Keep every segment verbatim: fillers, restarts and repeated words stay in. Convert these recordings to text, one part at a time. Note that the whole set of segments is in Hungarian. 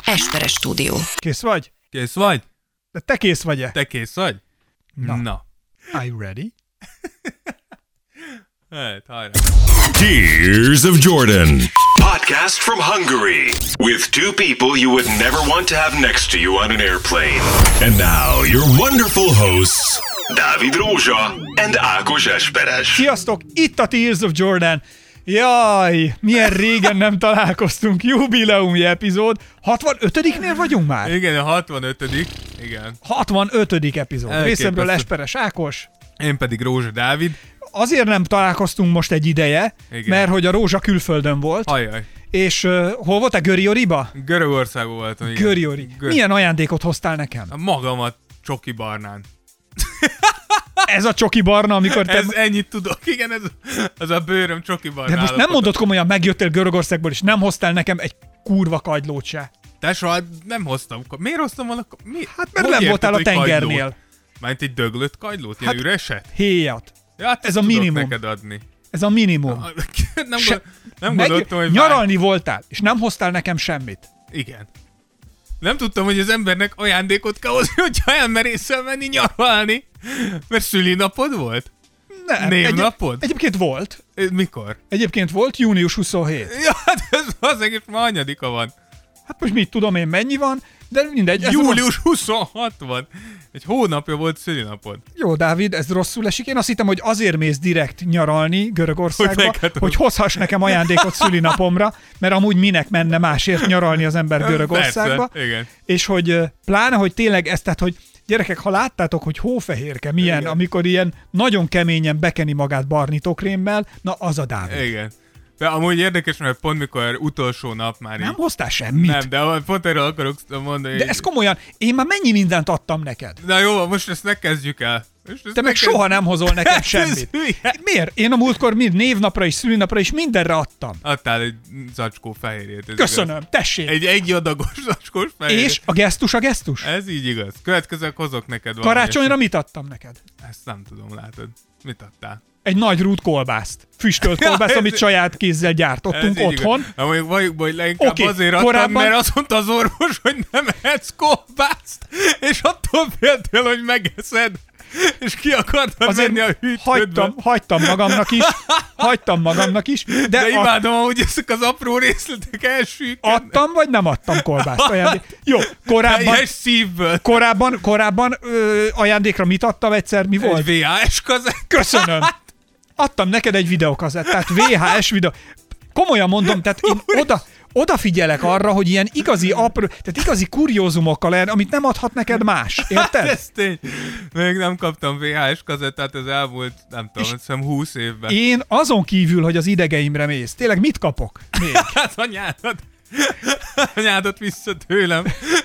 Esperes Stúdió. Kész vagy? Kész vagy? De te kész vagy-e? Te kész vagy? Na. Na. Are you ready? Hát, hajrá. Tears of Jordan. Podcast from Hungary. With two people you would never want to have next to you on an airplane. And now your wonderful hosts, Dávid Rózsa and Ákos Esperes. Sziasztok, itt a Tears of Jordan. Jaj, milyen régen nem találkoztunk, jubileumi epizód. hatvanötödiknél vagyunk már? Igen, a hatvanötödik Igen. hatvanötödik epizód. Elképesztő. Részemről Esperes Ákos. Én pedig Rózsa Dávid. Azért nem találkoztunk most egy ideje, Igen. mert hogy a Rózsa külföldön volt. Ajaj. És uh, hol voltál? Görioriba? Görögországban voltam, igen. Göriori. Gör... Milyen ajándékot hoztál nekem? A magamat csoki barnán. Ez a csoki barna, amikor te... Ez ennyit tudok, igen, ez az a bőröm csoki barna. De most nem mondod komolyan, megjöttél Görögországból, és nem hoztál nekem egy kurva kagylót se. Te soha nem hoztam. Miért hoztam volna? Mi? Hát mert Hogy nem érted, voltál a hogy tengernél. kagylót? Mármint egy döglött kagylót? Ilyen Hát- üreset? Héjat. Ja, hát ez a tudok minimum. neked adni. Ez a minimum. nem Se- gond, nem Meg- gondoltam, hogy Nyaralni voltál, és nem hoztál nekem semmit. Igen. Nem tudtam, hogy az embernek ajándékot kell hozni, hogyha elmerészel menni nyaralni. Mert szülinapod volt? Nem. Névnapod? Egy- egyébként volt. Eh, Mikor? Egyébként volt június huszonhetedike. Ja, hát ez az egész ma anyadika van. Hát most mit tudom én, mennyi van, de mindegy. ez Július huszonhat van. Egy hónapja volt szülinapod. Jó, Dávid, ez rosszul esik. Én azt hittem, hogy azért mész direkt nyaralni Görögországba, Hogy hogy, neked- hogy hozhass nekem ajándékot szülinapomra, mert amúgy minek menne másért nyaralni az ember Görögországba. Persze, igen. És hogy ö, pláne, hogy tényleg ezt, tehát, hogy gyerekek, ha láttátok, hogy hófehérke milyen, Igen. amikor ilyen nagyon keményen bekeni magát barnitokrémmel, na az a Dávid. Igen. De amúgy érdekes, mert pont mikor utolsó nap már Nem így... hoztál semmit. Nem, de pont erről akarok mondani. De ez komolyan, én már mennyi mindent adtam neked? Na jó, most ezt ne kezdjük el. Most ezt Te meg ne kezdjük. soha nem hozol nekem Ez semmit. hülye. Miért? Én a múltkor mind névnapra is, szülinapra is mindenre adtam. Adtál egy zacskó fehérjét. Ez Köszönöm, igaz. tessék. Egy egy adagos zacskós fehérjét. És a gesztus a gesztus? Ez így igaz. Következőleg hozok neked valami. Karácsonyra mit adtam neked? Ezt nem tudom, látod. Mit adtál? Egy nagy rút kolbászt. Füstölt kolbászt, ez- amit saját kézzel gyártottunk Ez így otthon. igaz. Na mondjuk valljuk be, hogy leginkább Oké, azért adtam, korábban- mert azt mondta az orvos, hogy nem ehetsz kolbászt, és attól féltél, hogy megeszed, és ki akartad Azért menni a hűtődbe. hagytam, hagytam magamnak is, hagytam magamnak is, de, De ad, imádom, hogy ezek az apró részletek elsüllyednek. adtam, vagy nem adtam kolbászt ajándék. Jó, korábban, Teljes szívből. korábban, korábban ö, ajándékra mit adtam egyszer, mi volt? Egy vé há es kazett. Köszönöm. Adtam neked egy videókazettát, vé há es videó. Komolyan mondom, tehát én oda, odafigyelek arra, hogy ilyen igazi apró, tehát igazi kuriózumokkal el, amit nem adhat neked más. Érted? Ez tény. Még nem kaptam vé há es kazettát az elmúlt, nem tudom, azt hiszem húsz évben. Én azon kívül, hogy az idegeimre mész, tényleg mit kapok még? Hát anyádat. Anyádat vissza tőlem.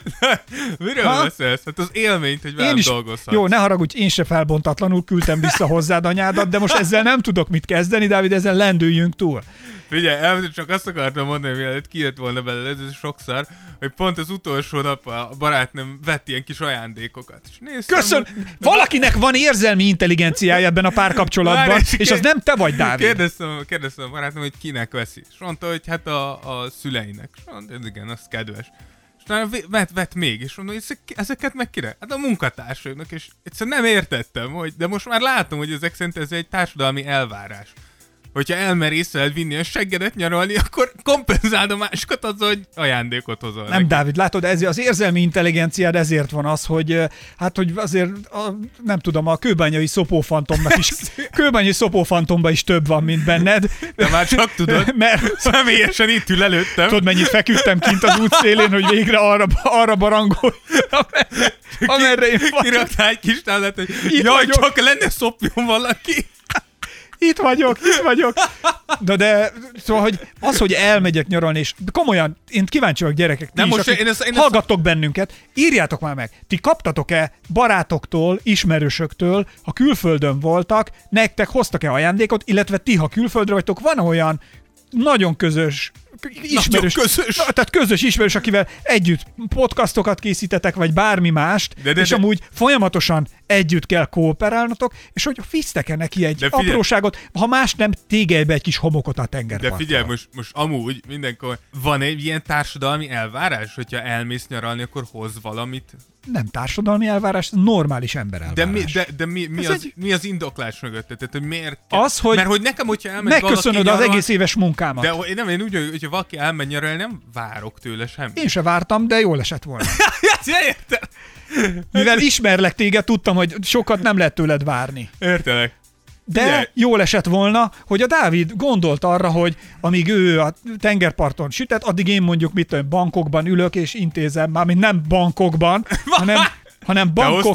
Miről Ha? beszélsz? Hát az élményt, hogy velem Én is, dolgozhatsz. jó, ne haragudj, én se felbontatlanul küldtem vissza hozzád anyádat, de most ezzel nem tudok mit kezdeni, Dávid, ezzel lendüljünk túl. Figyelj, el, csak azt akartam mondani, mielőtt kijött volna belőle, ez sokszor, hogy pont az utolsó nap a barátnőm vett ilyen kis ajándékokat. És néztem, Köszön! hogy- Valakinek van érzelmi intelligenciája ebben a párkapcsolatban, Várj, és az nem te vagy, Dávid. Kérdeztem, kérdeztem a barátom, hogy kinek veszi. És mondta, hogy hát a, a szüleinek. És mondta, hogy igen, az kedves. És utána vett, vett még, és mondom, hogy ezek- ezeket meg kire? Hát a munkatársainak, és egyszerűen nem értettem, hogy, de most már látom, hogy ezek szerint ez egy társadalmi elvárás. Hogyha elmerészel vinni a seggedet nyaralni, akkor kompenzáld a másikat azzal, hogy ajándékot hozol. Nem, neki. Dávid, látod, ez, az érzelmi intelligenciád ezért van az, hogy eh, hát, hogy azért, a, nem tudom, a kőbányai szopófantomnak is, kőbányai szopófantomban is több van, mint benned. De már csak tudod, Mert személyesen itt ül előttem. tudod, mennyit feküdtem kint az útszélén, hogy végre arra, arra barangolj, amerre, amerre én vagyok. Kiraktál egy kis táblát, hogy Itt jaj, vagyok. csak lenne szopjon valaki. Itt vagyok, itt vagyok. De, de szóval, hogy az, hogy elmegyek nyaralni, és komolyan, én kíváncsi vagyok, gyerekek, ti Nem, is, most akik én ezt- én ezt- hallgattok bennünket, írjátok már meg, ti kaptatok-e barátoktól, ismerősöktől, ha külföldön voltak, nektek hoztak-e ajándékot, illetve ti, ha külföldre vagytok, van olyan nagyon közös ismerős, közös. Na, tehát közös ismerős, akivel együtt podcastokat készítetek, vagy bármi mást, de, de, és de, amúgy folyamatosan együtt kell kooperálnotok, és hogy fisztek-e neki egy figyelj, apróságot, ha más nem, tégelybe egy kis homokot a tengerparton. De figyelj, most, most amúgy mindenkor van egy ilyen társadalmi elvárás, hogyha elmész nyaralni, akkor hoz valamit. Nem társadalmi elvárás, normális ember elvárás. De mi, de, de mi, mi, az, egy... mi az indoklás mögött? Tehát, hogy miért kell? Az, hogy Mert hogy nekem, hogyha elmegy megköszönöd az egész éves munkámat. De én nem, én úgy, hogyha valaki elmegy nyaralni, nem várok tőle semmit. Én se vártam, de jól esett volna. Értem. Mivel ismerlek téged, tudtam, hogy sokat nem lehet tőled várni. Értelek. De yeah. jól esett volna, hogy a Dávid gondolt arra, hogy amíg ő a tengerparton sütet, addig én mondjuk mit tudom, bankokban ülök és intézem, mármint nem bankokban, hanem, hanem bankok,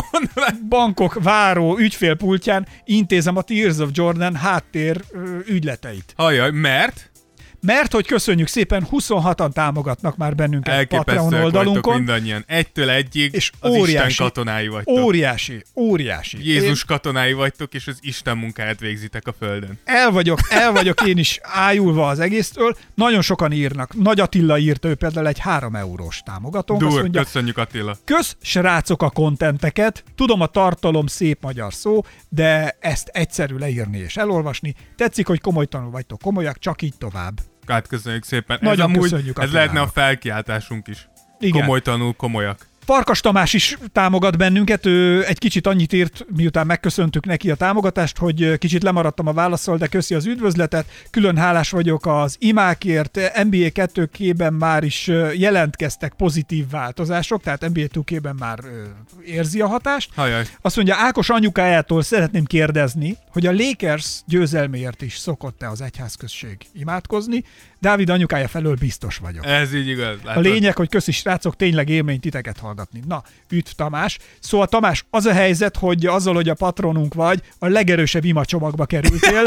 bankok váró ügyfélpultján intézem a Tears of Jordan háttér ügyleteit. Hajjaj, mert? Mert, hogy köszönjük szépen, huszonhatan támogatnak már bennünket Patreon oldalunkon. Mindannyian, egytől egyig és az óriási, Isten katonái vagytok. Óriási, óriási. Jézus én... katonái vagytok, és az Isten munkáját végzitek a földön. El vagyok, el vagyok én is ájulva az egésztől. Nagyon sokan írnak. Nagy Attila írta, ő például egy három eurós támogatónk. Dur, mondja, köszönjük Attila. Kösz, srácok, a kontenteket. Tudom, a tartalom szép magyar szó, de ezt egyszerű leírni és elolvasni. Tetszik, hogy komolytanul vagytok komolyak, csak így tovább. Hát köszönjük szépen. Nagyon ez amúgy, köszönjük ez lehetne a felkiáltásunk is. Igen. Komolytanul komolyak. Farkas Tamás is támogat bennünket, ő egy kicsit annyit írt, miután megköszöntük neki a támogatást, hogy kicsit lemaradtam a válaszol, de köszi az üdvözletet. Külön hálás vagyok az imákért, en bé á kettő ké-ben már is jelentkeztek pozitív változások, tehát en bé á kettő ké-ben már érzi a hatást. Hajaj. Azt mondja, Ákos anyukájától szeretném kérdezni, hogy a Lakers győzelméért is szokott-e az egyházközség imádkozni. Dávid anyukája felől biztos vagyok. Ez így igaz. Látod? A lényeg, hogy köszi srácok, tényleg élmény titeket hallgatni. Na, üdv Tamás. Szóval Tamás, az a helyzet, hogy azzal, hogy a patronunk vagy, a legerősebb imacsomagba kerültél.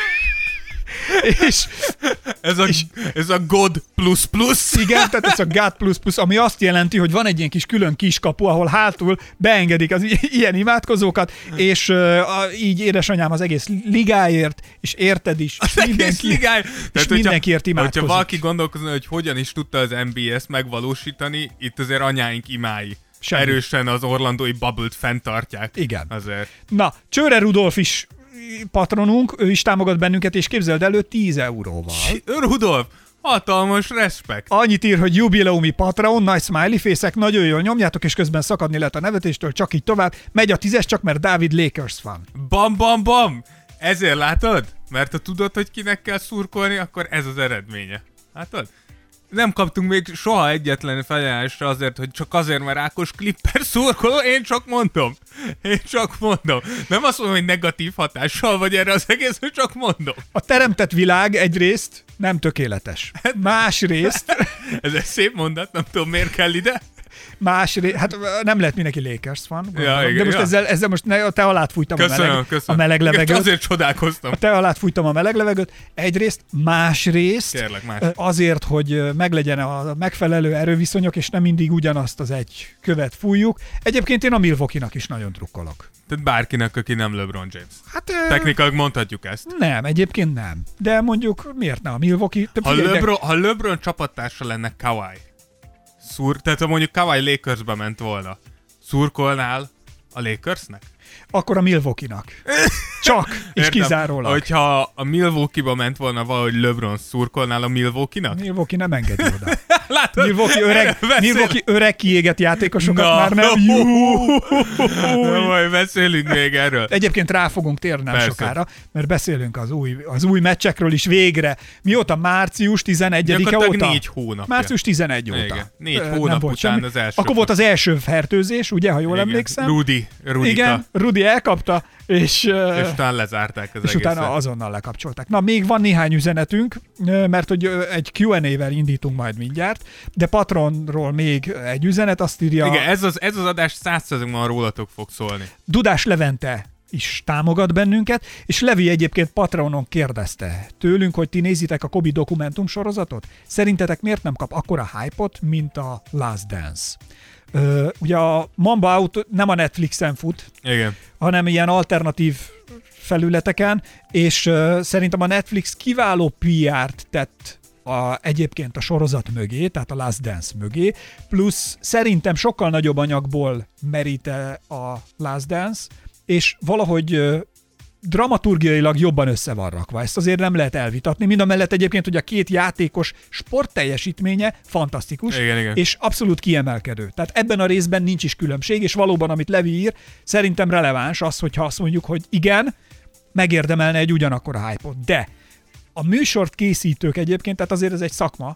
és, ez, a, és, ez a God plus plus. Igen, tehát ez a God plus plus, ami azt jelenti, hogy van egy ilyen kis külön kiskapu, ahol hátul beengedik az ilyen imádkozókat, és uh, a, így édesanyám az egész ligáért, és érted is, és az mindenki, ligáért, és tehát, mindenkiért hogyha, imádkozik. hogyha valaki gondolkozna, hogy hogyan is tudta az en bé á ezt megvalósítani, itt azért anyáink imái. Semmi. Erősen az orlandói bubble-t fenntartják. Igen. Azért. Na, Csőre Rudolf is patronunk, ő is támogat bennünket, és képzeld elő tíz euróval. Rudolf, hatalmas respekt. Annyit ír, hogy jubileumi patron, nagy smiley fészek, nagyon jól nyomjátok, és közben szakadni lehet a nevetéstől, csak így tovább. Megy a tízes, csak mert Dávid Lakers fan. Bam, bam, bam! Ezért látod? Mert ha tudod, hogy kinek kell szurkolni, akkor ez az eredménye. Látod? Nem kaptunk még soha egyetlen felajánlásra azért, hogy csak azért, mert Ákos Clipper szurkoló, én csak mondom. Én csak mondom. Nem azt mondom, hogy negatív hatással vagy erre az egész, hogy csak mondom. A teremtett világ egyrészt nem tökéletes. Másrészt... Ez egy szép mondat, nem tudom, miért kell ide. Másrészt, hát nem lehet mindenki Lakers fan, ja, igen, de most ja. ezzel, ezzel most ne, a te alát fújtam köszönöm, a meleg, köszönöm. a meleg levegőt. Azért csodálkoztam. A te alát fújtam a meleg levegőt. Egyrészt, másrészt Kérlek, más. azért, hogy meglegyen a megfelelő erőviszonyok, és nem mindig ugyanazt az egy követ fújjuk. Egyébként én a Milwaukee-nak is nagyon drukkolok. Tehát bárkinek, aki nem LeBron James. Hát, technikailag mondhatjuk ezt. Nem, egyébként nem. De mondjuk miért ne a Milwaukee? Ha LeBron, ha LeBron csapattársa lenne Kawhi, Szur, tehát ha mondjuk Kawhi Lakersbe ment volna, szurkolnál a Lakersnek? Akkor a Milwaukee-nak. Csak, és értem, kizárólag. Hogyha a Milwaukee-ba ment volna valahogy LeBron, szurkolnál a Milwaukee-nak? Milwaukee nem engedi oda. Látod? Milwaukee öreg, Milwaukee öreg kiégett játékosokat no. már nem. No, majd beszélünk még erről. Egyébként rá fogunk térni nem Persze. sokára, mert beszélünk az új, az új meccsekről is végre. Mióta? március tizenegyedike óta? négy hónapja. március tizenegy óta. Igen. Négy hónap után semmi. az első. Akkor volt az első fertőzés, ugye, ha jól igen. emlékszem? Rudi. Rudika. Igen, Rudi elkapta, és, és utána lezárták az és egészet. utána azonnal lekapcsolták. Na, még van néhány üzenetünk, mert hogy egy kú and á-vel indítunk majd mindjárt, de Patronról még egy üzenet, azt írja... Igen, ez az, ez az adás száz százalékban rólatok fog szólni. Dudás Levente is támogat bennünket, és Levi egyébként Patronon kérdezte tőlünk, hogy ti nézitek a Kobe dokumentum sorozatot? Szerintetek miért nem kap akkora hype-ot, mint a Last Dance? Ö, ugye a Mamba Out nem a Netflixen fut, igen. hanem ilyen alternatív felületeken, és uh, szerintem a Netflix kiváló pé er-t tett a, egyébként a sorozat mögé, tehát a Last Dance mögé, plusz szerintem sokkal nagyobb anyagból merít-e a Last Dance, és valahogy dramaturgiailag jobban össze van rakva. Ezt azért nem lehet elvitatni. Mind a mellett egyébként, hogy a két játékos sportteljesítménye fantasztikus, igen, igen. és abszolút kiemelkedő. Tehát ebben a részben nincs is különbség, és valóban, amit Levi ír, szerintem releváns az, hogyha azt mondjuk, hogy igen, megérdemelne egy ugyanakkora hype-ot. De a műsort készítők egyébként, tehát azért ez egy szakma,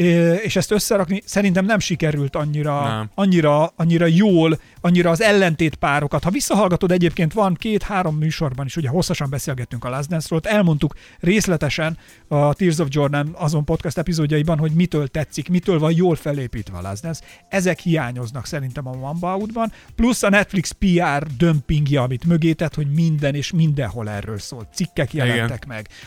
és ezt összerakni szerintem nem sikerült annyira, nem. annyira, annyira jól, annyira az ellentétpárokat. Ha visszahallgatod, egyébként van két-három műsorban is, ugye hosszasan beszélgettünk a Last Dance-ról, elmondtuk részletesen a Tears of Jordan azon podcast epizódjaiban, hogy mitől tetszik, mitől van jól felépítve a Last Dance. Ezek hiányoznak szerintem a Mamba Out-ban, plusz a Netflix pé er dömpingje, amit mögé tett, hogy minden és mindenhol erről szólt. Cikkek jelentek igen. meg,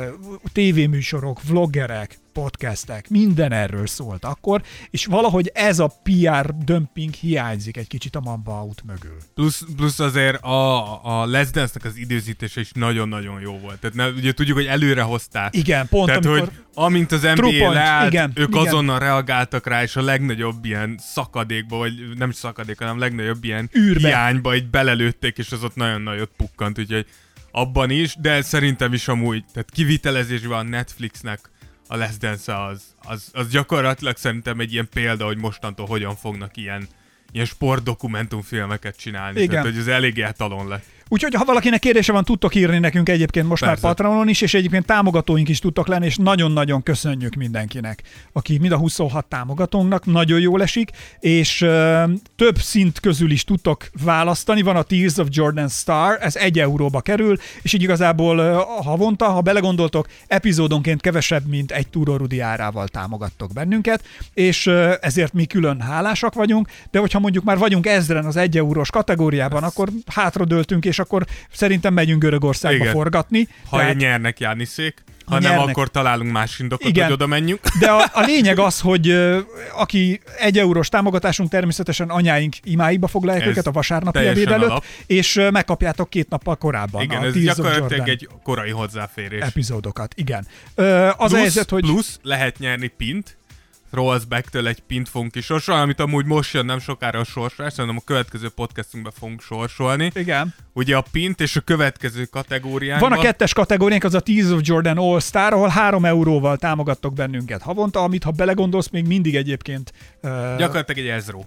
tévéműsorok, vloggerek, podcastek, minden erről szólt akkor, és valahogy ez a pé er dömping hiányzik egy kicsit a Mamba Out mögül. Plusz, plusz azért a, a Last Dance-nek az időzítése is nagyon-nagyon jó volt. Tehát ne, ugye tudjuk, hogy előre hozták. Igen, pont Tehát, amikor... hogy amint az en bé á leállt, igen, ők igen. azonnal reagáltak rá, és a legnagyobb ilyen szakadékba, vagy nem szakadék, hanem a legnagyobb ilyen űrbe. hiányba így belelőtték, és az ott nagyon nagyot pukkant, úgyhogy abban is, de szerintem is amúgy, tehát kivitelezésben a Netflixnek a Last Dance az, az, az gyakorlatilag szerintem egy ilyen példa, hogy mostantól hogyan fognak ilyen, ilyen sportdokumentumfilmeket csinálni. Igen. Tehát, hogy ez eléggé etalon lett. Úgyhogy ha valakinek kérdése van, tudtok írni nekünk egyébként most Persze. már Patronon is, és egyébként támogatóink is tudtok lenni, és nagyon-nagyon köszönjük mindenkinek, aki mind a huszonhat támogatónknak, nagyon jól esik, és uh, több szint közül is tudtok választani. Van a Tears of Jordan Star, ez egy euróba kerül, és így igazából uh, havonta, ha belegondoltok, epizódonként kevesebb, mint egy Túró Rudi árával támogattok bennünket, és uh, ezért mi külön hálásak vagyunk, de hogyha mondjuk már vagyunk ezren az egy eurós kategóriában, ez... akkor hátradőltünk, és akkor szerintem megyünk Görögországba Igen. forgatni. Ha tehát... nyernek Jániszék, ha, ha nyernek. nem, akkor találunk más indokat, Igen. hogy oda menjünk. De a, a lényeg az, hogy uh, aki egy eurós támogatásunk, természetesen anyáink imáiba foglalják ez őket a vasárnapi ebéd előtt, alap. és uh, megkapjátok két nappal korábban Igen, a ez Tears gyakorlatilag egy korai hozzáférés. Epizódokat, igen. Uh, az plusz, a helyzet, hogy... Plusz lehet nyerni pint, Rollsback-től egy pint fogunk kisorsolni, amit amúgy most jön nem sokára a sorsolás, hanem a következő podcastunkban fogunk sorsolni. Igen. Ugye a pint és a következő kategóriánkban. Van a kettes kategóriánk, az a Tears of Jordan All Star, ahol három euróval támogattok bennünket havonta, amit ha belegondolsz, még mindig egyébként... Uh... Gyakorlatilag egy ezró.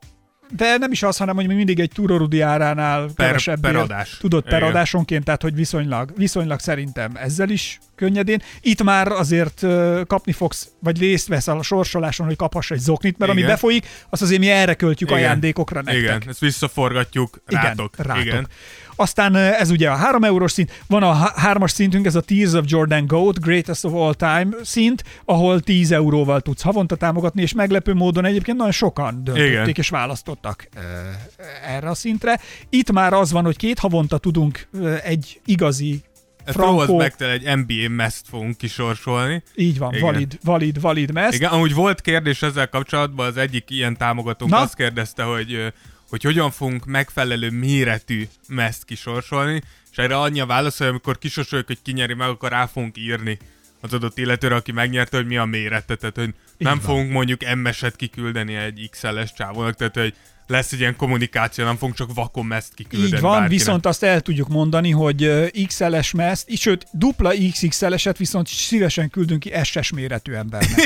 De nem is az, hanem hogy mindig egy Túró Rudi áránál per, kevesebb. Per adás. Tudod, per adásonként, tehát hogy viszonylag, viszonylag szerintem ezzel is könnyedén. Itt már azért uh, kapni fogsz, vagy részt vesz a sorsoláson, hogy kaphass egy zoknit, mert Igen. ami befolyik, azt azért mi erre költjük Igen. ajándékokra nektek. Igen, ezt visszaforgatjuk rátok. Igen, rátok. Igen. Aztán ez ugye a három eurós szint, van a hármas szintünk, ez a Tears of Jordan GOAT, Greatest of All Time szint, ahol tíz euróval tudsz havonta támogatni, és meglepő módon egyébként nagyon sokan döntötték Igen. és választottak uh, erre a szintre. Itt már az van, hogy két havonta tudunk uh, egy igazi Frankó... Ezt egy en bé á meszt fogunk kisorsolni. Így van, Igen. valid, valid, valid meszt. Igen, amúgy volt kérdés ezzel kapcsolatban, az egyik ilyen támogatónk Na? azt kérdezte, hogy hogy hogyan fogunk megfelelő méretű meszt kisorsolni, és erre annyi a válasz, hogy amikor kisorsoljuk, hogy ki nyeri meg, akkor rá fogunk írni az adott illetőre, aki megnyerte, hogy mi a mérete, tehát hogy nem Így fogunk van. mondjuk em es-et kiküldeni egy iksz el-es csávónak, tehát hogy lesz egy ilyen kommunikáció, nem fogunk csak vakon meszt kiküldeni. Így van, bárkinek. Viszont azt el tudjuk mondani, hogy iksz el-es meszt, sőt, dupla iksz iksz el-eset viszont szívesen küldünk ki es es méretű embernek.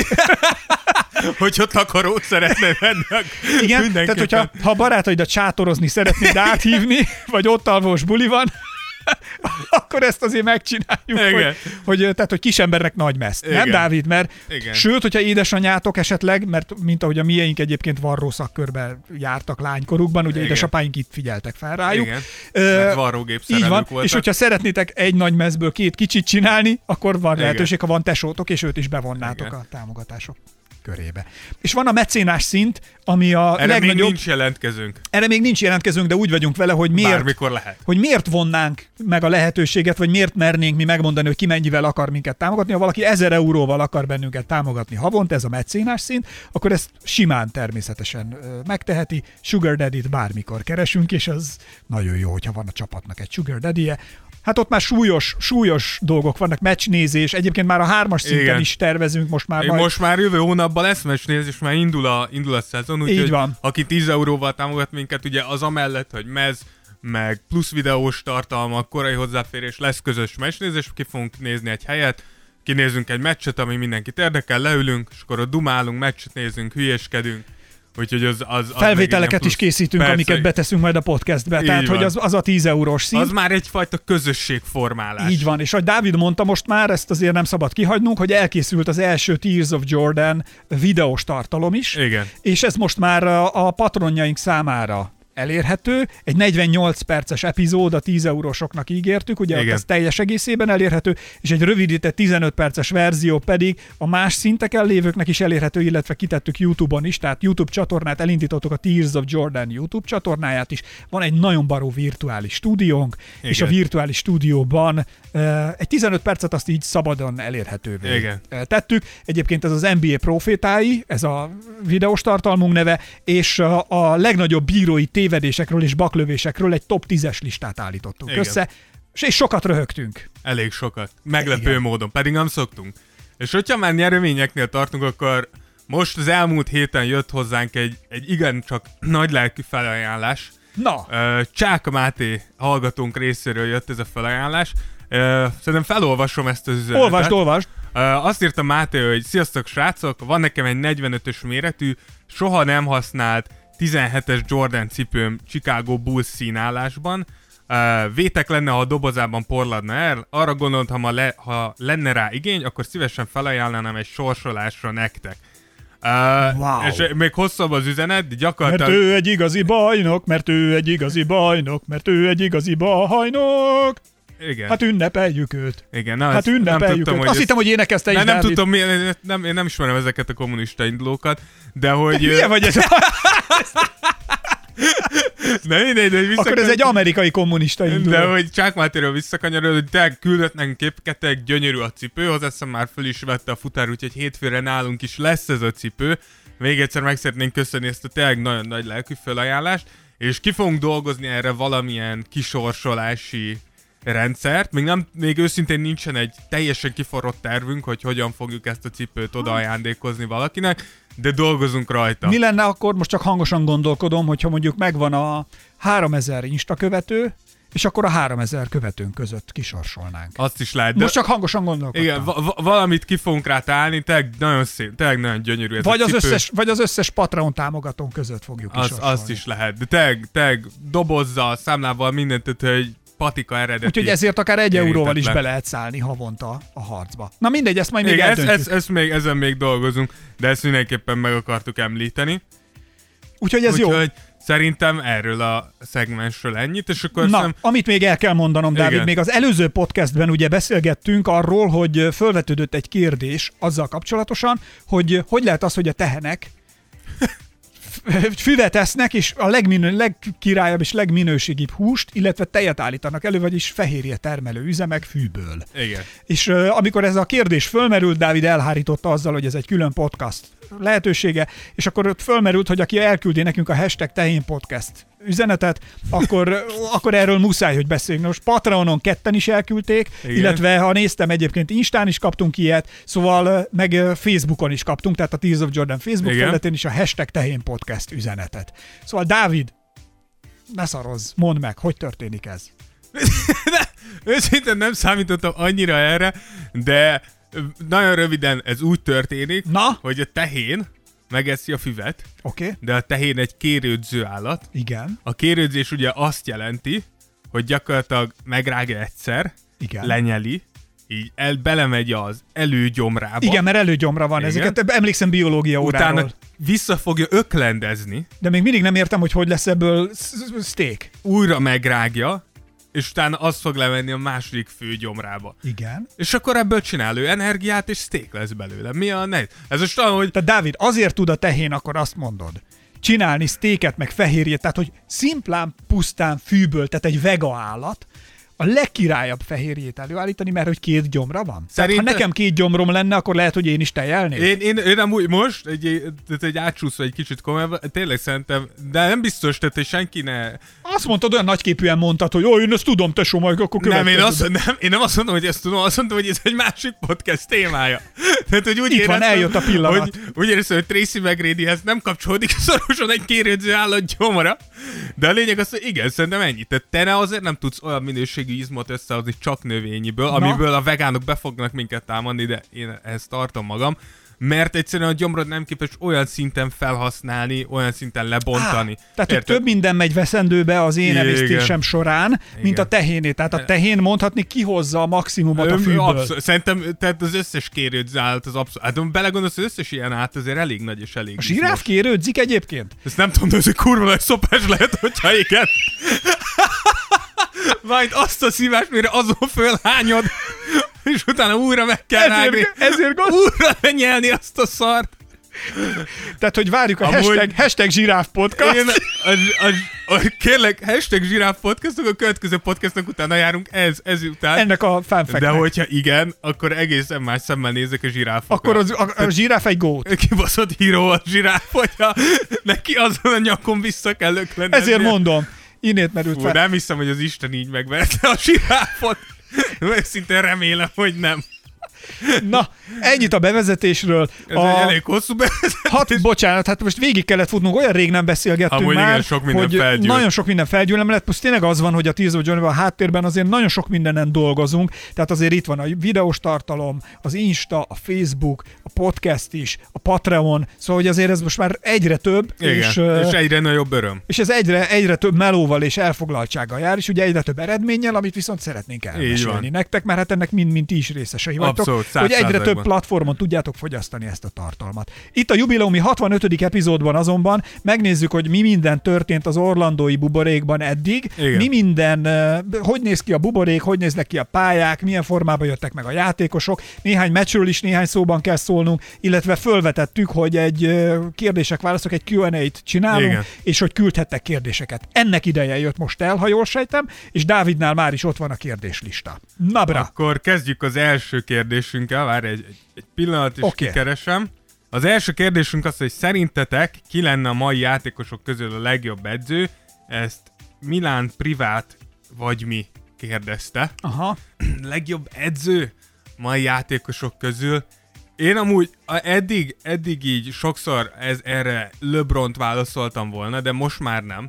Hogyha takarót szeretnél venni, Igen, tehát hogyha ha barátaidat csátorozni szeretnéd áthívni, vagy ott alvós buli van, akkor ezt azért megcsináljuk, hogy, hogy, tehát, hogy kisembernek nagy meszt. Igen. Nem, Dávid? Mert Igen. sőt, hogyha édesanyátok esetleg, mert mint ahogy a mieink egyébként varró szakkörben jártak lánykorukban, ugye Igen. édesapáink itt figyeltek fel rájuk. Igen. Mert varrógép szerelők voltak. És hogyha szeretnétek egy nagy mezből két kicsit csinálni, akkor van lehetőség, ha van tesótok, és őt is bevonnátok Igen. a támogatások körébe. És van a mecénás szint, ami a Erre legnagyobb... még nincs jelentkezünk. Erre még nincs jelentkezünk, de úgy vagyunk vele, hogy miért, Bármikor lehet. hogy miért vonnánk meg a lehetőséget, vagy miért mernénk mi megmondani, hogy ki mennyivel akar minket támogatni. Ha valaki ezer euróval akar bennünket támogatni havonta, ez a mecénás szint, akkor ezt simán természetesen megteheti. Sugar Daddy-t bármikor keresünk, és az nagyon jó, hogyha van a csapatnak egy Sugar Daddy-je. Hát ott már súlyos, súlyos dolgok vannak, meccsnézés, egyébként már a hármas szinten Igen. is tervezünk most már. Majd... Majd... Most már jövő hónapban lesz meccsnézés, már indul a, indul a szezon, úgyhogy van. aki tíz euróval támogat minket, ugye az amellett, hogy mez, meg plusz videós tartalmak, korai hozzáférés, lesz közös meccsnézés, ki fogunk nézni egy helyet, kinézünk egy meccset, ami mindenkit érdekel, leülünk, és akkor ott dumálunk, meccset nézünk, hülyéskedünk. Úgyhogy az, az, az felvételeket is készítünk, persze, amiket beteszünk majd a podcastbe. Így Tehát, van. hogy az, az a tíz eurós szint. Az már egyfajta közösségformálás. Így van, és ahogy Dávid mondta, most már ezt azért nem szabad kihagynunk, hogy elkészült az első Tears of Jordan videós tartalom is. Igen. És ez most már a, a patronjaink számára elérhető. Egy negyvennyolc perces epizód, a tíz eurósoknak ígértük, ugye ott ez teljes egészében elérhető, és egy rövidített tizenöt perces verzió pedig a más szinteken lévőknek is elérhető, illetve kitettük YouTube-on is, tehát YouTube csatornát elindítottuk, a Tears of Jordan YouTube csatornáját is. Van egy nagyon baró virtuális stúdiónk, igen. És a virtuális stúdióban uh, egy tizenöt percet azt így szabadon elérhetővé igen. tettük. Egyébként ez az en bé á Profétái, ez a videós tartalmunk neve, és a, a legnagyobb bírói tévedésekről és baklövésekről egy top tízes listát állítottunk igen. össze, és sokat röhögtünk. Elég sokat. Meglepő igen. módon, pedig nem szoktunk. És hogyha már nyereményeknél tartunk, akkor most az elmúlt héten jött hozzánk egy, egy igencsak nagylelkű felajánlás. Na! Csák Máté hallgatónk részéről jött ez a felajánlás. Szerintem felolvasom ezt az üzenetet. Olvasd, olvasd! Azt írta Máté, hogy sziasztok srácok, van nekem egy negyvenötös méretű, soha nem használt tizenhetes Jordan cipőm Chicago Bulls színállásban. Uh, vétek lenne, ha a dobozában porladna el. Arra gondoltam, ha, le, ha lenne rá igény, akkor szívesen felajánlanám egy sorsolásra nektek. Uh, wow. És még hosszabb az üzenet, de gyakorlatilag... Mert ő egy igazi bajnok, mert ő egy igazi bajnok, mert ő egy igazi bajnok. Igen. Hát ünnepeljük őt. Igen, na, hát ünnepeljük tudtam, őt. Azt ezt... hittem, hogy énekezte is, nem, nem Dávid. tudom, nem, én nem ismerem ezeket a kommunista indulókat, de hogy... Milyen vagy ez? De mindegy, de visszakany... Akkor ez egy amerikai kommunista induló. De hogy Csák Mátéről visszakanyarod, hogy te küldött nekünk képeket, gyönyörű a cipő, hozzá már föl is vette a futár, úgyhogy hétfőre nálunk is lesz ez a cipő. Még egyszer meg szeretnénk köszönni ezt a tényleg nagyon nagy lelkű felajánlást, és ki fogunk dolgozni erre valamilyen kisorsolási rendszert. Még, nem, még őszintén nincsen egy teljesen kiforrott tervünk, hogy hogyan fogjuk ezt a cipőt oda ajándékozni valakinek, de dolgozunk rajta. Mi lenne akkor, most csak hangosan gondolkodom, hogyha mondjuk megvan a háromezer Insta követő, és akkor a háromezer követőnk között kisorsolnánk. Azt is lehet. De... Most csak hangosan gondolkodtam. Igen, va- valamit ki fogunk rá találni, tényleg nagyon szép, tényleg nagyon gyönyörű ez vagy a az cipő. Összes, vagy az összes Patreon támogatónk között fogjuk az, kisorsolni. Azt is lehet, de tényleg, tényleg dobozzal, számlával, mindent, hogy patika eredeti. Úgyhogy ezért akár egy euróval is le. be lehet szállni havonta a harcba. Na mindegy, ezt majd még Igen, eldöntjük. Ez, ez, ez még, ezen még dolgozunk, de ezt mindenképpen meg akartuk említeni. Úgyhogy ez Úgyhogy jó. szerintem erről a szegmensről ennyit, és akkor Na, szem... amit még el kell mondanom, Dávid, Igen. még az előző podcastben ugye beszélgettünk arról, hogy fölvetődött egy kérdés azzal kapcsolatosan, hogy hogy lehet az, hogy a tehenek füvet esznek, és a legminő, legkirályabb és legminőségibb húst, illetve tejet állítanak elő, vagyis fehérje termelő üzemek fűből. Igen. És uh, amikor ez a kérdés fölmerült, Dávid elhárította azzal, hogy ez egy külön podcast lehetősége, és akkor ott fölmerült, hogy aki elküldi nekünk a hashtag tehén podcast üzenetet, akkor, akkor erről muszáj, hogy beszéljünk. Most Patreonon ketten is elküldték, igen. Illetve ha néztem, egyébként Instán is kaptunk ilyet, szóval meg Facebookon is kaptunk, tehát a Tears of Jordan Facebook igen. felületén is a hashtag tehén podcast üzenetet. Szóval Dávid, ne szarozz, mondd meg, hogy történik ez? Őszintén nem számítottam annyira erre, de nagyon röviden ez úgy történik, Na? hogy a tehén megeszi a füvet, okay. De a tehén egy kérődző állat. Igen. A kérődzés ugye azt jelenti, hogy gyakorlatilag megrágja egyszer, igen. lenyeli, így el, belemegy az előgyomrába. Igen, mert előgyomra van. Igen. Ezeket emlékszem biológia óráról. Utána vissza fogja öklendezni. De még mindig nem értem, hogy hogy lesz ebből steak. Újra megrágja, és utána az fog lemenni a második főgyomrába. Igen. És akkor ebből csinál ő energiát, és steak lesz belőle. Mi a nehéz? Ez most olyan, hogy... Tehát Dávid, azért tud a tehén, akkor azt mondod, csinálni steaket, meg fehérjét, tehát hogy szimplán, pusztán fűből, tehát egy vega állat, a legkirályabb fehérjét előállítani, mert hogy két gyomra van. Szerinte... Tehát, ha nekem két gyomrom lenne, akkor lehet, hogy én is tejelnék. Én, én, én amúgy most, egy, egy átsúszva egy kicsit komolyabban, tényleg szerintem, de nem biztos, tehát, hogy senki ne... Azt mondtad, olyan nagyképűen mondtad, hogy ó, én ezt tudom, tesó, majd akkor nem én, azt, nem, én nem azt mondom, hogy ezt tudom, azt mondom, hogy ez egy másik podcast témája. Tehát, hogy úgy Itt éreztem, van, eljött a pillanat. Hogy, úgy éreztem, hogy Tracy McGradyhez nem kapcsolódik szorosan egy kérődző állat gyomra, de a lényeg az, hogy igen, szerintem ennyi. Tehát te ne azért nem tudsz olyan minőségű izmot összehozni csak növényiből, amiből a vegánok be fognak minket támadni, de én ezt tartom magam, mert egyszerűen a gyomrod nem képes olyan szinten felhasználni, olyan szinten lebontani. Á, tehát, hogy több minden megy veszendőbe az én emésztésem során, igen. mint a tehéné. Tehát a tehén mondhatni kihozza a maximumot a fűből. Abszol- Szerintem tehát az összes kérődző állat az abszolút. Hát belegondolsz, az összes ilyen állat azért elég nagy és elég. A zsiráf kérődzik egyébként? Ezt nem tudom, de ez egy kurva nagy szopás lehet, hogyha igen. Majd azt a szívást, mire azon fölhányod, és utána újra meg kell ezért, rágni. Ezért gond... Újra lenyelni azt a szart. Tehát, hogy várjuk a Amúgy... hashtag, hashtag zsiráf podcast. Én, a, a, a, kérlek, hashtag zsiráf podcastok, a következő podcastnak utána járunk ez, ez után. Ennek a fanfeknek. De hogyha igen, akkor egészen más szemmel nézek a zsiráfokra. Akkor az, a, a zsiráf egy gót. Kibaszott híró a zsiráf, hogyha neki azon a nyakon vissza kell löklenni. Ezért mondom. Innét merült fel. Nem hiszem, hogy az Isten így megverte a zsiráfot. Őszintén remélem, hogy nem. Na, ennyit a bevezetésről. Ez a... egy elég hosszú bevezetés. Hat, bocsánat, hát most végig kellett futnunk, olyan rég nem beszélgettünk Amúgy már, igen, sok minden hogy felgyűlt. nagyon sok minden felgyűlöm lett. Most tényleg az van, hogy a Tears of Journey-ban a háttérben azért nagyon sok mindenen dolgozunk, tehát azért itt van a videós tartalom, az Insta, a Facebook, a podcast is, a Patreon, szóval hogy azért ez most már egyre több. Igen, és, és egyre nagyobb öröm. És ez egyre, egyre több melóval és elfoglaltsággal jár, és ugye egyre több eredménnyel, amit viszont szeretnénk elmesélni nektek, mert hát ennek mind-mind ti is részesei vagytok. Abszolút, hogy egyre több platformon tudjátok fogyasztani ezt a tartalmat. Itt a jubileumi hatvanötödik epizódban azonban megnézzük, hogy mi minden történt az orlandói buborékban eddig, igen. mi minden, uh, hogy néz ki a buborék, hogy néznek ki a pályák, milyen formában jöttek meg a játékosok, néhány meccsről is néhány szóban kell szólnunk, illetve fölvetettük, hogy egy uh, kérdések-válaszok, egy Q and A-t csinálunk, igen. és hogy küldhettek kérdéseket. Ennek ideje jött most el, ha jól sejtem, és Dávidnál már is ott van a kérdéslista. Nabra! Akkor kezdjük az első kérdésünkkel, várj egy, egy, egy pillanat, és okay. kikeresem. Az első kérdésünk az, hogy szerintetek ki lenne a mai játékosok közül a legjobb edző? Ezt Milán Privát vagy mi kérdezte. Aha. Legjobb edző mai játékosok közül. Én amúgy eddig, eddig így sokszor ez, erre LeBront válaszoltam volna, de most már nem.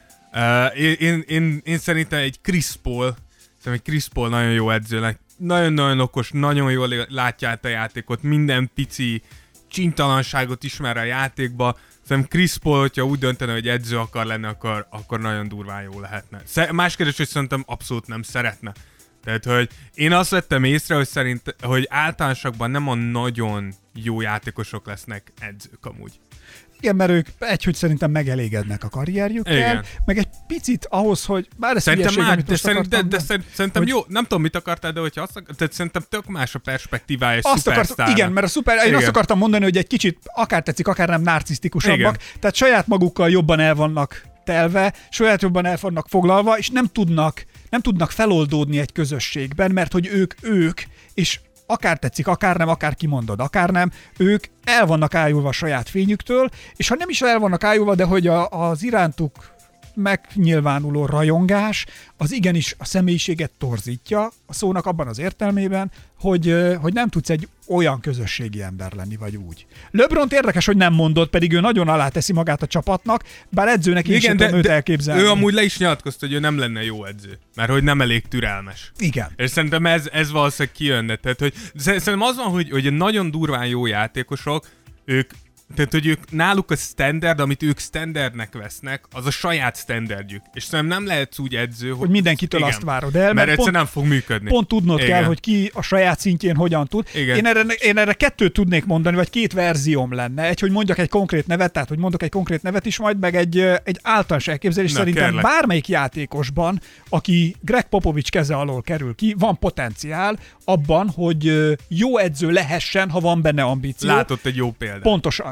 Uh, én, én, én, én szerintem egy Chris Paul, szerintem egy Chris Paul nagyon jó edzőnek, nagyon-nagyon okos, nagyon jól látja át a játékot, minden pici csintalanságot ismer a játékba. Szerintem Chris Paul, hogyha úgy döntene, hogy edző akar lenni, akkor, akkor nagyon durván jó lehetne. Sze- más kérdés, hogy szerintem abszolút nem szeretne. Tehát, hogy én azt vettem észre, hogy szerint, hogy általánosakban nem a nagyon jó játékosok lesznek edzők amúgy. Igen, mert ők egy, hogy szerintem megelégednek a karrierjükkel, meg egy picit ahhoz, hogy bár ez szerintem hülyeség, már, amit de, szerint, de, de nem, szerintem hogy... jó, nem tudom, mit akartál, de hogyha azt akar, tehát szerintem tök más a perspektívája egy szupersztárnak. Igen, mert a szuper, én igen. azt akartam mondani, hogy egy kicsit akár tetszik, akár nem narcisztikusabbak, igen. tehát saját magukkal jobban el vannak telve, saját jobban el vannak foglalva, és nem tudnak, nem tudnak feloldódni egy közösségben, mert hogy ők ők, és akár tetszik, akár nem, akár kimondod, akár nem, ők el vannak ájulva a saját fényüktől, és ha nem is el vannak ájulva, de hogy a, az irántuk megnyilvánuló rajongás, az igenis a személyiséget torzítja a szónak abban az értelmében, hogy, hogy nem tudsz egy olyan közösségi ember lenni, vagy úgy. LeBront érdekes, hogy nem mondott, pedig ő nagyon aláteszi magát a csapatnak, bár edzőnek én sem tudom őt elképzelni. Ő amúgy le is nyilatkozta, hogy ő nem lenne jó edző, mert hogy nem elég türelmes. Igen. És szerintem ez, ez valószínűleg kijönne. Tehát, hogy szerintem az van, hogy, hogy nagyon durván jó játékosok, ők Tehát, hogy ők náluk a standard, amit ők standardnek vesznek, az a saját standardjük. És szerintem nem lehetsz úgy edző, hogy... hogy mindenkitől igen, azt várod el, mert, mert egyszer pont, nem fog működni. Pont tudnod igen. kell, hogy ki a saját szintjén hogyan tud. Én erre, én erre kettőt tudnék mondani, vagy két verzióm lenne. Egy, hogy mondjak egy konkrét nevet, tehát, hogy mondok egy konkrét nevet is majd, meg egy, egy általános elképzelés. Na, szerintem kérlek. Bármelyik játékosban, aki Greg Popovich keze alól kerül ki, van potenciál abban, hogy jó edző lehessen, ha van benne ambíció. Látott egy jó példát. Pontosan.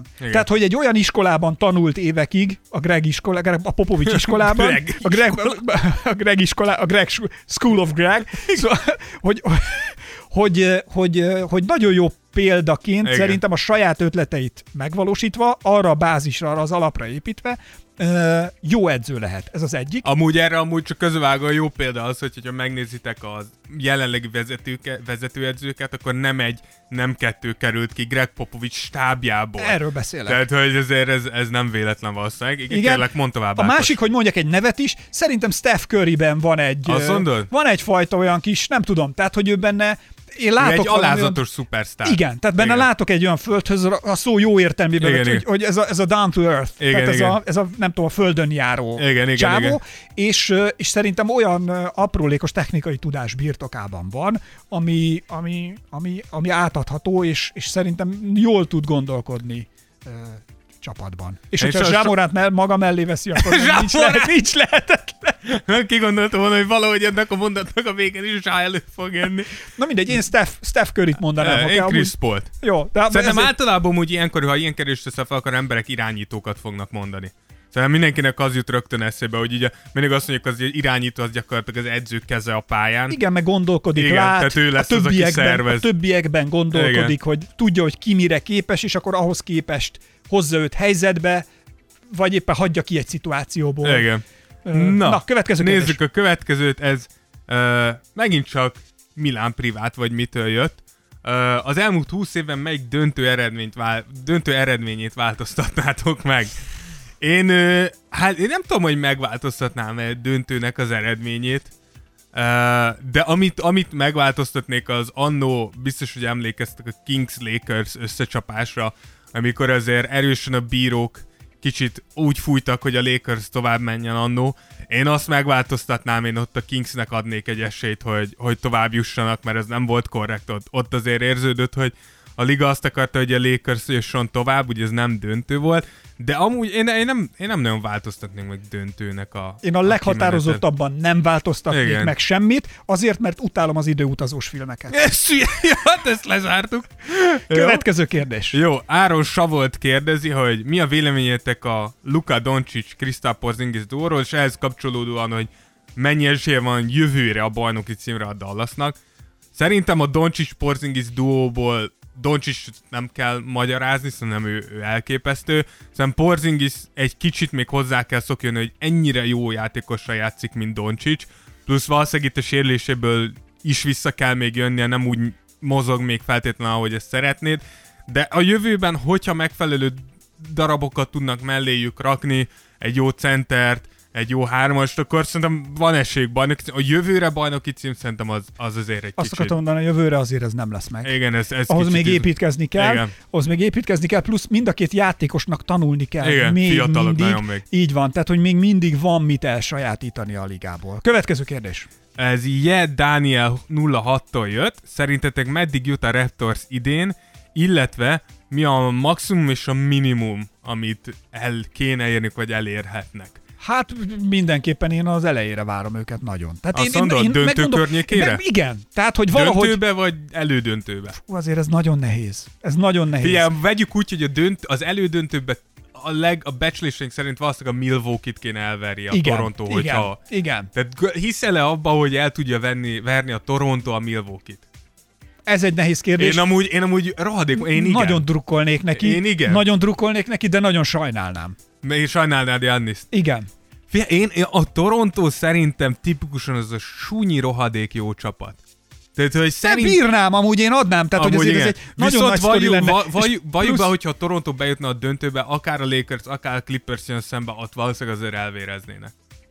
Igen. Tehát, hogy egy olyan iskolában tanult évekig, a Greg iskola, a Popovics iskolában, Greg a Greg, a Greg iskola, a Greg School of Greg, szóval, hogy, hogy, hogy, hogy nagyon jó példaként igen. szerintem a saját ötleteit megvalósítva, arra a bázisra, arra az alapra építve, jó edző lehet. Ez az egyik. Amúgy erre amúgy csak közvágó jó példa az, hogy ha megnézitek a jelenlegi vezetőke, vezetőedzőket, akkor nem egy, nem kettő került ki Greg Popovich stábjából. Erről beszélek. Tehát, hogy ezért ez, ez nem véletlen valószínűleg. Igen, igen. Kérlek, mondd tovább. A Ákos. másik, hogy mondjak egy nevet is, szerintem Steph Curryben van egy... Azt mondod? Van egyfajta olyan kis, nem tudom, tehát, hogy ő benne én látok egy alázatos olyan... szupersztár. Igen, tehát benne igen. látok egy olyan földhöz, a szó jó értelmében, igen, hogy, igen. hogy ez, a, ez a down to earth, igen, tehát ez, igen. A, ez a, nem tudom, a földön járó igen, csávó, igen, igen. És, és szerintem olyan aprólékos technikai tudás birtokában van, ami, ami, ami, ami átadható, és, és szerintem jól tud gondolkodni uh, csapatban. És, és hogyha Zsa Morant mell- maga mellé veszi, akkor nincs, lehet, nincs lehetetlen. Ki gondolta volna, hogy valahogy ennek a mondatnak a végén is Zsa elő fog jönni. Na mindegy, én Steph, Steph Curryt mondanám. Uh, én Chris Paul-t. Jó. De szerintem ezért... általában úgy ilyenkor, ha ilyen kerülést teszel fel, akkor emberek irányítókat fognak mondani. Szóval mindenkinek az jut rögtön eszébe, hogy ugye mindig azt mondjuk, hogy az irányító az gyakorlatilag az edző keze a pályán. Igen, meg gondolkodik, igen, lát, tehát ő lesz a, az, aki többiekben, a többiekben gondolkodik, igen. hogy tudja, hogy ki mire képes, és akkor ahhoz képest hozza őt helyzetbe, vagy éppen hagyja ki egy szituációból. Igen. Uh, na, na, következő nézzük kérdés. a következőt, ez uh, megint csak Milán privát, vagy mitől jött. Uh, az elmúlt húsz évben melyik döntő, eredményt vál, döntő eredményét változtatnátok meg? Én, uh, hát én nem tudom, hogy megváltoztatnám egy döntőnek az eredményét, uh, de amit, amit megváltoztatnék az annó, biztos, hogy emlékeztek a Kings-Lakers összecsapásra, amikor azért erősen a bírók kicsit úgy fújtak, hogy a Lakers tovább menjen annó. Én azt megváltoztatnám, én ott a Kingsnek adnék egy esélyt, hogy, hogy tovább jussanak, mert ez nem volt korrekt. Ott, ott azért érződött, hogy a liga azt akarta, hogy a Lakers jusson tovább, ugye ez nem döntő volt, de amúgy én, én, nem, én nem nagyon változtatnék meg döntőnek a Én a, a leghatározottabban nem változtatnék igen. meg semmit, azért, mert utálom az időutazós filmeket. Ezt, ja, ezt lezártuk. Következő kérdés. Jó, Áron Savolt kérdezi, hogy mi a véleményetek a Luka Doncic, Kristaps Porzingis duóról, és ehhez kapcsolódóan, hogy mennyi esélye van jövőre a bajnoki címre a Dallasnak. Szerintem a Doncic-Porzingis duóból Doncic nem kell magyarázni, szerintem ő, ő elképesztő. Szerintem Porzingis egy kicsit még hozzá kell szokjon, hogy ennyire jó játékosra játszik, mint Doncic. Plusz valószínűleg itt a sérüléséből is vissza kell még jönnie, nem úgy mozog még feltétlenül, ahogy ezt szeretnéd. De a jövőben, hogyha megfelelő darabokat tudnak melléjük rakni, egy jó centert, egy jó hármast, akkor szerintem van esély bajnoki cím. A jövőre bajnoki cím szerintem az, az azért egy Azt kicsit. akartam mondani, a jövőre azért ez nem lesz meg. Igen, ez, ez ahhoz még íz... építkezni kell, igen. ahhoz még építkezni kell, plusz mind a két játékosnak tanulni kell. Igen, még fiatalok mindig. nagyon még. Így van, tehát hogy még mindig van mit elsajátítani a ligából. Következő kérdés. Ez Je Daniel nulla hattól jött. Szerintetek meddig jut a Raptors idén, illetve mi a maximum és a minimum, amit el kéne érni, vagy elérhetnek? Hát mindenképpen én az elejére várom őket nagyon. Tehát azt én, mondod, én, én döntő megmondom, környékére? Meg, igen, tehát hogy valahogy... Döntőbe vagy elődöntőbe? Fú, azért ez nagyon nehéz. Ez nagyon nehéz. Figyelj, vegyük úgy, hogy a dönt, az elődöntőbe a leg, a becsléseink szerint valószínűleg a Milwaukee-t kéne elverni a igen, Toronto, igen, hogyha... Igen, Tehát hiszel-e abba, hogy el tudja venni, verni a Toronto a Milwaukee-t? Ez egy nehéz kérdés. Én amúgy, én amúgy rohadék, én igen. Nagyon drukkolnék neki. Én igen. Nagyon drukkolnék neki, de nagyon sajnálnám. Még sajnálnád Gianniszt. Igen. Figyelj, én, én a Toronto szerintem tipikusan az a súnyi rohadék jó csapat. Tehát, hogy szerint... Nem bírnám, amúgy én adnám, tehát amúgy hogy azért igen. ez egy nagyon viszont nagy sztori lenne. Vaj, vaj, valljuk plusz... be, hogyha a Toronto bejutna a döntőbe, akár a Lakers, akár a Clippers jön szembe, ott valószínűleg azért elvéreznének.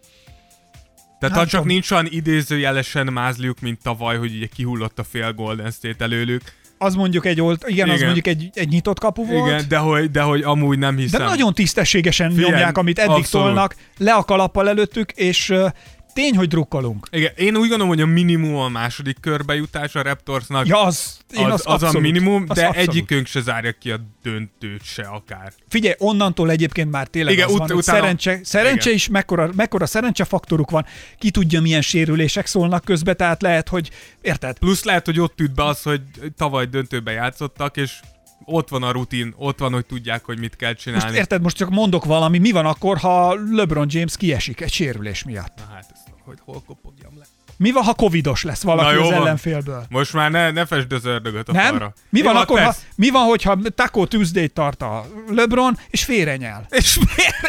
Tehát hát ha csak tudom. nincs olyan idézőjelesen mázliuk, mint tavaly, hogy ugye kihullott a fél Golden State előlük. Az mondjuk egy old, igen, igen, az mondjuk egy, egy nyitott kapu volt. Igen, de hogy, de hogy amúgy nem hiszem. De nagyon tisztességesen Figyelj, nyomják, amit eddig abszolút. tolnak, le a kalappal előttük, és uh, tény, hogy drukkolunk. Igen, én úgy gondolom, hogy a minimum a második körbe jutás a Raptorsnak. Ja, az, én az, az, az abszolút, a minimum, az de abszolút. egyikünk se zárja ki a döntőt se akár. Figyelj, onnantól egyébként már tényleg igen, az ut- van, hogy utána... szerencse, szerencse is, mekkora, mekkora szerencsefaktoruk van, ki tudja, milyen sérülések szólnak közbe, tehát lehet, hogy érted? Plusz lehet, hogy ott üt be az, hogy tavaly döntőben játszottak, és ott van a rutin, ott van, hogy tudják, hogy mit kell csinálni. Most érted, most csak mondok valami, mi van akkor, ha LeBron James kiesik egy sérülés miatt? Na hát, ezt, hogy hol kopogjam le. Mi van, ha covidos lesz valaki az van. ellenfélből? Most már ne, ne fesd az ördögöt a Nem? falra. Mi van, Jó, akkor, ha, tesz. mi van, hogyha Taco Tuesday-t tart a LeBron, és félrenyel? És miért?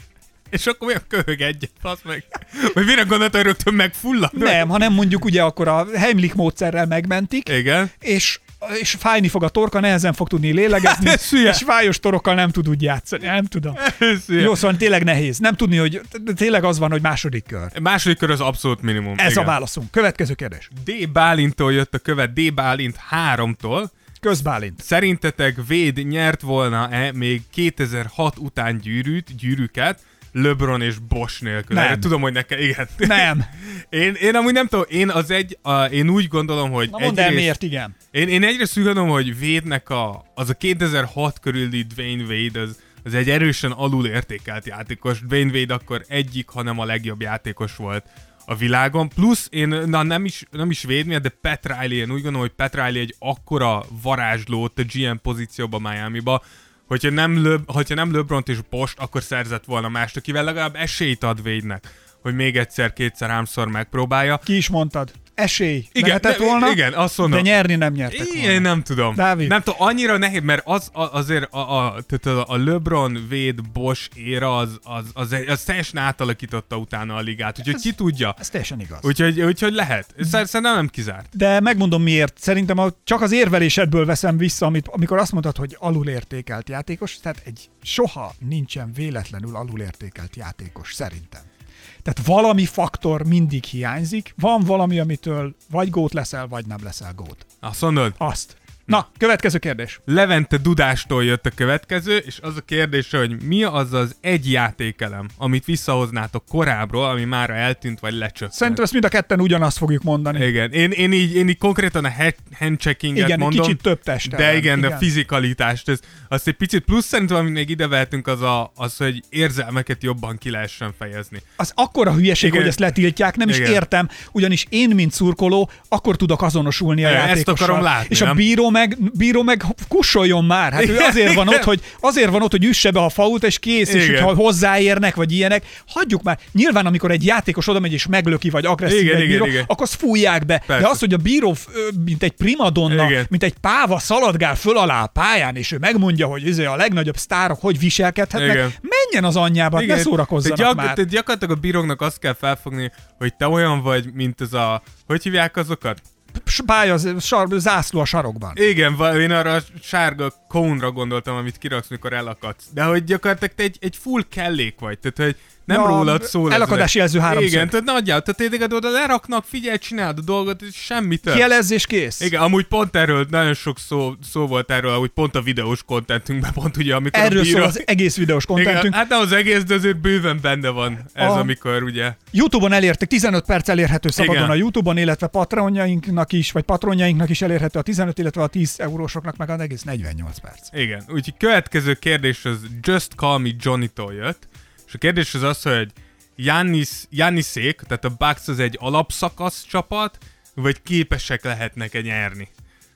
És akkor olyan köhög egyet, fasz meg. Vagy mire gondoltad, hogy rögtön megfullad? Nem, hanem mondjuk ugye akkor a Heimlich módszerrel megmentik, Igen. és, és fájni fog a torka, nehezen fog tudni lélegezni, Hát ez hülye. és fájos torokkal nem tud úgy játszani. Nem tudom. Jó, szóval tényleg nehéz. Nem tudni, hogy tényleg az van, hogy második kör. Második kör az abszolút minimum. Ez igen. a válaszunk. Következő kérdés. D. Bálinttól jött a követ, D. Bálint háromtól. Közbálint. Szerintetek Wade nyert volna-e még kétezer-hat után gyűrűt, gyűrűket, LeBron és Bosch nélkül? Nem. Erre tudom, hogy nekem, igen. Nem. Én, én amúgy nem tudom, én az egy, a, én úgy gondolom, hogy Na mondd el egyrészt- miért, igen. Én, én egyrészt úgy gondolom, hogy Wade-nek a, az a kétezer-hat körüli Dwayne Wade, az, az egy erősen alul értékelt játékos. Dwayne Wade akkor egyik, hanem a legjobb játékos volt a világon. Plusz én, na nem is, nem is Wade miatt, de Pat Riley, én úgy gondolom, hogy Pat Riley egy akkora varázsló ott a gé em pozícióban Miamiba, hogyha nem, Le, hogyha nem LeBront és Bosch, akkor szerzett volna mást, akivel legalább esélyt ad Wade-nek, hogy még egyszer, kétszer, háromszor megpróbálja. Ki is mondtad? Esély. Igen, Lehetett de- volna, igen, azt mondom. de nyerni nem nyertek volna. Én nem tudom. Dávid. Nem tudom, annyira nehéz, mert az a, azért a, a, tehát a LeBron, Wade, Bosch éra az, az, az, az, az teljesen átalakította utána a ligát, úgyhogy Ez- ki tudja. Ez teljesen igaz. Úgyhogy, úgyhogy lehet. Szerintem nem kizárt. De megmondom miért. Szerintem a, csak az érvelésedből veszem vissza, amit, amikor azt mondtad, hogy alulértékelt játékos, tehát egy soha nincsen véletlenül alulértékelt játékos, szerintem. Tehát valami faktor mindig hiányzik, van valami, amitől vagy gót leszel, vagy nem leszel gót. Azt mondod? Azt. Na, következő kérdés. Levente Dudástól jött a következő, és az a kérdés, hogy mi az az egy játékelem, amit visszahoznátok korábbról, ami mára eltűnt, vagy lecsökkent. Szerintem ezt mind a ketten ugyanazt fogjuk mondani. Igen, én, én, így, én így konkrétan a head- handcheckinget Igen, mondom. kicsit több test De ellen, igen, de igen. a fizikalitást, ez, azt egy picit plusz szerintem, amit még ide vehetünk, az, a, az, hogy érzelmeket jobban ki lehessen fejezni. Az akkora hülyeség, Igen. hogy ezt letiltják, nem Igen. is értem, ugyanis én, mint szurkoló, akkor tudok azonosulni a Igen, ezt játékossal. akarom látni, és a nem? bíró meg, bíró meg kussoljon már. Hát ő Igen. azért van ott, hogy azért van ott, hogy üsse be a fault, és kész, és Igen. hogyha hozzáérnek, vagy ilyenek, hagyjuk már. Nyilván, amikor egy játékos oda megy és meglöki, vagy agresszív Igen, egy igen, bíró, igen. akkor azt fújják be. Persze. De az, hogy a bíró, ö, mint egy primadonna, Igen. mint egy páva szaladgál föl alá a pályán, és ő megmondja, hogy ez a legnagyobb sztárok hogy viselkedhetnek, Igen. menjen az anyjába, ne szórakozzanak tehát már. Tehát gyakorlatilag a bíróknak azt kell felfogni, hogy te olyan vagy, mint az a... Hogy hívják azokat? Pálya, sar, zászló a sarokban. Igen, val- én arra a sárga cone-ra gondoltam, amit kiraksz, mikor elakadsz. De hogy gyakorlatilag te egy, egy full kellék vagy, tehát hogy nem Ja, rólad szól. ez elakadási meg. jelző háromszög. Igen, tehát nagyjából, tehát tényleg oda leraknak, figyelj, csináld a dolgot, és semmi több. Kielezz és kész. Igen, amúgy pont erről, nagyon sok szó, szó volt erről, amúgy pont a videós kontentünkben, pont ugye, amikor Erről a bíró... szól az egész videós Igen, kontentünk. hát nem az egész, de azért bőven benne van ez, A- amikor ugye... YouTube-on elértek, tizenöt perc elérhető szabadon Igen. a YouTube-on, illetve patronjainknak is, vagy patronjainknak is elérhető a tizenöt, illetve a tíz eurósoknak meg az egész negyvennyolc perc. Igen, úgyhogy következő kérdés az Just Call Me Johnny-tól jött, és a kérdés az az, hogy Giannis, Giannisék, tehát a Bucks az egy alapszakasz csapat, vagy képesek lehetnek-e nyerni?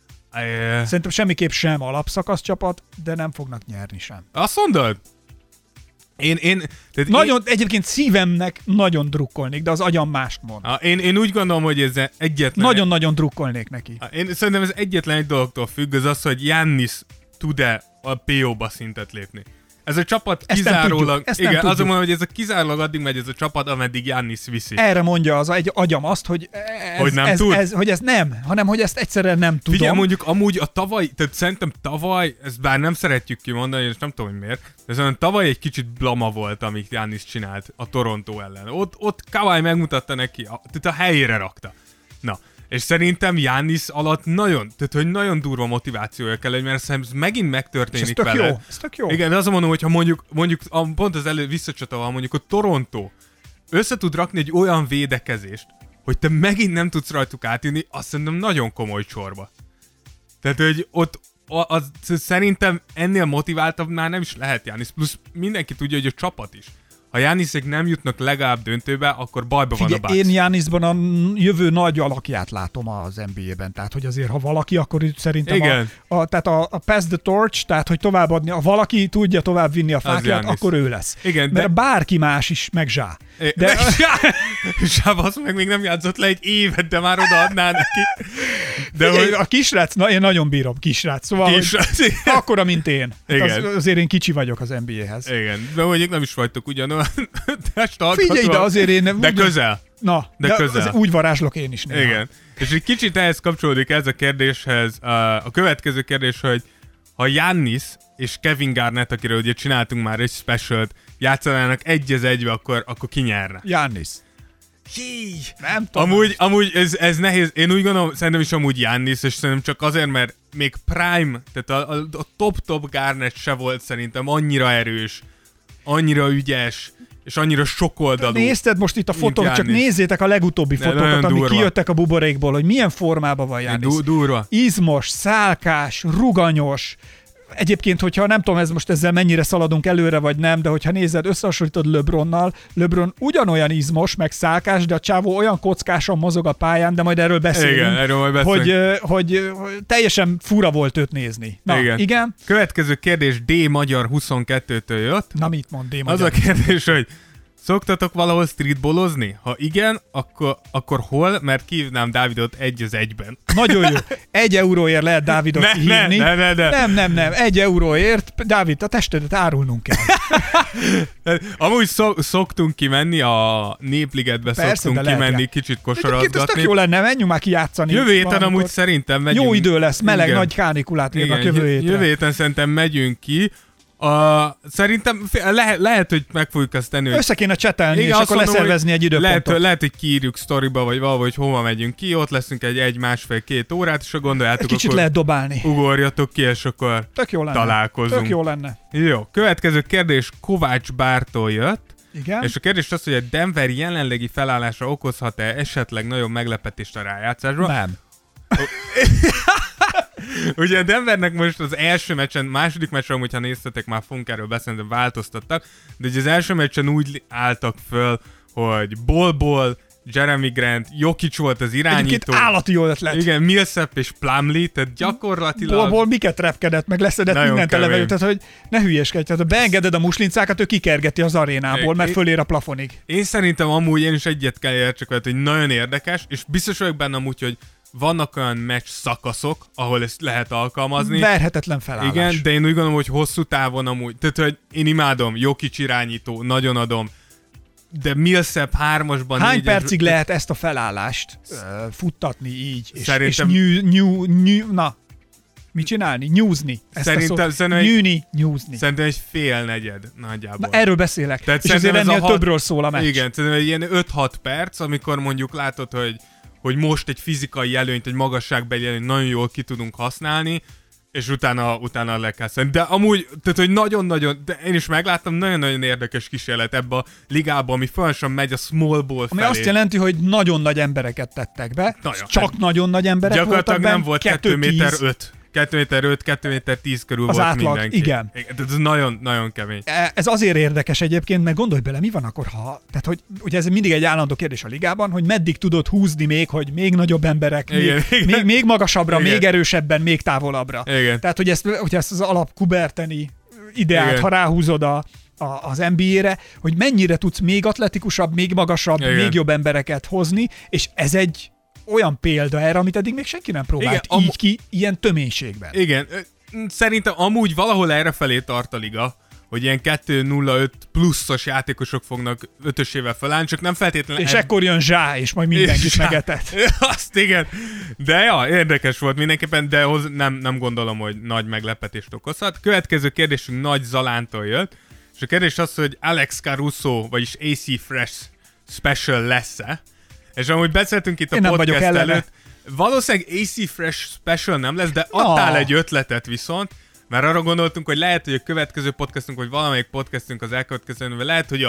E, Szerintem semmiképp sem alapszakasz csapat, de nem fognak nyerni sem. azt mondod? Én, én, tehát Nagyon, egyébként szívemnek nagyon drukkolnék, de az agyam mást mond. én, én, én úgy gondolom, hogy ez egyetlen... Nagyon-nagyon drukkolnék neki. Én szerintem ez egyetlen egy dologtól függ, az az, hogy Giannis tud-e a pé ó-ba szintet lépni. Ez a csapat Ezt nem kizárólag... tudjuk, ezt nem igen, azon tudjuk. mondom, hogy ez a kizárólag addig megy ez a csapat, ameddig Giannis viszi. Erre mondja az egy agyam azt, hogy ez, Hogy nem ez, tud? ez, hogy ez nem, hanem hogy ezt egyszerűen nem tudom. Figyelj, mondjuk amúgy a tavaly, tehát szerintem tavaly, ezt bár nem szeretjük kimondani, és nem tudom, hogy miért, de szerintem tavaly egy kicsit blama volt, amit Giannis csinált a Toronto ellen. Ott, ott Kawhi megmutatta neki, a, tehát a helyére rakta. Na, és szerintem Giannis alatt nagyon, tehát hogy nagyon durva motivációja kell, mert szerintem ez megint És ez megtörténik tök vele. jó, ez tök jó. Igen, de azt mondom, hogy ha mondjuk, mondjuk a, pont az elő visszacsatolva, mondjuk a Toronto össze tud rakni egy olyan védekezést, hogy te megint nem tudsz rajtuk átjönni, azt szerintem nagyon komoly csorba. Tehát, hogy ott a- az, szerintem ennél motiváltabb már nem is lehet Giannis. Plusz mindenki tudja, hogy a csapat is. ha Giannisék nem jutnak legalább döntőbe, akkor bajba van Figyelj, a Bucks. én Giannisban a jövő nagy alakját látom az en bé á-ben. Tehát, hogy azért, ha valaki, akkor itt szerintem Igen. a, a, tehát a, a pass the torch, tehát, hogy továbbadni, ha valaki tudja tovább vinni a fákját, akkor ő lesz. Igen, Mert de... bárki más is, meg Zsá. De Zsába azt meg még nem játszott le egy évet, de már odaadná neki. De Figyelj, hogy... a kisrác, na én nagyon bírom kisrác. Szóval, Kisrác, hogy akkora, mint én. Igen. Az, azért én kicsi vagyok az en bé á-hez. Igen, de mondjuk nem is vagytok ugyanolyan Figyelj, de azért én... De közel. Na, de, de közel. úgy varázslok én is néha. Igen. És egy kicsit ehhez kapcsolódik ez a kérdéshez. A következő kérdés, hogy ha Giannis és Kevin Garnett, akiről ugye csináltunk már egy specialt, játszanának egy az egybe, akkor, akkor ki nyerne? Giannis. Hí, nem tudom. Amúgy, amúgy ez, ez nehéz. Én úgy gondolom, szerintem is amúgy Giannis, és szerintem csak azért, mert még prime, tehát a, a, a top-top Garnett se volt szerintem annyira erős, annyira ügyes, és annyira sokoldalú. Nézted most itt a fotót, csak nézzétek a legutóbbi de fotókat, amik kijöttek a buborékból, hogy milyen formában van Giannis. Du- durva. Izmos, szálkás, ruganyos. Egyébként, hogyha nem tudom, ez most ezzel mennyire szaladunk előre, vagy nem, de hogyha nézed, összehasonlítod LeBronnal, LeBron ugyanolyan izmos, meg szálkás, de a csávó olyan kockásan mozog a pályán, de majd erről beszélünk. Igen, erről majd beszélünk. Hogy, hogy, hogy teljesen fura volt őt nézni. Na, igen. igen. Következő kérdés D Magyar huszonkettőtől jött. Na, mit mond D Magyar? Az a kérdés, hogy szoktatok valahol streetballozni? Ha igen, akkor, akkor hol? Mert kihívnám Dávidot egy az egyben. Nagyon jó. Egy euróért lehet Dávidot ne, hívni. Ne, ne, ne, nem, nem, nem. Egy euróért, Dávid, a testedet árulnunk kell. Amúgy szok, szoktunk kimenni, a Népligetbe Persze, szoktunk kimenni, lehet. Kicsit kosarazgatni. Ez tök jó lenne, menjünk már kijátszani. Jövő héten amúgy szerintem megyünk. Jó idő lesz, meleg, igen. Nagy kánikulát írnak jövő héten. Jövő héten szerintem megyünk ki. Uh, szerintem le, lehet, hogy meg fogjuk azt tenni. Össze kéne csetelni, és akkor mondom, leszervezni egy időpontot. Lehet, lehet, hogy kiírjuk sztoriba, vagy valahogy hova megyünk ki, ott leszünk egy egy, másfél, két órát, és akkor gondoljátok, egy kicsit akkor lehet dobálni. Ugorjatok ki, és akkor tök jó lenne. találkozunk. Tök jó lenne. Jó, következő kérdés Kovács Bártól jött. Igen? És a kérdés az, hogy a Denver jelenlegi felállása okozhat-e esetleg nagyobb meglepetést a rájátszásban? Nem. Ugye a Denvernek most az első meccsen, második meccsen, amúgy ha néztetek, már fogunk erről beszélni, de változtattak, de ugye az első meccsen úgy álltak föl, hogy Bol-Bol, Jeremy Grant, Jokic volt az irányító. Egyébként állati jó ötlet. Igen, Millsap és Plumlee, tehát gyakorlatilag... Bol-Bol miket repkedett, meg leszedett mindent eleve, tehát hogy ne hülyeskedj, tehát ha beengeded a muslincákat, ő kikergeti az arénából, mert fölér a plafonig. Én szerintem amúgy én is egyet kell értsek veled, hogy nagyon érdekes, és biztos vagyok benne amúgy, hogy vannak olyan meccs szakaszok, ahol ezt lehet alkalmazni. Verhetetlen felállás. Igen, de én úgy gondolom, hogy hosszú távon amúgy, tehát hogy én imádom, Jokic irányító, nagyon adom, de Millsap hármasban... Hány négyes... percig lehet ezt a felállást uh, futtatni így, és, Szerintem... és nyú, nyú, nyú, na, mit csinálni? Nyúzni. Ezt szerintem, szerintem nyűni, nyúzni. Szerintem egy fél negyed nagyjából. Na, erről beszélek. Tehát és azért ennél hat... többről szól a meccs. Igen, szerintem egy ilyen öt-hat perc, amikor mondjuk látod, hogy hogy most egy fizikai előnyt, egy magasságbeli előnyt nagyon jól ki tudunk használni, és utána, utána le kell szenni. De amúgy, tehát hogy nagyon-nagyon, de én is megláttam, nagyon-nagyon érdekes kísérlet ebbe a ligában, ami folyamatosan megy a small ball felé. Ami azt jelenti, hogy nagyon nagy embereket tettek be, nagyon, csak hát nagyon nagy emberek gyakorlatilag voltak nem volt kettő méter öt. kettő méter öt, kettő méter tíz körül az volt átlag, mindenki. Igen. Ez nagyon, nagyon kemény. Ez azért érdekes egyébként, mert gondolj bele, mi van akkor, ha... Tehát, hogy ugye ez mindig egy állandó kérdés a ligában, hogy meddig tudod húzni még, hogy még nagyobb emberek, igen, még, igen. Még, még magasabbra, igen. még erősebben, még távolabbra. Igen. Tehát, hogy ezt, hogy ezt az alap Kuberteni ideát, igen. ha ráhúzod a, a, az en bé á-re, hogy mennyire tudsz még atletikusabb, még magasabb, igen. még jobb embereket hozni, és ez egy olyan példa erre, amit eddig még senki nem próbált igen, így am- ki, ilyen töménységben. Igen, szerintem amúgy valahol errefelé tart a liga, hogy ilyen kettő nulla öt pluszos játékosok fognak ötösével felállni, csak nem feltétlenül... És eb... ekkor jön Zsá, és majd mindenkit megetett. Azt igen. De ja, érdekes volt mindenképpen, de hoz nem, nem gondolom, hogy nagy meglepetést okozhat. Következő kérdésünk Nagy Zalántól jött, és a kérdés az, hogy Alex Caruso, vagyis á cé Fresh Special lesz-e? És amúgy beszéltünk itt a podcast előtt, valószínűleg á cé Fresh Special nem lesz, de adtál oh. egy ötletet viszont, mert arra gondoltunk, hogy lehet, hogy a következő podcastunk, vagy valamelyik podcastunk az elkövetkezőn, vagy lehet, hogy a,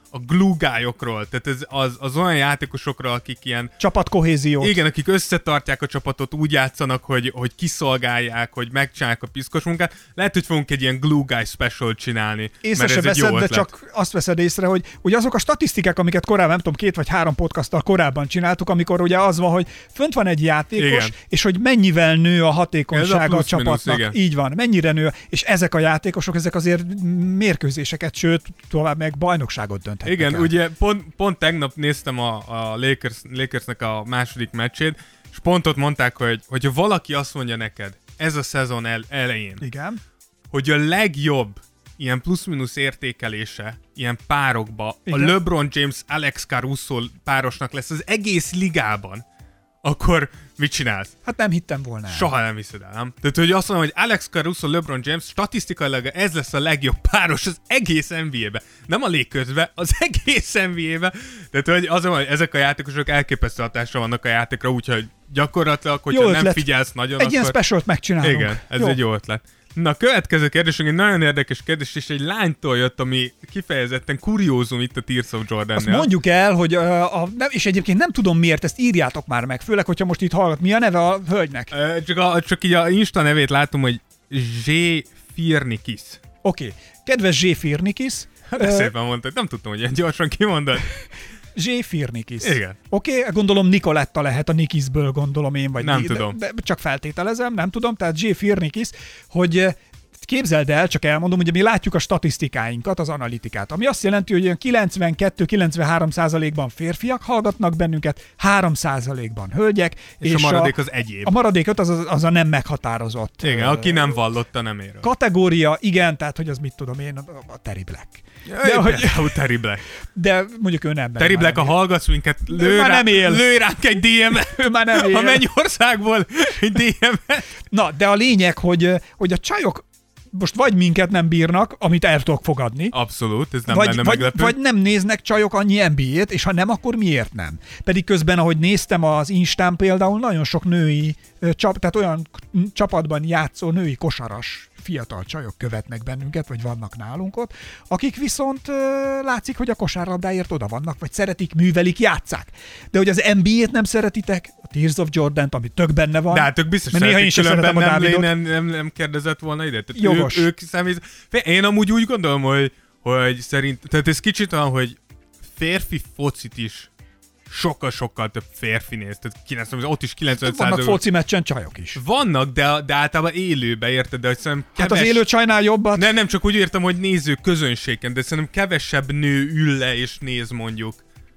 a glue guy-okról, tehát ez az, az olyan játékosokról, akik ilyen... Csapatkohéziót. Igen, akik összetartják a csapatot, úgy játszanak, hogy, hogy kiszolgálják, hogy megcsinálják a piszkos munkát. Lehet, hogy fogunk egy ilyen glue guy special csinálni. Észre se veszed, de csak azt veszed észre, hogy ugye azok a statisztikák, amiket korábban, nem tudom, két vagy három podcasttal korábban csináltuk, amikor ugye az van, hogy fönt van egy játékos, igen. és hogy mennyivel nő a hatékonysága a, a csapatnak. Minusz, így van, mennyire nő, és ezek a játékosok, ezek azért mérkőzéseket, sőt, tovább meg bajnokságot dönthetnek. Igen, el. ugye pont, pont tegnap néztem a, a Lakers, Lakersnek a második meccsét, és pont ott mondták, hogy hogyha valaki azt mondja neked, ez a szezon el, elején, igen. hogy a legjobb ilyen plusz-minusz értékelése ilyen párokba igen. a LeBron James Alex Caruso párosnak lesz az egész ligában, akkor mit csinálsz? Hát nem hittem volna el. Soha nem hiszed el, nem? Tehát, hogy azt mondom, hogy Alex Caruso, LeBron James statisztikailag ez lesz a legjobb páros az egész en bé á-be. Nem a Lakersbe, az egész en bé á-be. Tehát, hogy azon, hogy ezek a játékosok elképesztő hatásra vannak a játékra, úgyhogy gyakorlatilag, hogyha jó nem ötlet. figyelsz nagyon, egy akkor... ilyen specialt megcsinálunk. Igen, ez jó. egy jó ötlet. Na, a következő kérdésünk egy nagyon érdekes kérdés, és egy lánytól jött, ami kifejezetten kuriózum itt a Tears of Jordan-nél. Azt mondjuk el, hogy a, a, és egyébként nem tudom miért, ezt írjátok már meg, főleg, hogyha most itt hallgat. Mi a neve a hölgynek? Uh, csak, a, csak így a Insta nevét látom, hogy Zsé Firnikis. Oké. Okay. Kedves Zsé Firnikis. De uh, szépen mondtad, nem tudtam, hogy ilyen gyorsan kimondod. Zsé Firnikis. Igen. Oké, okay, gondolom Nikoletta lehet a Nikisből, gondolom én, vagy nem de, tudom. De, de csak feltételezem, nem tudom, tehát Zsé Firnikis, hogy képzeld el, csak elmondom, ugye mi látjuk a statisztikáinkat, az analitikát, ami azt jelenti, hogy kilencvenkettő-kilencvenhárom százalékban férfiak hallgatnak bennünket, három százalékban hölgyek, és, és a maradék a, az egyéb. A maradék öt az, az, az a nem meghatározott. Igen, uh, aki nem vallotta, nem ér. Kategória, igen, tehát hogy az mit tudom én, a Terry Black. De, hogy, Terry Black. De mondjuk ő nem. Terry Black, a hallgatsz minket, lő, rá, nem él. lő ránk egy dé em-et. Ő már nem él. A Mennyországból egy dé em-et. Na, de a lényeg, hogy, hogy a csajok most vagy minket nem bírnak, amit el tudok fogadni. Abszolút, ez nem vagy, benne vagy, meglepő. Vagy nem néznek csajok annyi en bé á-t, és ha nem, akkor miért nem? Pedig közben, ahogy néztem az Instán például, nagyon sok női, csap, tehát olyan csapatban játszó női kosaras fiatal csajok követnek bennünket, vagy vannak nálunk ott, akik viszont uh, látszik, hogy a kosárlabdáért oda vannak, vagy szeretik, művelik, játsszák. De hogy az en bé á-t nem szeretitek, a Tears of Jordan-t, ami tök benne van. De hát ők biztos néha én sem szeretem a Dávidot. Nem, nem, nem kérdezett volna ide. Tehát jogos. Ők, ők számít... Én amúgy úgy gondolom, hogy, hogy szerint, tehát ez kicsit olyan, hogy férfi focit is sokkal-sokkal több férfi néz. Tehát kilencven, ott is kilencven százalék. Vannak foci meccsen csajok is. Vannak, de, de általában élőbe, érted? De hogy szerintem keves... Hát az élő csajnál jobbat? Nem, nem, csak úgy értem, hogy néző közönségen, de szerintem kevesebb nő ül le és néz mondjuk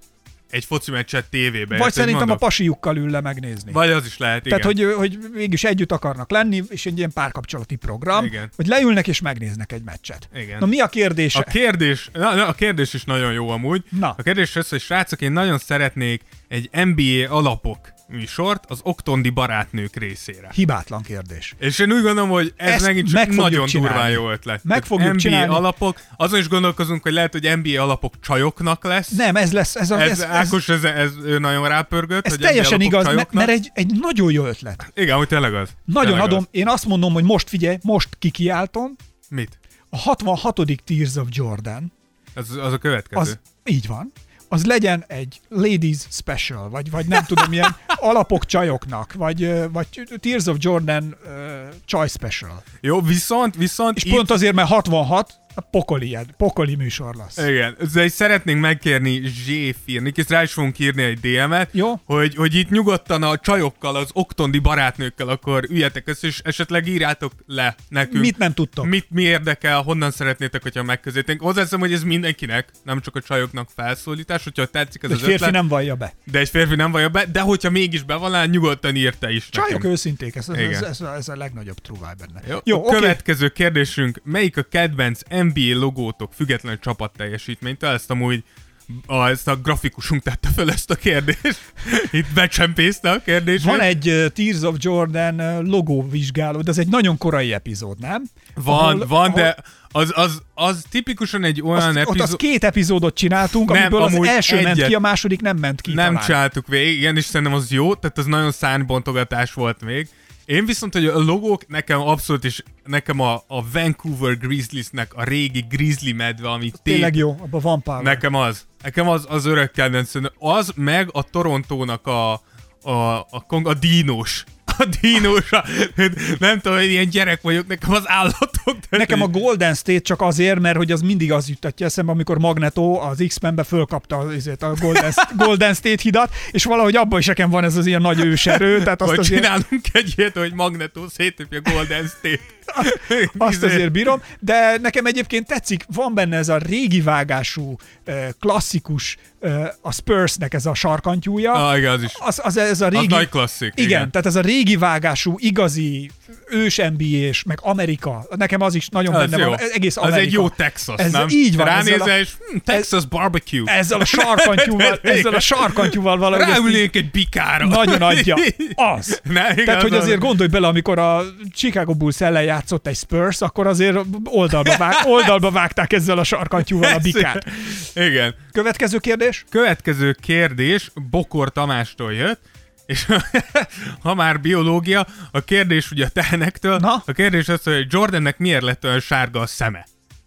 egy foci meccset tévébe. Vagy szerintem mondok? A pasiukkal ül le megnézni. Vagy az is lehet, igen. Tehát, hogy, hogy mégis együtt akarnak lenni, és egy ilyen párkapcsolati program, igen. hogy leülnek és megnéznek egy meccset. Igen. Na mi a kérdés? A kérdés, na, a kérdés is nagyon jó amúgy. Na. A kérdés az, hogy srácok, én nagyon szeretnék egy en bé á alapok műsort az oktondi barátnők részére. Hibátlan kérdés. És én úgy gondolom, hogy ez Ezt megint csak nagyon csinálni. durván jó ötlet. Meg fogjuk en bé á csinálni. alapok, azon is gondolkozunk, hogy lehet, hogy en bé á alapok csajoknak lesz. Nem, ez lesz. Ez, a, ez, ez, ez, Ákos, ez, ez, ő nagyon rápörgött. ez hogy teljesen en bé á igaz, alapok mert egy, egy nagyon jó ötlet. Igen, hogy tényleg az. Nagyon tényleg adom. Az. Én azt mondom, hogy most figyelj, most kikiáltom. Mit? A hatvanhatodik Tears of Jordan. Az, az a következő. Az, így van. Az legyen egy Ladies Special, vagy, vagy nem tudom, ilyen alapok csajoknak, vagy, vagy Tears of Jordan uh, Csaj Special. Jó, viszont, viszont... És itt... pont azért, mert hatvanhat, a pokoli, pokoli műsor lesz. Igen, de szeretnénk megkérni Zsé Firnikis, rá is fogunk írni egy dé em-et, jó? Hogy, hogy itt nyugodtan a csajokkal, az oktondi barátnőkkel akkor üljetek össze, és esetleg írjátok le nekünk. Mit nem tudtok? Mit mi érdekel, honnan szeretnétek, hogyha megközelítenek. Hozzáteszem, hogy ez mindenkinek, nem csak a csajoknak felszólítás, hogyha tetszik ez egy az ötlet. Egy férfi nem vallja be. De egy férfi nem vallja be, de hogyha mégis bevallál, nyugodtan írta is Csajok nekünk. őszinték, ez, ez, ez, ez a legnagyobb truváj benne. Jó, jó a okay. Következő kérdésünk, melyik a kedvenc en bé á logótok függetlenül csapat teljesítménytől? Ezt amúgy a, ezt a grafikusunk tette fel ezt a kérdést. Itt becsempészte a kérdést. Van egy uh, Tears of Jordan uh, logóvizsgáló, de ez egy nagyon korai epizód, nem? Van, ahol, van, ahol... de az, az, az tipikusan egy olyan epizód... Ott az két epizódot csináltunk, nem, amiből az első egyet. ment ki, a második nem ment ki. Nem talán. csináltuk végig, igen, és szerintem az jó, tehát az nagyon szárnybontogatás volt még. Én viszont, hogy a logók nekem abszolút is, nekem a, a Vancouver Grizzliesnek a régi Grizzly medve, ami tényleg jó, abban van power. Nekem az. Nekem az, az örök kedvenc. Az meg a Torontónak a, a, a, a, a dínós. A dínós. A, nem tudom, hogy ilyen gyerek vagyok, nekem az állatok. Nekem a Golden State csak azért, mert hogy az mindig az juttatja eszembe, amikor Magneto az X-Menbe fölkapta azért a Golden, Golden State hidat, és valahogy abban is nekem van ez az ilyen nagy őserő. Tehát azt hogy azért... csinálunk egy ilyet, hogy Magneto széttöpje Golden State. Azt azért bírom, de nekem egyébként tetszik, van benne ez a régi vágású, klasszikus, a Spursnek ez a sarkantyúja. Ah, igen, az is. Az, az, ez a régi, az nagy klasszik. Igen, igen, tehát ez a régi vágású, igazi, ős en bé á-s, meg Amerika. Nekem az is nagyon az benne jó. van. Egész Amerika. Az egy jó Texas, ez nem? Így van. Ránézel, a, és hm, Texas ez, barbecue. Ezzel a sarkantyúval, ezzel a sarkantyúval valahogy. Ráülnék egy bikára. Nagyon adja. Az. Ne, igaz, tehát, hogy azért gondolj bele, amikor a Chicago Bulls ellen játszott egy Spurs, akkor azért oldalba, vág, oldalba vágták ezzel a sarkantyúval a bikát. Igen. Következő kérdés? Következő kérdés Bokor Tamástól jött, és ha már biológia, a kérdés ugye a Telnektől, Na? a kérdés az, hogy Jordannek miért lett olyan sárga a szeme?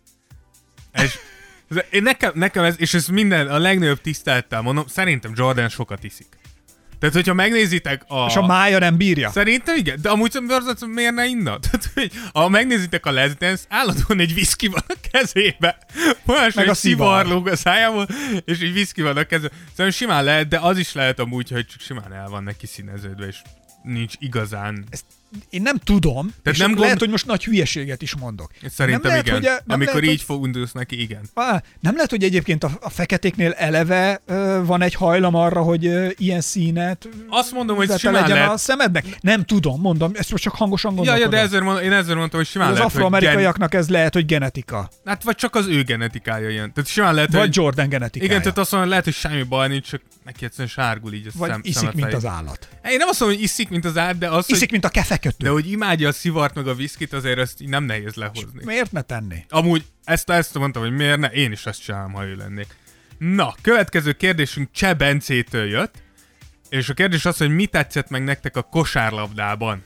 És én nekem, nekem ez, és ez minden a legnagyobb tisztelettel mondom, szerintem Jordan sokat iszik. Tehát, hogyha megnézitek a... És a mája nem bírja. Szerintem igen, de amúgy az miért ne inna? Tehát, hogy ha megnézitek a Let's Dance, állandóan egy viszki van a kezébe. Olyan meg a szivarlóg a szájából, és egy viszki van a kezébe. Szerintem simán lehet, de az is lehet amúgy, hogy csak simán el van neki színeződve, és nincs igazán... Ezt én nem tudom, és nem lehet, gond... hogy most nagy hülyeséget is mondok. Szerintem nem lehet, igen. hogy, nem Amikor lehet, így hogy... fogundulsz neki, igen. Á, nem lehet, hogy egyébként a, a feketéknél eleve ö, van egy hajlam arra, hogy ö, ilyen színet azt mondom, hogy zete simán legyen lehet. a szemednek? Nem tudom, mondom, ezt most csak hangosan gondolkodom. Ja, ja, de ezért mondom, én ezért mondtam, hogy simán az lehet, afroamerikaiaknak gen... ez lehet, hogy genetika. Hát vagy csak az ő genetikája ilyen. Tehát simán lehet, vagy hogy... Jordan genetikája. Igen, tehát azt mondom, lehet, hogy semmi baj nincs, csak neki egyszerűen sárgul így a vagy szem, iszik, mint az állat. Én nem azt mondom, hogy iszik, mint az állat, de az, iszik, hogy... mint a kefekötő. De hogy imádja a szivart meg a viszkit, azért ezt így nem nehéz lehozni. És miért ne tenni? Amúgy ezt, ezt mondtam, hogy miért ne, én is ezt csinálom, ha ő lennék. Na, következő kérdésünk Cseh Bencétől jött, és a kérdés az, hogy mi tetszett meg nektek a kosárlabdában.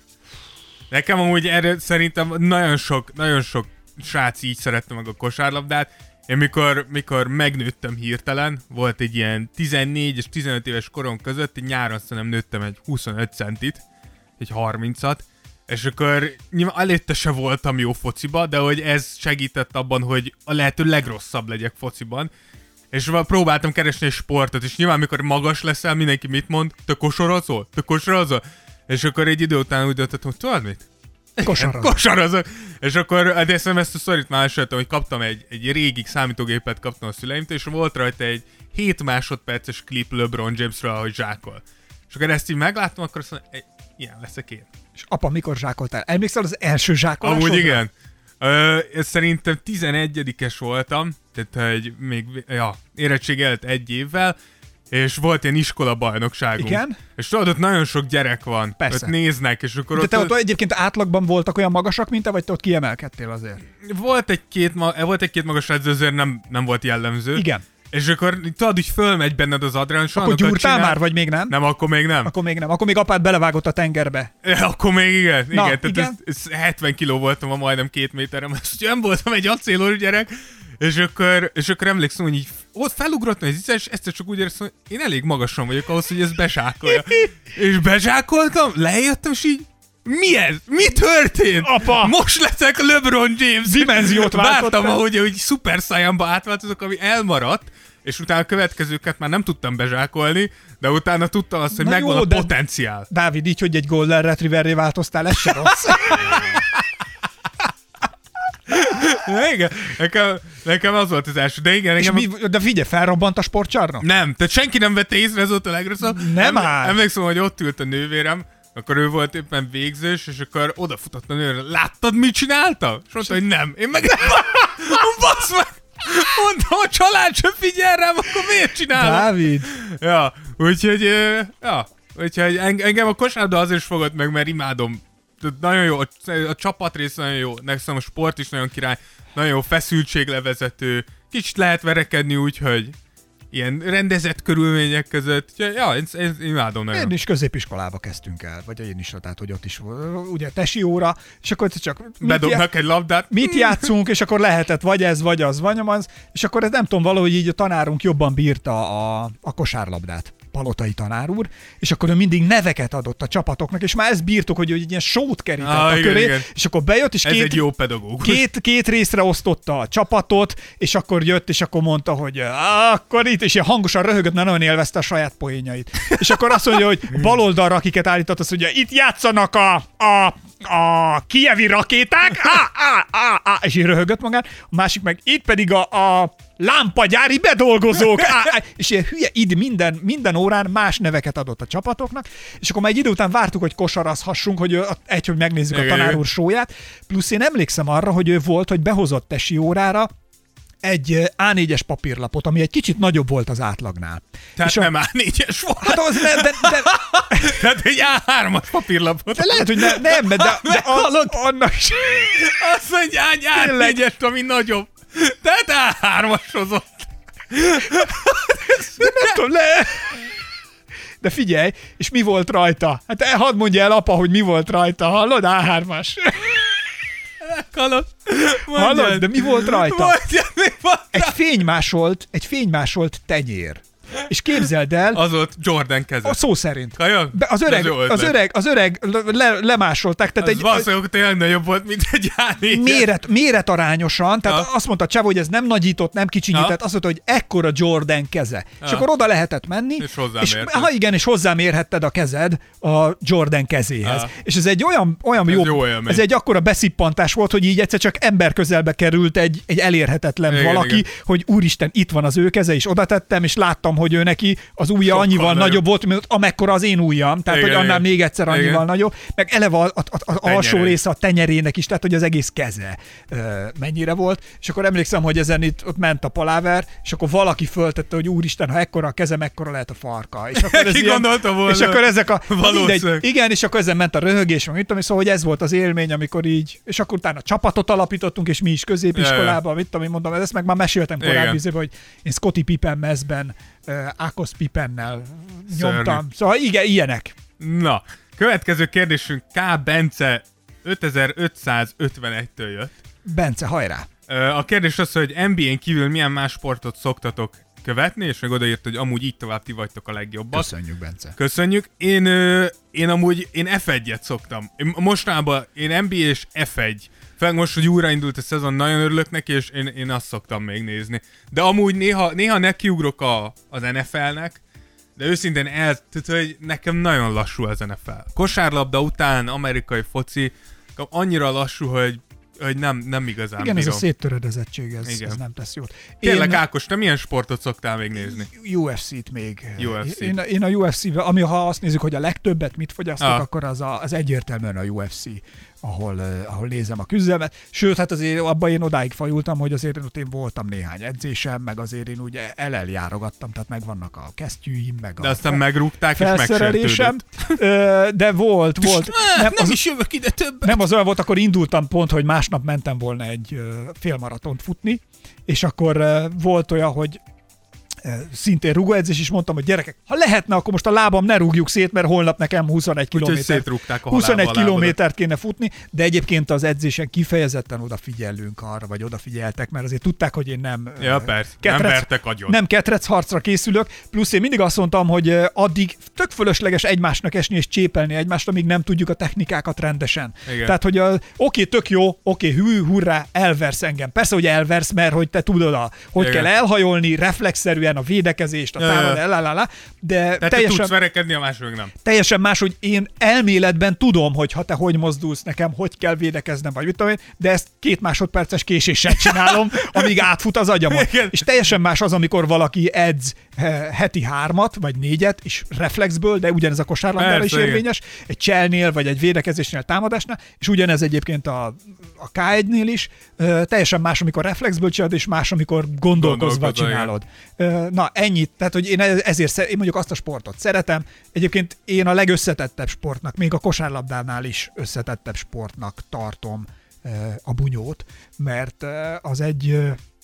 Nekem amúgy erre szerintem nagyon sok, nagyon sok srác így szerette meg a kosárlabdát. Én mikor, mikor megnőttem hirtelen, volt egy ilyen tizennégy és tizenöt éves korom között, egy nyáron szerintem nőttem egy huszonöt centit, egy harmincat, és akkor nyilván előtte se voltam jó fociba, de hogy ez segített abban, hogy a lehető legrosszabb legyek fociban. És próbáltam keresni egy sportot, és nyilván mikor magas leszel, mindenki mit mond? Te kosarazol? Te kosarazol? És akkor egy idő után úgy döntöttem, hogy tudod mit? Kosarazol. Kosarazol. És akkor, de ezt, ezt a sztorit már esöltem, hogy kaptam egy, egy régi számítógépet, kaptam a szüleimtől, és volt rajta egy hét másodperces klip LeBron Jamesről, ahogy zsákol. És akkor ezt így megláttam, akkor azt mondom, ilyen leszek én. És apa, mikor zsákoltál? Emlékszel az első zsákolásodra? Amúgy igen. Ö, szerintem tizenegyedikes voltam, tehát egy még, ja, érettség előtt egy évvel, és volt ilyen iskola bajnokságunk. Igen? És tudod, ott nagyon sok gyerek van. Persze. Ott néznek, és akkor de ott... te ott egyébként átlagban voltak olyan magasak, mint te, vagy te ott kiemelkedtél azért? Volt egy-két, ma... volt egy-két magas edző, azért nem, nem volt jellemző. Igen. És akkor tudod, hogy fölmegy benned az adrenalin. Akkor gyúrtál csinál... már, vagy még nem? Nem, akkor még nem. Akkor még nem. Akkor még apád belevágott a tengerbe. Ja, akkor még igen. Na, igen. Tehát igen? Ez, ez hetven kiló voltam, a majdnem két méterem. Ezt nem voltam egy acélorú gyerek. És akkor, és akkor emlékszem, hogy így ott felugrottam egy és ezt csak úgy éreztem, hogy én elég magasan vagyok ahhoz, hogy ez bezsákolja. És bezsákoltam, lejöttem, és így mi ez? Mi történt? Apa! Most leszek LeBron James. Dimenziót váltottam. Vártam, ahogy, ahogy Super Saiyanba átváltozok, ami elmaradt, és utána a következőket már nem tudtam bezsákolni, de utána tudtam azt, hogy na megvan jó, a de potenciál. Dávid, így, hogy egy Golden Retrieverré változtál, ez se rossz. Igen, nekem, nekem az volt az első, de igen. És Nekem... mi, de figyelj, felrobbant a sportcsarnok? Nem, tehát senki nem vette észre, ez volt a legrosszabb. Nem áll. Emlékszem, hogy ott ült a nővérem, akkor ő volt éppen végzős, és akkor odafutott a nőre. Láttad, mit csinálta? És mondta, hogy nem. Én meg... Basz meg! Mondtam, a család sem figyel rám, akkor miért csinálom? Dávid! Ja, úgyhogy, ja, úgyhogy engem a kosárlabda azért is fogott meg, mert imádom. Nagyon jó, a, a csapatrész nagyon jó, nekem a sport is nagyon király, nagyon jó feszültséglevezető, kicsit lehet verekedni úgy, hogy ilyen rendezett körülmények között. Ja, én, én imádom nagyon. Én is középiskolába kezdtünk el, vagy én is, tehát hogy ott is ugye tesi óra, és akkor csak bedobnak egy labdát. Mit játszunk, és akkor lehetett vagy ez, vagy az, vagy az, és akkor ez nem tudom, valahogy így a tanárunk jobban bírta a, a kosárlabdát. Palotai tanár úr, és akkor ő mindig neveket adott a csapatoknak, és már ezt bírtuk, hogy egy ilyen sót kerített ah, a igen, köré, igen. És akkor bejött, és ez két, egy jó pedagógus. Két, két részre osztotta a csapatot, és akkor jött, és akkor mondta, hogy akkor itt, és ilyen hangosan röhögött, mert nagyon élvezte a saját poénjait. És akkor azt mondja, hogy bal oldalra, akiket állított, azt mondja, itt játszanak a, a a kijevi rakéták, á, á, á, á, és így röhögött magán, a másik meg itt pedig a, a lámpagyári bedolgozók, á, á, és ilyen hülye, így minden, minden órán más neveket adott a csapatoknak, és akkor már egy idő után vártuk, hogy kosarazhassunk, hogy egy, hogy megnézzük a tanár úr sóját, plusz én emlékszem arra, hogy ő volt, hogy behozott tesi órára egy á négyes papírlapot, ami egy kicsit nagyobb volt az átlagnál. Tehát és nem a... á négyes volt? Hát az ne, de, de... Tehát egy á hármas papírlapot. De lehet, hogy ne, nem, de, de, de a, annak is. Azt mondja, egy á négyest, ami nagyobb. Tehát á hármasozott. De nem tudom, le... De figyelj, és mi volt rajta? Hát hadd mondja el, apa, hogy mi volt rajta, hallod? á hármas. Hallod? Hallod? De mi volt rajta? Mondjad, mi volt egy fénymásolt, egy fénymásolt tenyér. És képzeld el... Az volt Jordan keze. A szó szerint. Kajak? Az öreg, az öreg, az öreg le, lemásolták. Tehát az egy, valószínűleg tényleg nagyobb volt, mint egy á négyes. Méret, méretarányosan, tehát ha. Azt mondta Csaba, hogy ez nem nagyított, nem kicsinyített, azt mondta, hogy ekkora Jordan keze. Ha. És akkor oda lehetett menni. És hozzámérted. És, ha igen, és hozzámérhetted a kezed a Jordan kezéhez. Ha. És ez egy olyan, olyan ez jó, jó ez egy akkora beszippantás volt, hogy így egyszer csak ember közelbe került egy, egy elérhetetlen igen, valaki, igen. Hogy úristen, itt van az ő keze, és oda tettem, és láttam, hogy ő neki az ujja sokkal annyival nagyobb, nagyobb volt, mint amekkora az én ujjam, tehát igen, hogy annál igen. még egyszer annyival igen. nagyobb, meg eleve a, a, a, a alsó része a tenyerének is, tehát hogy az egész keze uh, mennyire volt, és akkor emlékszem, hogy ezen itt ott ment a paláver, és akkor valaki föltette, hogy úristen, ha ekkora a kezem, ekkora lehet a farka. És akkor ez ki ilyen, gondolta volna? És akkor ezek a... Mindegy, igen, és akkor ezen ment a röhögés, meg mit tudom, szóval, hogy ez volt az élmény, amikor így, és akkor utána csapatot alapítottunk, és mi is középiskolában, mit tudom, én mondom, ezt meg már meséltem korábbi, hogy én Scottie Pippen mezben uh, Ákos Pippennel nyomtam. Szörnyű. Szóval igen, ilyenek. Na, következő kérdésünk K. Bence ötezer-ötszázötvenegytől jött. Bence, hajrá! A kérdés az, hogy en bé á-n kívül milyen más sportot szoktatok követni, és meg odaírt, hogy amúgy így tovább ti vagytok a legjobbak. Köszönjük, Bence. Köszönjük. Én, én amúgy én ef egyet szoktam. Én mostanában én en bé á és ef egy. Főleg most, hogy újraindult a szezon, nagyon örülök neki, és én, én azt szoktam még nézni. De amúgy néha, néha nekiugrok a, az en ef el-nek, de őszintén el, tehát, hogy nekem nagyon lassú az en ef el. Kosárlabda után amerikai foci annyira lassú, hogy, hogy nem, nem igazán igen, bírom. ez a széttöredezetség, ez, ez nem tesz jót. Tényleg, Ákos, te milyen sportot szoktál még nézni? u ef cét még. u ef cé. Én, én a u ef cé-vel, ami ha azt nézzük, hogy a legtöbbet mit fogyasztok, ah. akkor az, a, az egyértelműen a u ef cé. Ahol, uh, ahol nézem a küzdelmet. Sőt, hát azért abban én odáig fajultam, hogy azért én voltam néhány edzésem, meg azért én ugye eleljárogattam, tehát megvannak a kesztyűim, meg de a aztán fe- megrúgták, és megsértődött. De volt, volt. Nem, nem az, is jövök ide többet. Nem az olyan volt, akkor indultam pont, hogy másnap mentem volna egy uh, félmaratont futni, és akkor uh, volt olyan, hogy szintén rugóedzés, is mondtam, hogy gyerekek, ha lehetne, akkor most a lábam ne rúgjuk szét, mert holnap nekem huszonegy kilométer, huszonegy kilométert kéne futni, de egyébként az edzésen kifejezetten odafigyelünk arra, vagy odafigyeltek, mert azért tudták, hogy én nem ja, persze. ketrec, nem vertek agyon. Nem ketrec harcra készülök, plusz én mindig azt mondtam, hogy addig tök fölösleges egymásnak esni és csépelni egymást, amíg nem tudjuk a technikákat rendesen. Igen. Tehát, hogy oké, okay, tök jó, oké, okay, hű, hurrá, elversz engem. Persze, hogy elversz, mert hogy te tudod, a, hogy igen. kell elhajolni, reflexzerűen a védekezést, a támadás, de te teljesen, tudsz verekedni, a mások nem. Teljesen más, hogy én elméletben tudom, hogy ha te hogy mozdulsz nekem, hogy kell védekeznem, vagy mit tudom én, de ezt két másodperces késéssel csinálom, amíg átfut az agyamon. Igen. És teljesen más az, amikor valaki edz heti hármat, vagy négyet, és reflexből, de ugyanez a kosárlabdára is érvényes, igen. egy cselnél, vagy egy védekezésnél, támadásnál, és ugyanez egyébként a, a ká egynél is, teljesen más, amikor reflexből csinálod, és más, amikor gondolkozva Gondolkozva, csinálod. Igen. Na, ennyit. Tehát, hogy én ezért én mondjuk azt a sportot szeretem. Egyébként én a legösszetettebb sportnak, még a kosárlabdánál is összetettebb sportnak tartom a bunyót, mert az egy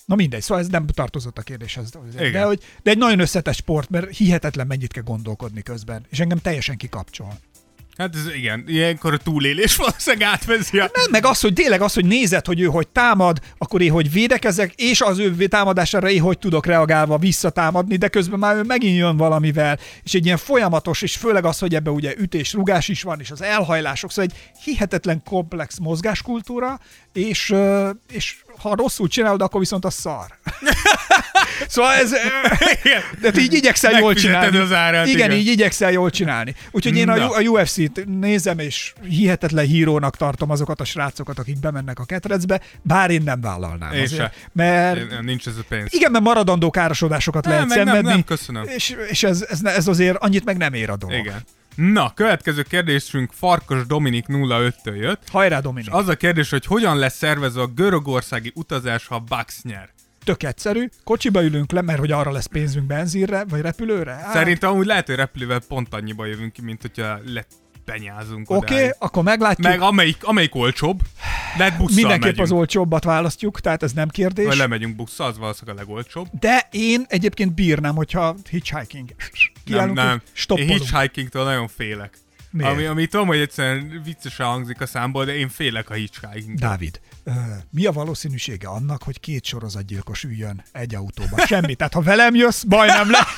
Na mindegy, szóval ez nem tartozott a kérdéshez. Igen. De, hogy, de egy nagyon összetett sport, mert hihetetlen mennyit kell gondolkodni közben. És engem teljesen kikapcsol. Hát ez igen, ilyenkor a túlélés valószínűleg átveszi a... Nem, meg az, hogy tényleg az, hogy nézed, hogy ő hogy támad, akkor én hogy védekezek, és az ő támadására én hogy tudok reagálva visszatámadni, de közben már ő megint jön valamivel, és egy ilyen folyamatos, és főleg az, hogy ebbe ugye ütés, rugás is van, és az elhajlások, szóval egy hihetetlen komplex mozgáskultúra, és, és ha rosszul csinálod, akkor viszont a szar. Szóval ez... De így igyekszel jól csinálni. Az árát, igen, igen, így igyekszel jól csinálni. Úgyhogy én a, a U F C-t nézem, és hihetetlen hírónak tartom azokat a srácokat, akik bemennek a ketrecbe, bár én nem vállalnám. És azért, mert... Én, nincs ez a pénz. Igen, mert maradandó károsodásokat nem, lehet meg szenvedni. Nem, nem, köszönöm. És, és ez, ez, ez azért annyit meg nem ér a dolog. Igen. Na, következő kérdésünk Farkas Dominik nulla öttől jött. Hajrá, Dominik! Az a kérdés, hogy hogyan lesz szervezve a görögországi utazás, ha Bucks nyer? Tök egyszerű, kocsiba ülünk le, mert hogy arra lesz pénzünk benzinre, vagy repülőre. Hát. Szerintem amúgy lehet, hogy repülővel pont annyiba jövünk ki, mint hogyha lepenyázunk Oké, okay, akkor meglátjuk. Meg amelyik, amelyik olcsóbb, lehet busszal Mindenképp megyünk. az olcsóbbat választjuk, tehát ez nem kérdés. Vagy lemegyünk busszal, az valószínűleg a legolcsóbb. De én egyébként bírnám, hogyha hitchhiking. Nem, nem. Stoppolunk. Én hitchhikingtól nagyon félek. Ami, ami tudom, hogy egyszerűen viccesen hangzik a számból, de én félek a hitchhiking. Dávid, uh, mi a valószínűsége annak, hogy két sorozatgyilkos üljön egy autóba? Semmi. Tehát ha velem jössz, baj nem le.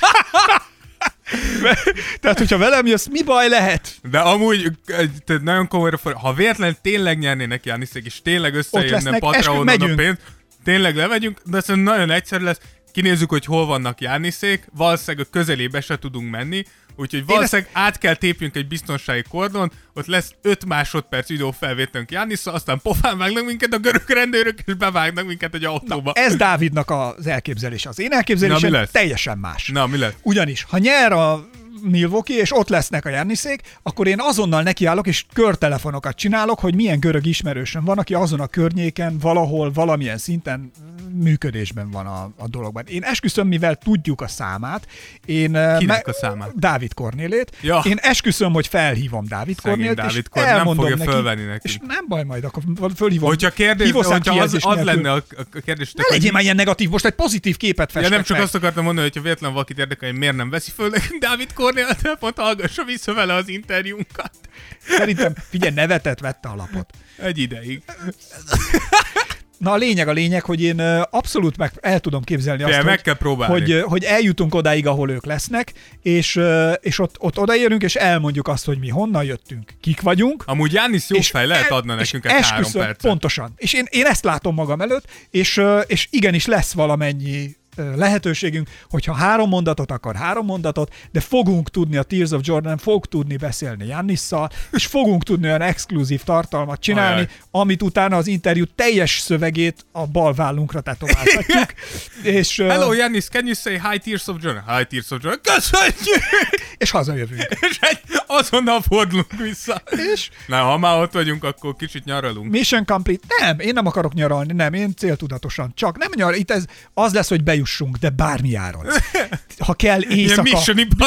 Tehát, hogyha velem jössz, mi baj lehet? De amúgy tehát nagyon komolyra for... ha véletlenül tényleg nyernének Jániszék, és tényleg összejönne Patreonon a pénz, tényleg lemegyünk, de szerintem nagyon egyszerű lesz. Kinézzük, hogy hol vannak Jániszék, valószínűleg a közelébe se tudunk menni, úgyhogy valószínűleg ezt... át kell tépjünk egy biztonsági kordon, ott lesz öt másodperc videófelvételünk Jánisszal, aztán pofán vágnak minket a görög rendőrök, és bevágnak minket egy autóba. Na, ez Dávidnak az elképzelése. Az én elképzelésem teljesen más. Na, mi lesz? Ugyanis, ha nyer a Milwaukee, és ott lesznek a Jániszék, akkor én azonnal nekiállok, és körtelefonokat csinálok, hogy milyen görög ismerősöm van, aki azon a környéken valahol, valamilyen szinten működésben van a, a dologban. Én esküszöm, mivel tudjuk a számát. Én, Kinek me- a számát? Dávid Kornélét. Ja. Én esküszöm, hogy felhívom Dávid Kornélt, Dávid és Kornél elmondom nem fogja neki, fölvenni neki. És nem baj majd, akkor fölhívom. Hogyha kérdés, hogyha az, az lenne a, a kérdés. Ne legyél már ilyen negatív, most egy pozitív képet festek ja, nem csak meg. azt akartam mondani, hogy ha véletlen valakit érdekel, hogy miért nem veszi föl nekünk Dávid Kornél a telefont, hallgassa vissza vele az interjúnkat. Szerintem, figyelj, nevetett vette a lapot. Egy ideig. Na a lényeg a lényeg, hogy én abszolút meg el tudom képzelni azt, Fél, meg hogy, kell próbálni. hogy, hogy eljutunk odáig, ahol ők lesznek, és, és ott, ott odaérünk, és elmondjuk azt, hogy mi honnan jöttünk, kik vagyunk. Amúgy Jánisz jó fej, lehet adna nekünk egy három percet. Pontosan. És én, én ezt látom magam előtt, és, és igenis lesz valamennyi lehetőségünk, hogyha három mondatot akar, három mondatot, de fogunk tudni a Tears of Jordan, fogunk tudni beszélni Jannisszal, és fogunk tudni olyan exkluzív tartalmat csinálni, Ajaj. amit utána az interjú teljes szövegét a bal vállunkra tetováltatjuk. És, Hello Jannis, can you say hi Tears of Jordan? Hi Tears of Jordan. Köszönjük! És hazajövünk. És egy azonnal fordulunk vissza. És? Na, ha már ott vagyunk, akkor kicsit nyaralunk. Mission complete. Nem, én nem akarok nyaralni, nem, én céltudatosan. Csak nem nyar, itt ez az lesz, hogy bejussunk, de bármi áron. Ha kell éjszaka,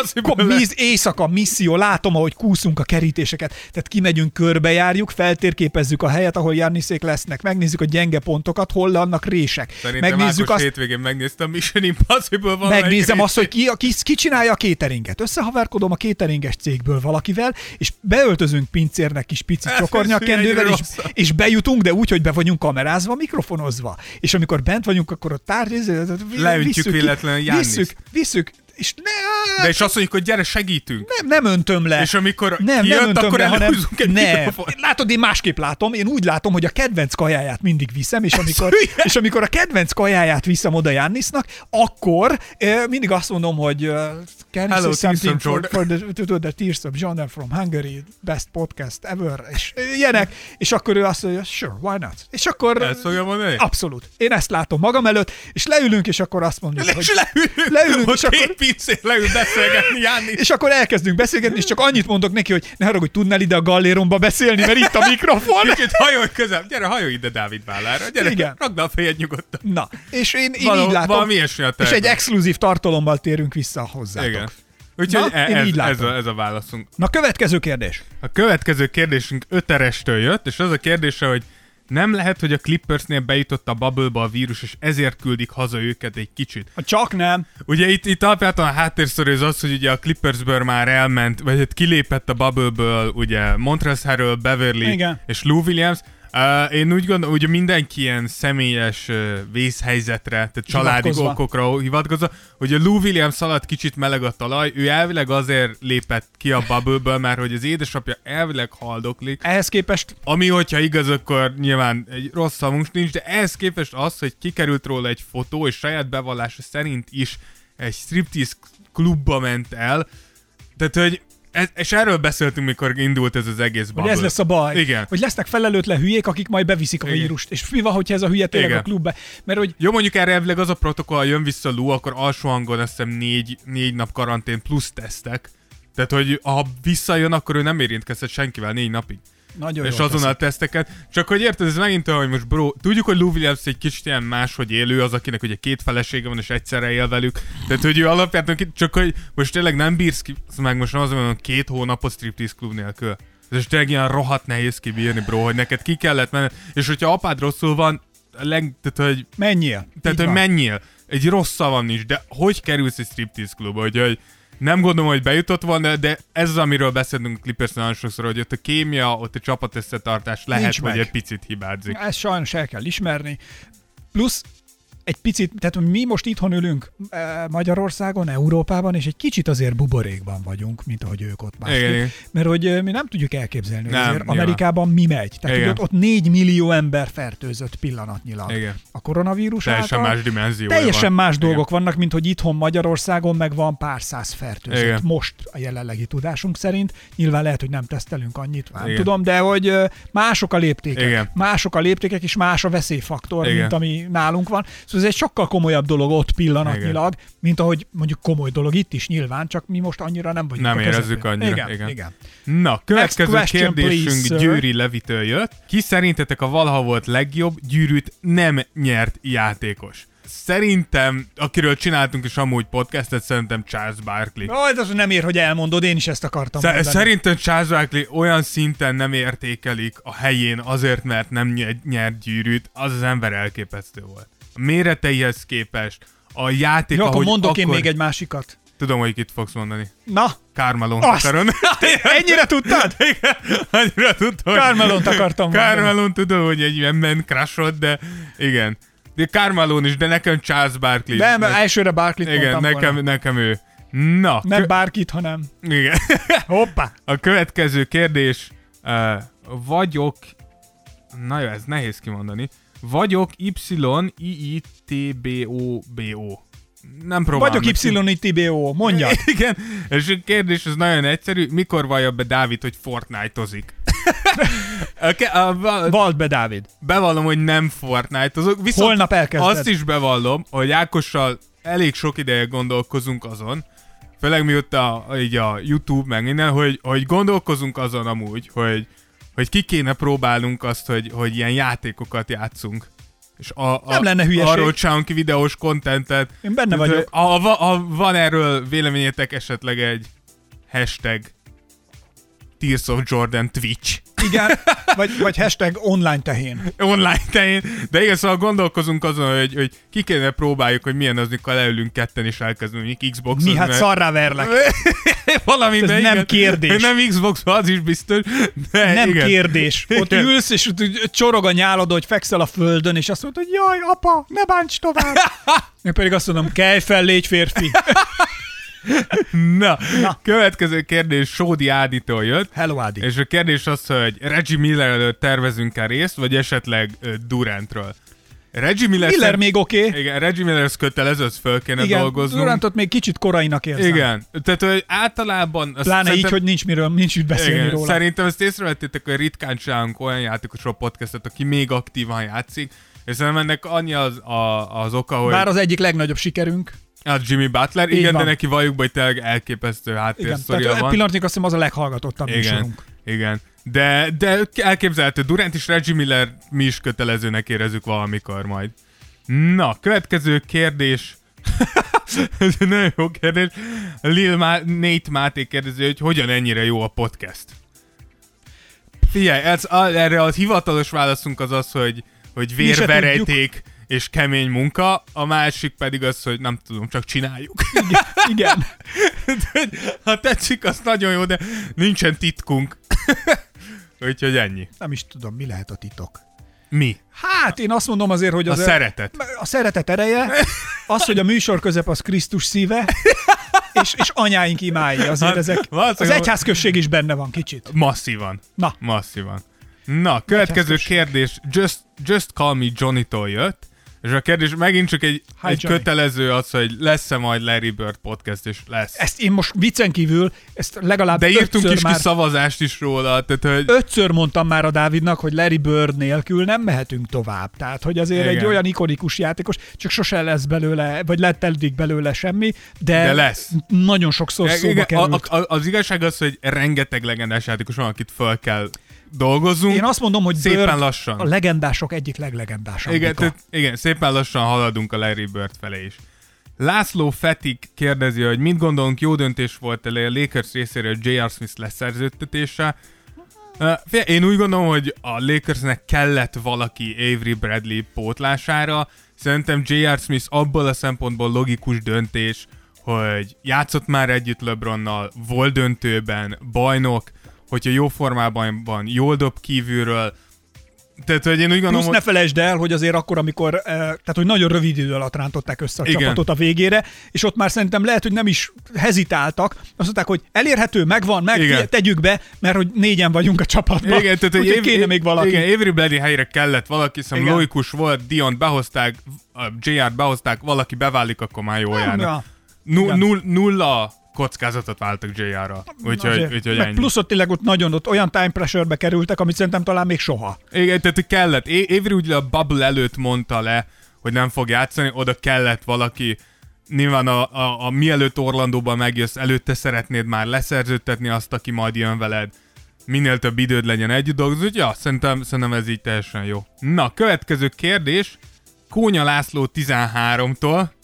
miz, éjszaka misszió, látom, ahogy kúszunk a kerítéseket, tehát kimegyünk, körbejárjuk, feltérképezzük a helyet, ahol Janniszék lesznek, megnézzük a gyenge pontokat, hol vannak rések. Szerintem megnézzük Ákos azt, hétvégén megnéztem Mission Impossible van. Megnézem azt, hogy ki, ki, ki csinálja a cateringet. Összehaverkodom a cateringes cégből valakivel, és beöltözünk pincérnek kis pici csokornyakendővel, és, és bejutunk, de úgy, hogy be vagyunk kamerázva, mikrofonozva. És amikor bent vagyunk, akkor a tárgy... Leüntjük véletlenül Jannis. Visszük, visszük, és ne... De és azt mondjuk, hogy gyere, segítünk. Nem, nem öntöm le. És amikor nem, kijött, nem öntöm akkor le, hanem egy nem. Látod, én másképp látom. Én úgy látom, hogy a kedvenc kajáját mindig viszem, és amikor, és amikor a kedvenc kajáját viszem oda Jannisnak, akkor eh, mindig azt mondom, hogy uh, can you Hello, say something for, for for the, to, to the Tears of Jordan from Hungary, best podcast ever, és ilyenek, és akkor ő azt mondja, sure, why not? És akkor... Ezt fogja mondani? Abszolút. Én ezt látom magam előtt, és leülünk, és akkor azt mondjuk, Le, hogy... leülünk, leülünk, és akkor... két pincér leül beszélgetni, Jannis. És akkor elkezdünk beszélgetni, és csak annyit mondok neki, hogy ne haragudj, tudnál ide a galléromba beszélni, mert itt a mikrofon. Kicsit hajolj közel, gyere, hajolj ide Dávid vállára, gyere, Igen. rakd a fejed nyugodtan. Na, és én, én Való, így látom, és egy exkluzív tartalommal térünk vissza hozzátok. Igen. Úgyhogy Na, ez, így ez, a, ez a válaszunk. Na, következő kérdés. A következő kérdésünk öterestől jött, és az a kérdése, hogy Nem lehet, hogy a Clippersnél bejutott a bubble-ba a vírus, és ezért küldik haza őket egy kicsit. Ha csak nem. Ugye itt, itt alapjában a háttérszorú az, hogy ugye a Clippersből már elment, vagy hát kilépett a bubble-ből, ugye Montrezl Harrell, Beverly Igen. és Lou Williams. Uh, én úgy gondolom, hogy mindenki ilyen személyes uh, vészhelyzetre, tehát családi Hivatkozva. okokra hivatkozva, hogy a Lou Williams alatt kicsit meleg a talaj, ő elvileg azért lépett ki a bubble-ből, mert hogy az édesapja elvileg haldoklik. Ehhez képest Ami, hogyha igaz, akkor nyilván egy rossz szavunk nincs, de ehhez képest az, hogy kikerült róla egy fotó, és saját bevallása szerint is egy striptease klubba ment el, tehát, hogy ez, és erről beszéltünk, mikor indult ez az egész bubble. hogy ez lesz a baj. Igen. Hogy lesznek felelőtlen hülyék, akik majd beviszik a Igen. vírust. És mi van, hogyha ez a hülye tényleg Igen. a klubba? Mert hogy Jó, mondjuk erre elvileg az a protokoll, ha jön vissza Lou, akkor alsó hangon azt hiszem négy, négy nap karantén plusz tesztek. Tehát, hogy ha visszajön, akkor ő nem érintkezhet senkivel négy napig. nagyon És jól azonnal teszik. teszteket. Csak hogy érted, ez megint olyan, hogy most bro, tudjuk, hogy Lou Williams egy kicsit ilyen máshogy élő, az, akinek ugye két felesége van, és egyszerre él velük. Tehát, hogy ő alapjában csak, hogy most tényleg nem bírsz ki, meg most nem az mondom, két hónapot striptease klub nélkül. Ez tényleg ilyen rohadt nehéz kibírni, bro, hogy neked ki kellett menni. És hogyha apád rosszul van, a leg, tehát, hogy, Menjél. tehát, Így hogy van. menjél. Egy rossz szavam nincs, de hogy kerülsz egy striptease klubba, hogy, hogy nem gondolom, hogy bejutott volna, de ez az, amiről beszélünk a Clippersnél nagyon sokszor, hogy ott a kémia, ott a csapat összetartás lehet, Nincs hogy meg. egy picit hibázik. Ezt sajnos el kell ismerni. Plusz egy picit, tehát mi most itthon ülünk e, Magyarországon, Európában, és egy kicsit azért buborékban vagyunk, mint ahogy ők ott másképp. Igen, igen. Mert hogy e, mi nem tudjuk elképzelni, hogy Nem, azért nyilván. Amerikában mi megy. Tehát Igen. hogy ott, ott négy millió ember fertőzött pillanatnyilag. Igen. A koronavírus Teljesen által. más dimenzió. Teljesen más Igen. dolgok vannak, mint hogy itthon Magyarországon meg van pár száz fertőzött. Igen. Most a jelenlegi tudásunk szerint. Nyilván lehet, hogy nem tesztelünk annyit, nem Igen. tudom, de hogy ö, mások a léptékek. Igen. Mások a léptékek, és más a veszélyfaktor, Igen. mint ami nálunk van. Szóval ez egy sokkal komolyabb dolog ott pillanatnyilag, Igen. mint ahogy mondjuk komoly dolog itt is nyilván, csak mi most annyira nem vagyunk Nem a érezzük közepén. annyira, Igen, igen. igen. Na, következő question, kérdésünk please, sir. Győri Levitől jött. Ki szerintetek a valaha volt legjobb gyűrűt nem nyert játékos? Szerintem, akiről csináltunk is amúgy podcastet, szerintem Charles Barkley. Ó, az nem ér, hogy elmondod, én is ezt akartam Sz- mondani. Szerintem Charles Barkley olyan szinten nem értékelik a helyén azért, mert nem ny- nyert gyűrűt, az az ember elképesztő volt. A méreteihez képest, a játék, Jó, akkor ahogy mondok akkor... én még egy másikat. Tudom, hogy kit fogsz mondani. Na, Carmelo Azt! akarom. ennyire tudtad? Igen, annyira tudtam. Carmelont akartam mondani. Carmelon tudom, hogy egy ilyen man crushod, de igen. De Carmelon is, de nekem Charles Barkley. Nem, mert elsőre Barkley-t Igen, mondtam nekem, volna. nekem ő. Na, Nem kö- bárkit, hanem igen. hoppá. A következő kérdés, uh, vagyok, na jó, ez nehéz kimondani, vagyok Y I I T B O B O. Nem próbálom. Vagyok meg- Y I T B O, mondjad. Igen, és a kérdés az nagyon egyszerű, mikor vallja be Dávid, hogy Fortnite-ozik? A ke- a- a- Vald be, Dávid. Bevallom, hogy nem Fortnite-ozok, viszont Holnap elkezded. azt is bevallom, hogy Ákossal elég sok ideje gondolkozunk azon, főleg mióta így a YouTube meg minden, hogy, hogy gondolkozunk azon amúgy, hogy, hogy ki kéne próbálnunk azt, hogy, hogy ilyen játékokat játszunk. És a, a, Nem lenne hülyeség. arról csinálunk ki videós kontentet. Én benne Tehát, vagyok. Ha, ha, ha van erről véleményetek esetleg egy hashtag Tears of Jordan Twitch Igen, vagy, vagy hashtag online tehén. online tehén, de igen, szóval gondolkozunk azon, hogy, hogy ki kéne próbáljuk, hogy milyen az, mikor leülünk ketten és elkezdünk mondjuk Xbox-ozni. Mi hát szarrá verlek. Valami, Ez de nem igen. kérdés. Nem Xbox, az is biztos. De Nem igen. kérdés. Ott Igen. ülsz, és ott csorog a nyálod, hogy fekszel a földön, és azt mondod, hogy jaj, apa, ne bánts tovább. Én pedig azt mondom, kelj fel, légy férfi. Na, Na. következő kérdés Sódi Áditól jött. Hello, Ádi. És a kérdés az, hogy Reggie Millerről tervezünk-e részt, vagy esetleg uh, Durantről. Reggie Miller, Miller szerint- még oké. Okay. Igen, Reggie Miller az kötelező, az föl kéne Igen, dolgoznunk. Durantot még kicsit korainak érzem. Igen, tehát hogy általában... azt Pláne így, szerintem- hogy nincs miről, nincs mit beszélni Igen, róla. szerintem ezt észrevettétek, hogy ritkán csinálunk olyan játékosról podcastot, aki még aktívan játszik, és szerintem ennek annyi az, a, az oka, hogy Bár az egyik legnagyobb sikerünk. a Jimmy Butler, Így igen, van. de neki valljuk, hogy tényleg elképesztő Igen, háttérsztoria tehát van. pillanatnyilag azt hiszem az a leghallgatottabb Igen, műsorunk. igen. De, de elképzelhető, Durant és Reggie Miller mi is kötelezőnek érezzük valamikor majd. Na, következő kérdés. Ez egy nagyon jó kérdés. Lil Má- Nate Máté kérdező, hogy hogyan ennyire jó a podcast? Figyelj, ez, a, erre a hivatalos válaszunk az az, hogy, hogy vérverejték és kemény munka, a másik pedig az, hogy nem tudom, csak csináljuk. Igen. Igen. Ha tetszik, az nagyon jó, de nincsen titkunk. Úgyhogy ennyi. Nem is tudom, mi lehet a titok. Mi? Hát én azt mondom azért, hogy az a szeretet. A szeretet ereje, az, hogy a műsor közep az Krisztus szíve, és, és anyáink imái, azért ezek, az egyházközség is benne van kicsit. Masszívan. Na. Masszívan. Na, következő kérdés, just, just call me Johnny-tól jött, és a kérdés megint csak egy, egy kötelező az, hogy lesz-e majd Larry Bird podcast, és lesz. Ezt én most viccen kívül, ezt legalább De írtunk is már, ki szavazást is róla. Tehát, hogy... Ötször mondtam már a Dávidnak, hogy Larry Bird nélkül nem mehetünk tovább. Tehát, hogy azért Igen. egy olyan ikonikus játékos, csak sose lesz belőle, vagy lett eddig belőle semmi, de, de lesz. Nagyon sokszor szóba Igen, került. A, a, az igazság az, hogy rengeteg legendás játékos van, akit föl kell dolgozunk. Én azt mondom, hogy szépen Bird lassan. A legendások egyik leglegendásabb. Igen, tehát, igen, szépen lassan haladunk a Larry Bird felé is. László Fetik kérdezi, hogy mit gondolunk, jó döntés volt elé a Lakers részéről jé er. Smith leszerződtetése. Uh, én úgy gondolom, hogy a Lakersnek kellett valaki Avery Bradley pótlására. Szerintem jé er. Smith abból a szempontból logikus döntés, hogy játszott már együtt LeBronnal, volt döntőben, bajnok, hogyha jó formában van, jól dob kívülről. Tehát, hogy én úgy gondolom, Plusz ne felejtsd el, hogy azért akkor, amikor, eh, tehát, hogy nagyon rövid idő alatt rántották össze a Igen. csapatot a végére, és ott már szerintem lehet, hogy nem is hezitáltak. Azt mondták, hogy elérhető, megvan, meg, Igen. tegyük be, mert hogy négyen vagyunk a csapatban. Igen, tehát, hogy év, kéne még valaki. Igen, Avery Bradley helyére kellett valaki, hiszen logikus volt, Dion behozták, a jé er behozták, valaki beválik, akkor már jól járnak. Ja. Null, null, nulla kockázatot váltak jé er-ra. Úgyhogy, úgyhogy ennyi. Plusz ott tényleg ott nagyon ott olyan time pressure-be kerültek, amit szerintem talán még soha. Igen, tehát kellett. Avery ugye a bubble előtt mondta le, hogy nem fog játszani, oda kellett valaki. Nyilván a, a, a mielőtt Orlandóban megjössz, előtte szeretnéd már leszerződtetni azt, aki majd jön veled. Minél több időd legyen együtt dolgozni. Ja, szerintem, szerintem ez így teljesen jó. Na, következő kérdés. Kónya László tizenháromtól.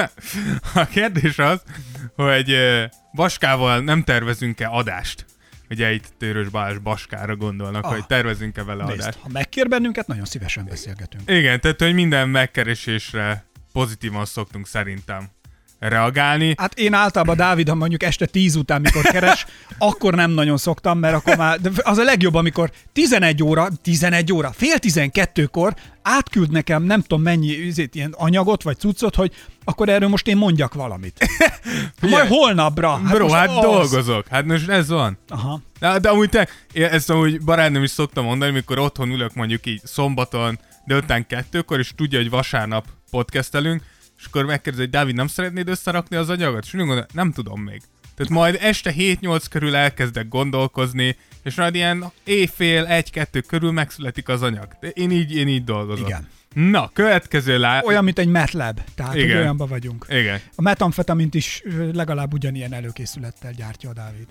A kérdés az, hogy Baskával nem tervezünk-e adást? Ugye itt Tőrös Balázs Baskára gondolnak, ah, hogy tervezünk-e vele nézd, adást. Ha megkér bennünket, nagyon szívesen beszélgetünk. Igen, tehát hogy minden megkeresésre pozitívan szoktunk szerintem reagálni. Hát én általában Dávid, ha mondjuk este tíz után, mikor keres, akkor nem nagyon szoktam, mert akkor már, de az a legjobb, amikor tizenegy óra, tizenegy óra, fél tizenkettőkor átküld nekem nem tudom mennyi üzét, ilyen anyagot vagy cuccot, hogy akkor erről most én mondjak valamit. Majd holnapra. Hát Bro, hát az... dolgozok. Hát most ez van. Aha. De, de amúgy te, ezt amúgy barátnőm is szoktam mondani, mikor otthon ülök mondjuk így szombaton, délután kettőkor, és tudja, hogy vasárnap podcastelünk, és akkor megkérdezi, hogy Dávid, nem szeretnéd összerakni az anyagot? És mondom, nem tudom még. Tehát majd este hét-nyolc körül elkezdek gondolkozni, és majd ilyen éjfél, egy-kettő körül megszületik az anyag. De én így, én így dolgozom. Igen. Na, következő lá... Olyan, mint egy MATLAB, tehát hogy olyanban vagyunk. Igen. A metamfetamint is legalább ugyanilyen előkészülettel gyártja a Dávid.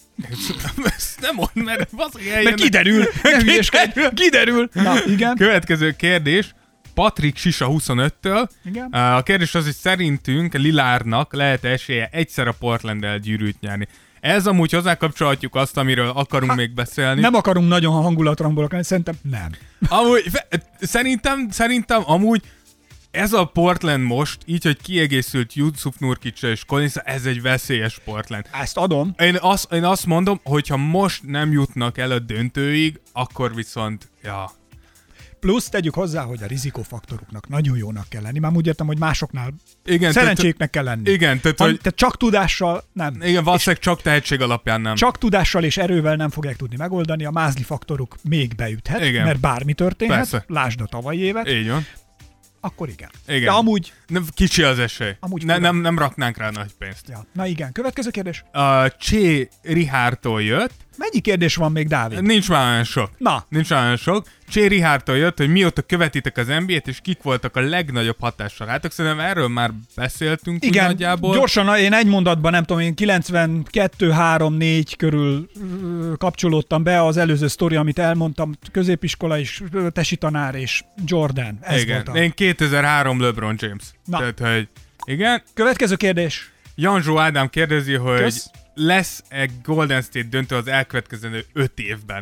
Ezt nem mond, mert bazdmeg eljönnek. Mert kiderül, nem kiderül. kiderül. Na, igen. Következő kérdés. Patrik Sisa huszonöttől. Igen. A kérdés az, hogy szerintünk Lillárnak lehet esélye egyszer a Portlanddel gyűrűt nyerni. Ez amúgy hozzákapcsolhatjuk azt, amiről akarunk ha, még beszélni. Nem akarunk nagyon hangulatrombolok, szerintem nem. Amúgy, szerintem, szerintem amúgy ez a Portland most, így, hogy kiegészült Jusuf Nurkic és Collins, ez egy veszélyes Portland. Ezt adom. Én azt, én azt mondom, hogyha most nem jutnak el a döntőig, akkor viszont, ja... Plusz tegyük hozzá, hogy a rizikófaktoruknak nagyon jónak kell lenni. Már úgy értem, hogy másoknál igen, szerencséknek kell lenni. Igen, tehát, ha, hogy... tehát csak tudással nem. Igen, valószínűleg csak tehetség alapján nem. Csak tudással és erővel nem fogják tudni megoldani. A mázli faktoruk még beüthet, igen. mert bármi történhet. Persze. Lásd a tavalyi évet. Így van. Akkor igen. igen. De amúgy... Nem, kicsi az esély. Amúgy ne, nem, nem raknánk rá nagy pénzt. Ja. Na igen, következő kérdés. A Csé Rihártól jött. Mennyi kérdés van még, Dávid? Nincs már olyan sok. Na. Nincs már olyan sok. Csé Rihártól jött, hogy mióta követitek az en bé á-t, és kik voltak a legnagyobb hatással rátok. Szerintem erről már beszéltünk. Igen, nagyjából. Gyorsan, én egy mondatban, nem tudom, én kilencvenkettő három négy körül kapcsolódtam be az előző sztori, amit elmondtam, középiskola is, tesi tanár és Jordan. Ez igen, volt a... én kétezer-három LeBron James. Na. Tehát, hogy igen. Következő kérdés. Janzsó Ádám kérdezi, hogy Kösz. lesz egy Golden State döntő az elkövetkező öt évben.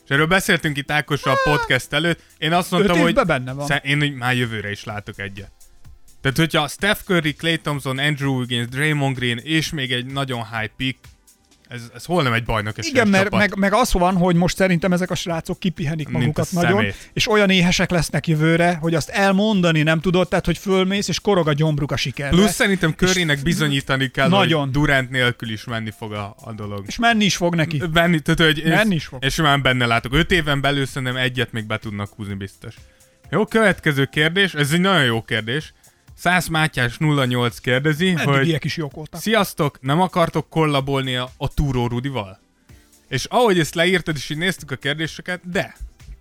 És erről beszéltünk itt Ákossal a podcast előtt. Én azt mondtam, hogy benne van. Sze- én már jövőre is látok egyet. Tehát, hogyha Steph Curry, Klay Thompson, Andrew Wiggins, Draymond Green és még egy nagyon high pick, ez, ez hol nem egy bajnok esélyes Igen, mert csapat. meg, meg az van, hogy most szerintem ezek a srácok kipihenik magukat nagyon, szemét. és olyan éhesek lesznek jövőre, hogy azt elmondani nem tudod, tehát hogy fölmész, és korog a gyomruk a sikerre. Plusz szerintem Currynek bizonyítani kell, nagyon. hogy Durant nélkül is menni fog a, a dolog. És menni is fog neki. Benni, tehát, hogy Menni és, is fog. és már benne látok. Öt éven belül szerintem egyet még be tudnak húzni biztos. Jó, következő kérdés, ez egy nagyon jó kérdés. Szász Mátyás nulla nyolc kérdezi, hogy Eddigiek is jók voltak. sziasztok, nem akartok kollabolni a, a Túró Rudival? És ahogy ezt leírtad, és így néztük a kérdéseket, de.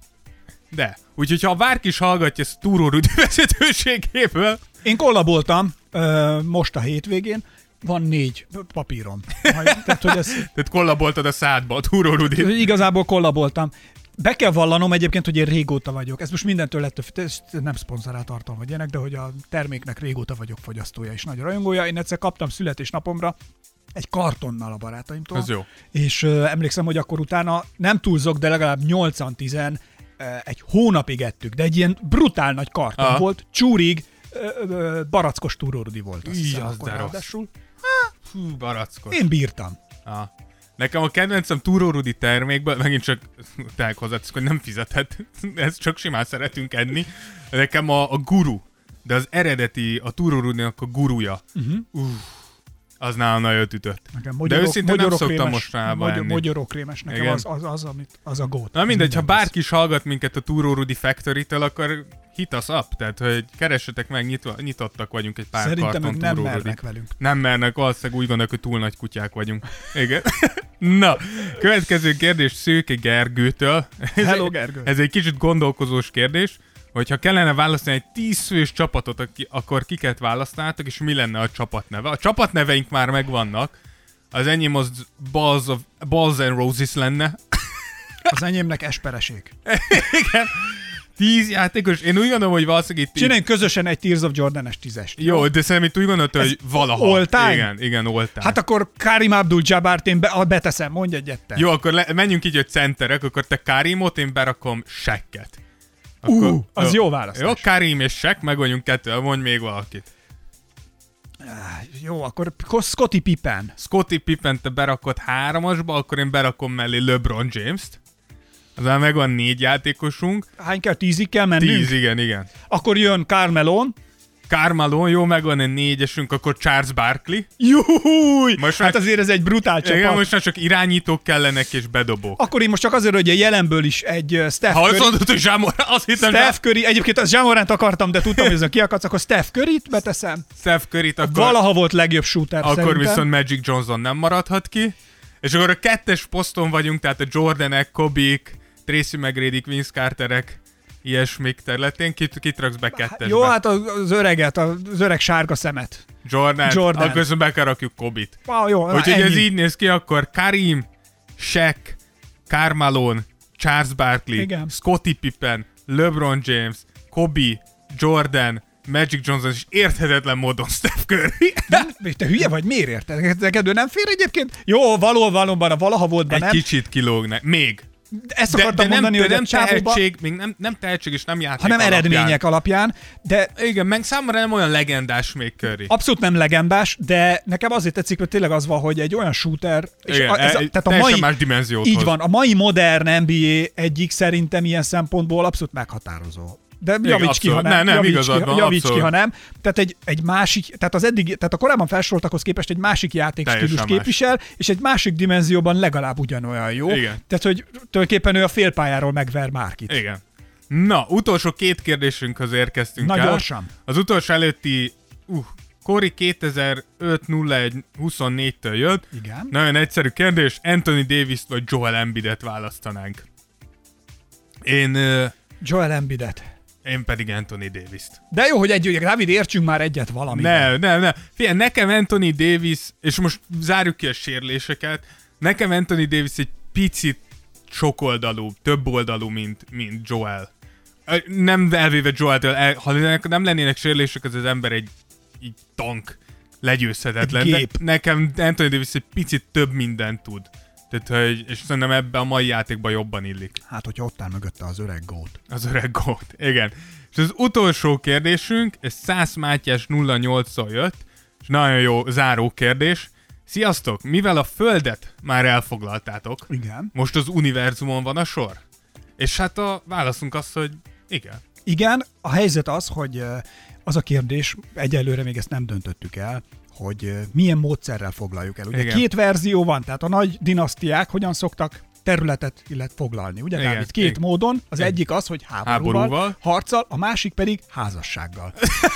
De. Úgyhogy ha bárki is hallgatja ezt Túró Rudi vezetőségéből, Én kollaboltam uh, most a hétvégén, van négy papírom. Majd, tehát, hogy ez, tehát kollaboltad a szádba a Túró Rudit. igazából kollaboltam. Be kell vallanom egyébként, hogy én régóta vagyok. Ez most mindentől lett, ez nem szponzorált tartalom vagy ilyenek, de hogy a terméknek régóta vagyok fogyasztója és nagy rajongója. Én egyszer kaptam születésnapomra egy kartonnal a barátaimtól. Ez jó. És uh, emlékszem, hogy akkor utána nem túlzok, de legalább nyolcan-tízen uh, egy hónapig ettük, de egy ilyen brutál nagy karton Aha. volt, csúrig, uh, uh, barackos túrórudi volt. Azt Így, hiszem, az akkor de rossz. ráadásul. Hú, barackos. Én bírtam. Ah. Nekem a kedvencem Túró Rudi termékből, megint csak tényleg hozzáteszek, hogy nem fizethet, ezt csak simán szeretünk enni. Nekem a, a guru, de az eredeti, a Túró Rudinak a guruja. Uh-huh. Uff, az nálam nagyon ütött. Nekem De őszintén nem szoktam mogyorókrémes- mostanában mogy- enni. Mogyorókrémes nekem Igen. az, az, az, amit, az a gót. Na mindegy, ha Minden bárki is hallgat minket a Túró Rudi Factory-től, akkor hit us up, tehát hogy keressetek meg, nyitva, nyitottak vagyunk egy pár Szerintem karton ők nem Túró Rudi. mernek velünk. Nem mernek, valószínűleg úgy vannak, hogy túl nagy kutyák vagyunk. Igen. Na, következő kérdés Szőke Gergőtől. Ez Hello, egy- Gergő. Ez egy kicsit gondolkozós kérdés, hogyha kellene választani egy tíz fős csapatot, aki, akkor kiket választnátok, és mi lenne a csapatneve? A csapatneveink már megvannak. Az enyém az Balls, of, Balls and Roses lenne. Az enyémnek espereség. Igen. Tíz játékos. Én úgy gondolom, hogy valószínűleg itt... Csináljunk közösen egy Tears of Jordan-es tízest. Jó, de szerintem itt úgy gondolod, hogy valaha. all time? Igen, igen, all time. Hát akkor Karim Abdul-Jabbart én be, beteszem, mondj egyet te. Jó, akkor le, menjünk így, hogy centerek, akkor te Karimot, én berakom Shaq-et. Ú, az jó választás. Jó, Karim és Shaq, meg vagyunk kettő, mondj még valakit. Jó, akkor Scottie Pippen. Scottie Pippen te berakod hármasba, akkor én berakom mellé LeBron James-t. Aztán megvan négy játékosunk. Hány kell? Tízig kell mennünk? Tíz, igen, igen. Akkor jön Carmelo. Carmelo, jó, megvan egy négyesünk, akkor Charles Barkley. Jújúj! Most Hát már- azért ez egy brutál csapat. Igen, most már csak irányítók kellenek és bedobók. Akkor én most csak azért, hogy a jelenből is egy uh, Steph Ha azt Curry... mondod, hogy Zsámor, azt hittem, Steph Curry, egyébként az Jamorant akartam, de tudtam, hogy ezen kiakadsz, akkor Steph Curryt beteszem. Steph Curryt, akkor, Valaha volt legjobb shooter akkor szerintem. viszont Magic Johnson nem maradhat ki. És akkor a kettes poszton vagyunk, tehát a Jordanek, Kobe-k, Tracy McGrady, Vince Carterek, ilyesmik területén. Kit, kit raksz be kettesbe? Jó, hát az öreget, az öreg sárga szemet. Jordan, Jordan. akkor viszont be kell rakjuk Kobe-t. Wow, jó, Úgyhogy ennyi. ez így néz ki, akkor Karim, Shaq, Carmelo, Charles Barkley, Igen. Scottie Pippen, LeBron James, Kobe, Jordan, Magic Johnson, és érthetetlen módon Steph Curry. De, te hülye vagy, miért érted? Neked ő nem fér egyébként? Jó, való, valóban, a valaha volt Egy nem. kicsit kilógnak. Még. Ezt De, akartam de nem, mondani, de hogy nem a csávóba, tehetség, még nem, nem tehetség és nem játék hanem alapján. eredmények alapján, de Igen, meg számomra nem olyan legendás még Curry. abszolút nem legendás, de nekem azért tetszik, hogy tényleg az van, hogy egy olyan shooter, és Igen, a, ez a, egy tehát a teljesen mai, más dimenziót így hoz. van, a mai modern en bé á egyik szerintem ilyen szempontból abszolút meghatározó. De javíts ki, ha abszolút. nem. Ne, nem, javíts igazad ki, van, javíts ki, abszolút. ha nem. Tehát egy, egy másik, tehát az eddig, tehát a korábban felsoroltakhoz képest egy másik játékstílus Teljesen más. képvisel, és egy másik dimenzióban legalább ugyanolyan jó. Igen. Tehát, hogy tulajdonképpen ő a félpályáról megver Márkit. Igen. Na, utolsó két kérdésünkhöz érkeztünk Na, el. gyorsan. Az utolsó előtti, uh, Kori kétezer-öt nulla egy huszonnégytől jött. Igen. Nagyon egyszerű kérdés, Anthony Davis vagy Joel Embiidet választanánk. Én, uh, Joel Embiidet. én pedig Anthony Davis-t. De jó, hogy egy, Dávid, értsünk már egyet valamiben. Nem, nem, nem. Figyelj, nekem Anthony Davis, és most zárjuk ki a sérüléseket, nekem Anthony Davis egy picit sokoldalú, több oldalú, mint, mint Joel. Ö, Nem elvéve Joel-től, el, ha nem lennének sérülések, az az ember egy, egy tank, legyőzhetetlen. Egy De gép. nekem Anthony Davis egy picit több mindent tud, Tehát, hogy, és szerintem ebben a mai játékban jobban illik. Hát, hogyha ott áll mögötte az öreg gót. Az öreg gót, igen. És az utolsó kérdésünk, ez Szász Mátyás nulla nyolctól jött, és nagyon jó záró kérdés. Sziasztok! Mivel a Földet már elfoglaltátok, Igen. most az univerzumon van a sor? És hát a válaszunk az, hogy igen. Igen, a helyzet az, hogy az a kérdés, egyelőre még ezt nem döntöttük el, hogy milyen módszerrel foglaljuk el. Ugye Igen. két verzió van, tehát a nagy dinasztiák hogyan szoktak területet illet foglalni. Ugye, Igen, Dávid? Két igen. módon. Az Igen. egyik az, hogy háborúval, Háborúval. harccal, a másik pedig házassággal.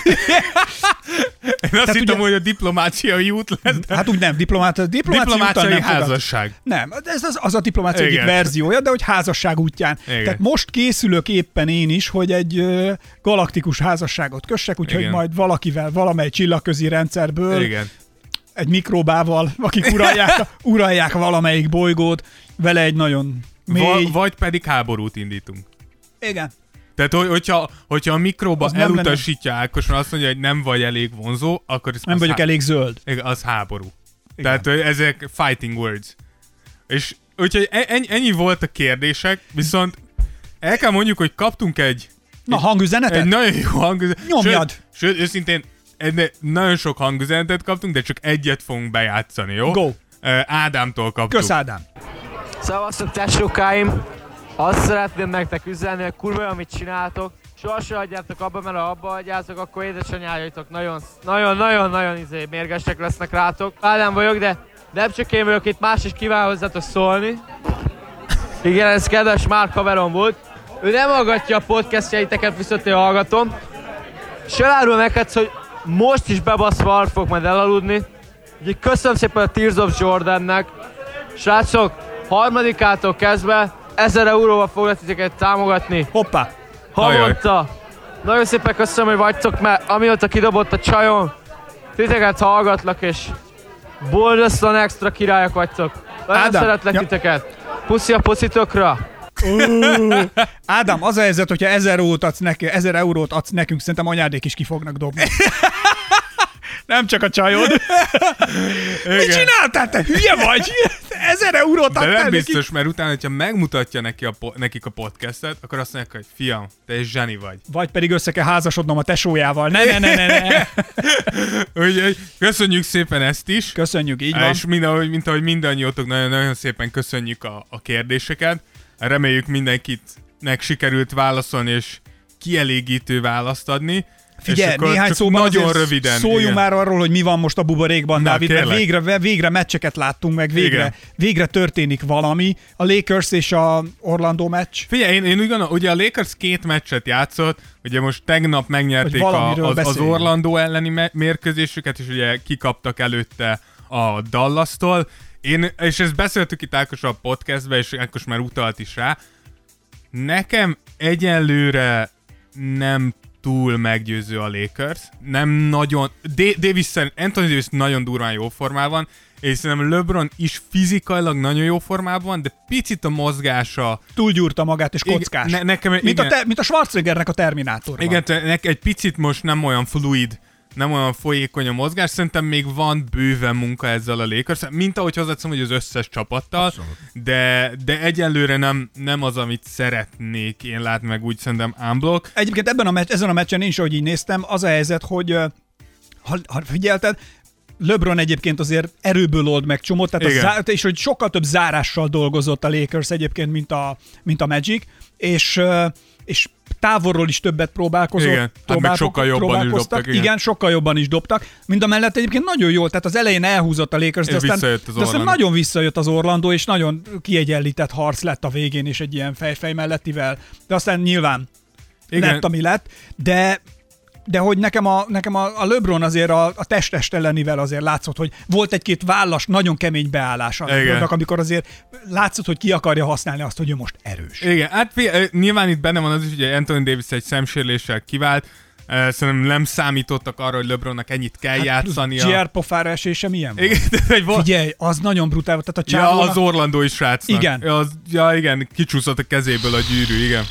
Én azt hittem, ugye- hogy a diplomáciai út lesz, de Hát úgy nem, diplomát, diplomáciai, úton diplomáciai nem fogad. házasság. Nem, ez az, az a diplomácia egyik Igen. verziója, de hogy házasság útján. Igen. Tehát most készülök éppen én is, hogy egy ö, galaktikus házasságot kössek, úgyhogy Igen. majd valakivel, valamely csillagközi rendszerből, Igen. egy mikróbával, akik uralják, uralják valamelyik bolygót, vele egy nagyon mély... Va- vagy pedig háborút indítunk. Igen. Tehát, hogy- hogyha, hogyha a mikróba Az nem elutasítja Ákos, mert azt mondja, hogy nem vagy elég vonzó, akkor ez Nem az, vagyok há- elég zöld. igen, az háború. Igen. Tehát hogy ezek fighting words. És úgyhogy e- ennyi, ennyi volt a kérdések, viszont el kell mondjuk, hogy kaptunk egy, Na, hangüzenetet? egy nagyon jó hangüzenetet. Nyomjad. Sőt, sőt, őszintén egy, nagyon sok hangüzenetet kaptunk, de csak egyet fogunk bejátszani, jó? Go. Ö, Ádámtól kaptuk. Kösz, Ádám. Szevasztok, tesókáim! Azt szeretném nektek üzenni, hogy kurva, amit csináltok. Soha se hagyjátok abba, mert ha abba hagyjátok, akkor édesanyájaitok nagyon, nagyon, nagyon, nagyon izé, mérgesek lesznek rátok. Ádám vagyok, de nem csak én vagyok itt, más is kíván hozzátok szólni. Igen, ez kedves Márk haverom volt. Ő nem hallgatja a podcastjaiteket, viszont én hallgatom. És elárul neked, hogy most is bebaszva alatt fog majd elaludni. Úgyhogy köszönöm szépen a Tears of Jordannek. Srácok, harmadikától kezdve ezer euróval foglak titeket támogatni. Hoppá. Havonta. Nagyon szépen köszönöm, hogy vagytok, mert amióta kidobott a csajom, titeket hallgatlak, és boldogszan extra királyok vagytok. Nagyon Ádám, szeretlek ja. titeket. Puszi a puszitokra. Uh, Ádám, az a helyzet, hogyha ezer eurót adsz, neki, ezer eurót adsz nekünk, szerintem anyádék is ki fognak dobni. Nem csak a csajod. Mit csináltál, te hülye vagy? Ezer eurót De adtál nem neki? biztos, mert utána, hogyha megmutatja neki a po- nekik a podcastet, akkor azt mondják, hogy fiam, te egy zseni vagy. Vagy pedig össze kell házasodnom a tesójával. Ne, ne, ne, ne, ne. Úgyhogy köszönjük szépen ezt is. Köszönjük, így van. És mind, ahogy, mint ahogy mindannyiótok, nagyon-nagyon szépen köszönjük a, a kérdéseket. Reméljük mindenkitnek sikerült válaszolni, és kielégítő választ adni. Figyelj, és akkor néhány csak szóban nagyon azért röviden. szóljunk igen. már arról, hogy mi van most a buborékban, Na, Dávid, mert kérlek. végre, végre meccseket láttunk, meg végre, Igen. végre történik valami. A Lakers és a Orlando meccs. Figyelj, én, én úgy gondolom, ugye a Lakers két meccset játszott, ugye most tegnap megnyerték Hogy a, valamiről az, az beszéljünk. Orlando elleni me- mérkőzésüket, és ugye kikaptak előtte a Dallas-tól. Én, és ezt beszéltük itt Ákos a podcastben, és Ákos már utalt is rá. Nekem egyenlőre nem túl meggyőző a Lakers. Nem nagyon... D- Davis szerint, Anthony Davis nagyon durván jó formában van, és szerintem LeBron is fizikailag nagyon jó formában van, de picit a mozgása... Túlgyúrta magát, és Igen, kockás. ne- nekem- mint, igen. a te, mint a Schwarzeneggernek a Terminátorban. Igen, te- nek- egy picit most nem olyan fluid, nem olyan folyékony a mozgás, szerintem még van bőven munka ezzel a Lakers, mint ahogy hozzátszom, hogy az összes csapattal, de, de egyelőre nem, nem az, amit szeretnék én látni, meg úgy szerintem unblock. Egyébként ebben a meccs, ezen a meccsen én is, ahogy így néztem, az a helyzet, hogy ö, ha, ha figyelted, LeBron egyébként azért erőből old meg csomót, tehát a Igen. zá- és hogy sokkal több zárással dolgozott a Lakers egyébként, mint a, mint a Magic, és, ö, és távolról is többet próbálkozott. Igen, hát meg próbálko- sokkal jobban is próbálkoztak. dobtak, igen. Igen, sokkal jobban is dobtak. Mind a mellett egyébként nagyon jól, tehát az elején elhúzott a Lakers, de És aztán, visszajött az de aztán Orlando. nagyon visszajött az Orlando, és nagyon kiegyenlített harc lett a végén, és egy ilyen fej-fej mellettivel. De aztán nyilván Igen. lett, ami lett, de de hogy nekem a, nekem a, a LeBron azért a, a test-test ellenivel azért látszott, hogy volt egy-két vállas, nagyon kemény beállása, Igen. amikor azért látszott, hogy ki akarja használni azt, hogy ő most erős. Igen, hát figyelj, nyilván itt benne van az is, hogy Anthony Davis egy szemsérüléssel kivált, eh, szerintem nem számítottak arra, hogy LeBronnak ennyit kell hát, játszania. G R pofára esése milyen volt? Igen, de egy val- Figyelj, az nagyon brutál volt. Tehát a ja, csávónak... az Orlandói srácnak. Igen. Ja, az, ja, igen, kicsúszott a kezéből a gyűrű, igen.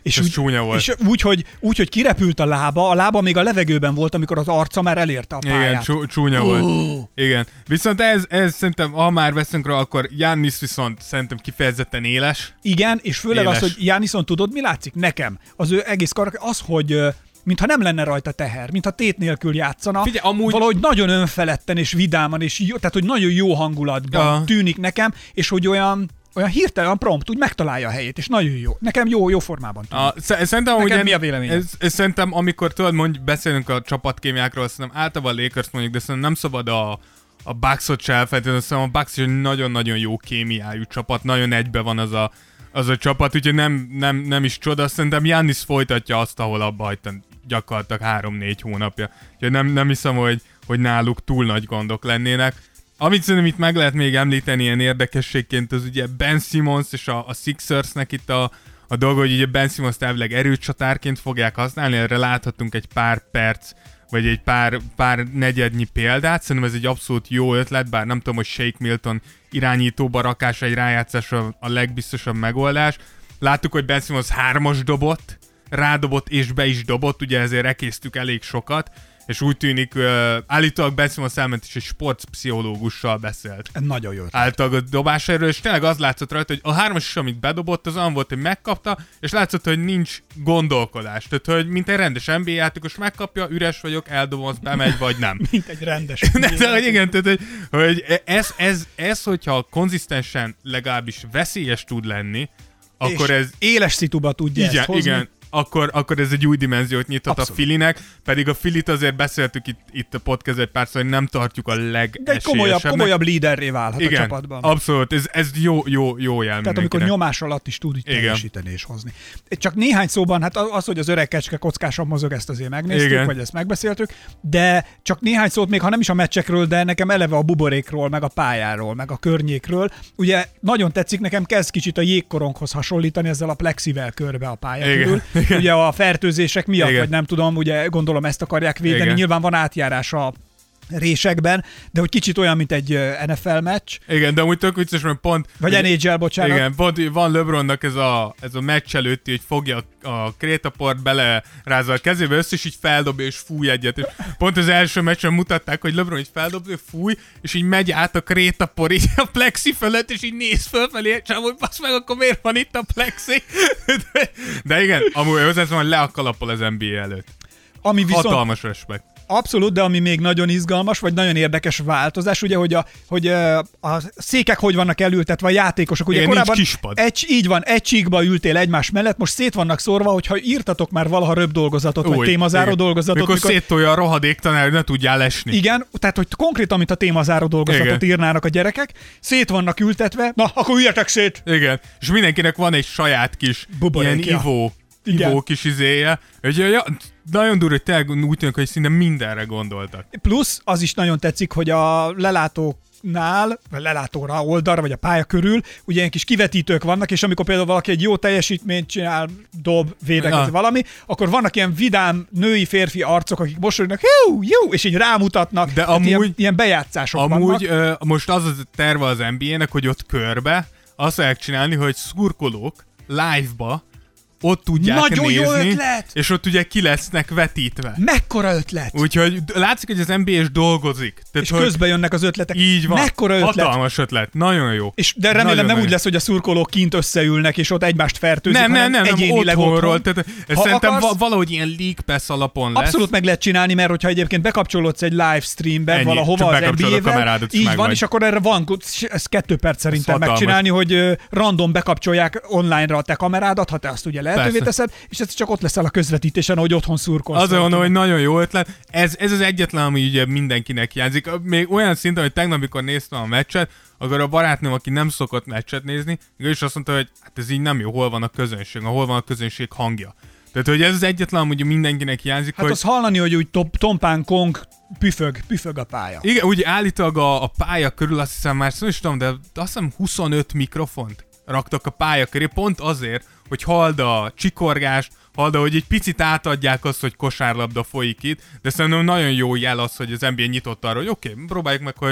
És ez úgy, csúnya volt. És úgy hogy, úgy, hogy kirepült a lába, a lába még a levegőben volt, amikor az arca már elérte a pályát. Igen, csú, csúnya uh. volt. Igen. Viszont ez, ez szerintem, ha már veszünk rá, akkor Giannis viszont szerintem kifejezetten éles. Igen, és főleg éles. az, hogy Giannison tudod, mi látszik? Nekem. Az ő egész karakter, az, hogy mintha nem lenne rajta teher, mintha tét nélkül játszana. Figyelj, amúgy... Valahogy nagyon önfeledten és vidáman, és jó, tehát hogy nagyon jó hangulatban ja. tűnik nekem, és hogy olyan olyan hirtelen prompt, úgy megtalálja a helyét, és nagyon jó. Nekem jó, jó formában tűnik. A, szerintem, Neked ugye, mi a véleményed? Ez, ez szerintem, amikor tudod, mondj, beszélünk a csapatkémiákról, szerintem általában a Lakers mondjuk, de szerintem nem szabad a, a Bucksot se elfelejteni, szerintem a Bucks is egy nagyon-nagyon jó kémiájú csapat, nagyon egybe van az a, az a csapat, úgyhogy nem, nem, nem is csoda. Szerintem Giannis folytatja azt, ahol abba hagytam gyakorlatilag három-négy hónapja. Úgyhogy nem, nem hiszem, hogy, hogy náluk túl nagy gondok lennének. Amit szerintem itt meg lehet még említeni ilyen érdekességként, az ugye Ben Simmons és a, a Sixersnek itt a, a dolga, hogy ugye Ben Simmons elvileg erőcsatárként fogják használni, erre láthatunk egy pár perc, vagy egy pár, pár negyednyi példát. Szerintem ez egy abszolút jó ötlet, bár nem tudom, hogy Shake Milton irányítóba rakása, egy rájátszása a legbiztosabb megoldás. Láttuk, hogy Ben Simmons hármas dobott, rádobott és be is dobott, ugye ezért ekésztük elég sokat, és úgy tűnik, uh, állítólag Ben Simmons elment és egy sportpszichológussal beszélt. Nagyon jó. Általában a dobásáról, és tényleg az látszott rajta, hogy a hármas is, amit bedobott, az olyan volt, hogy megkapta, és látszott, hogy nincs gondolkodás. Tehát, hogy mint egy rendes en bé á játékos megkapja, üres vagyok, eldobom, az bemegy, vagy nem. Mint egy rendes. De, hogy igen, tehát, hogy, hogy ez, ez, ez, hogyha konzisztensen legalábbis veszélyes tud lenni, akkor és ez... éles szituba tudja igen, ezt hozni. Igen, akkor, akkor ez egy új dimenziót nyithat Abszolút. a Filinek, pedig a Filit azért beszéltük itt, itt a podcast egy párszor, hogy nem tartjuk a De egy komolyabb, legesélyesebbnek. komolyabb líderré válhat Igen, a csapatban. abszolút, ez, ez jó, jó, jó jel Tehát amikor nyomás alatt is tud így Igen. teljesíteni és hozni. Csak néhány szóban, hát az, hogy az öreg kecske kockásan mozog, ezt azért megnéztük, Igen. vagy ezt megbeszéltük, de csak néhány szót még, ha nem is a meccsekről, de nekem eleve a buborékról, meg a pályáról, meg a környékről. Ugye nagyon tetszik, nekem kezd kicsit a jégkoronghoz hasonlítani ezzel a plexivel körbe a pálya Igen. körül. Igen. Ugye a fertőzések miatt, Igen. vagy nem tudom, ugye gondolom ezt akarják védeni, Igen. nyilván van átjárás a résekben, de hogy kicsit olyan, mint egy en ef el meccs, Igen, de úgy tök vicces, mert pont... vagy en há el, bocsánat. Igen, pont van LeBronnak ez a, ez a meccs előtti, hogy fogja a, a krétaport, belerázza a kezébe, össze, és így feldobja, és fúj egyet. És pont az első meccsen mutatták, hogy LeBron így feldobja, fúj, és így megy át a krétapor így a plexi fölött, és így néz fölfelé, és amúgy basz meg, akkor miért van itt a plexi? De, de igen, amúgy hozzáteszem, hogy le a kalappal az en bé á előtt. Ami viszont Hatalmas respekt. abszolút, de ami még nagyon izgalmas, vagy nagyon érdekes változás, ugye, hogy a, hogy a székek hogy vannak elültetve, a játékosok. Ugye Igen, korábban nincs kispad. egy, így van, egy csíkba ültél egymás mellett, most szét vannak szórva, hogyha írtatok már valaha röbb dolgozatot, vagy Új, témazáró igen. dolgozatot. Mikor, mikor széttolja a rohadék tanár, hogy ne tudjál esni. Igen, tehát hogy konkrétan, mint a témazáró dolgozatot Igen. írnának a gyerekek, szét vannak ültetve, na, akkor üljetek szét! Igen, és mindenkinek van egy saját kis Buborékja. ilyen ivó, Igen. ivó kis izéje. Hogy, ja, nagyon durva, hogy tényleg úgy tűnik, hogy szinte mindenre gondoltak. Plusz az is nagyon tetszik, hogy a lelátóknál, vagy lelátóra oldalra, vagy a pálya körül, ugye ilyen kis kivetítők vannak, és amikor például valaki egy jó teljesítményt csinál, dob, védekezik Ja. valami, akkor vannak ilyen vidám női-férfi arcok, akik mosolyognak, jó, jó, és így rámutatnak. De Tehát amúgy- ilyen, ilyen bejátszások Amúgy vannak. ö, most az az a terve az en bé á-nek, hogy ott körbe azt fogják csinálni, hogy szurkolók live-ba ott tudják Nagyon jó nézni, ötlet! és ott ugye ki lesznek vetítve. Mekkora ötlet! Úgyhogy látszik, hogy az en bé á-s dolgozik. Tehát, És hogy közben jönnek az ötletek. így van. Mekkora ötlet! Hatalmas ötlet. Nagyon jó. És de remélem Nagyon, nem nagyon. úgy lesz, hogy a szurkolók kint összeülnek, és ott egymást fertőzik, Nem, nem, hanem nem, nem, egyénileg otthonról. otthon. Tehát, ez Ha szerintem akarsz- va- valahogy ilyen League Pass alapon lesz. Abszolút meg lehet csinálni, mert hogyha egyébként bekapcsolódsz egy livestreambe Ennyi, valahova csak az bekapcsolod a en bé á-vel, kamerádat, és így meg van, vagy. és akkor erre van, ez kettő perc szerintem hatalmas. megcsinálni, hogy ö, random bekapcsolják online-ra a te kamerádat, ha te azt ugye lehetővé Persze. teszed, és ez csak ott leszel a közvetítésen, ahogy otthon szurkolsz. Azért mondom, hogy nagyon jó ötlet. Ez, ez az egyetlen, ami ugye mindenkinek hiányzik. Még olyan szinten, hogy tegnap, amikor néztem a meccset, akkor a barátnőm, aki nem szokott meccset nézni, ő is azt mondta, hogy hát ez így nem jó, hol van a közönség, hol van a közönség hangja. Tehát, hogy ez az egyetlen, ami ugye mindenkinek hiányzik, Hát hogy... azt hallani, hogy úgy top, tompán kong püfög, püfög a pálya. Igen, ugye állítólag a, a pálya körül azt hiszem már, szóval is tudom, de azt hiszem huszonöt mikrofont raktak a pálya köré, pont azért, hogy halld a csikorgást, halld, hogy egy picit átadják azt, hogy kosárlabda folyik itt, de szerintem nagyon jó jel az, hogy az en bé á nyitott arra, hogy oké, okay, próbáljuk meg, hogy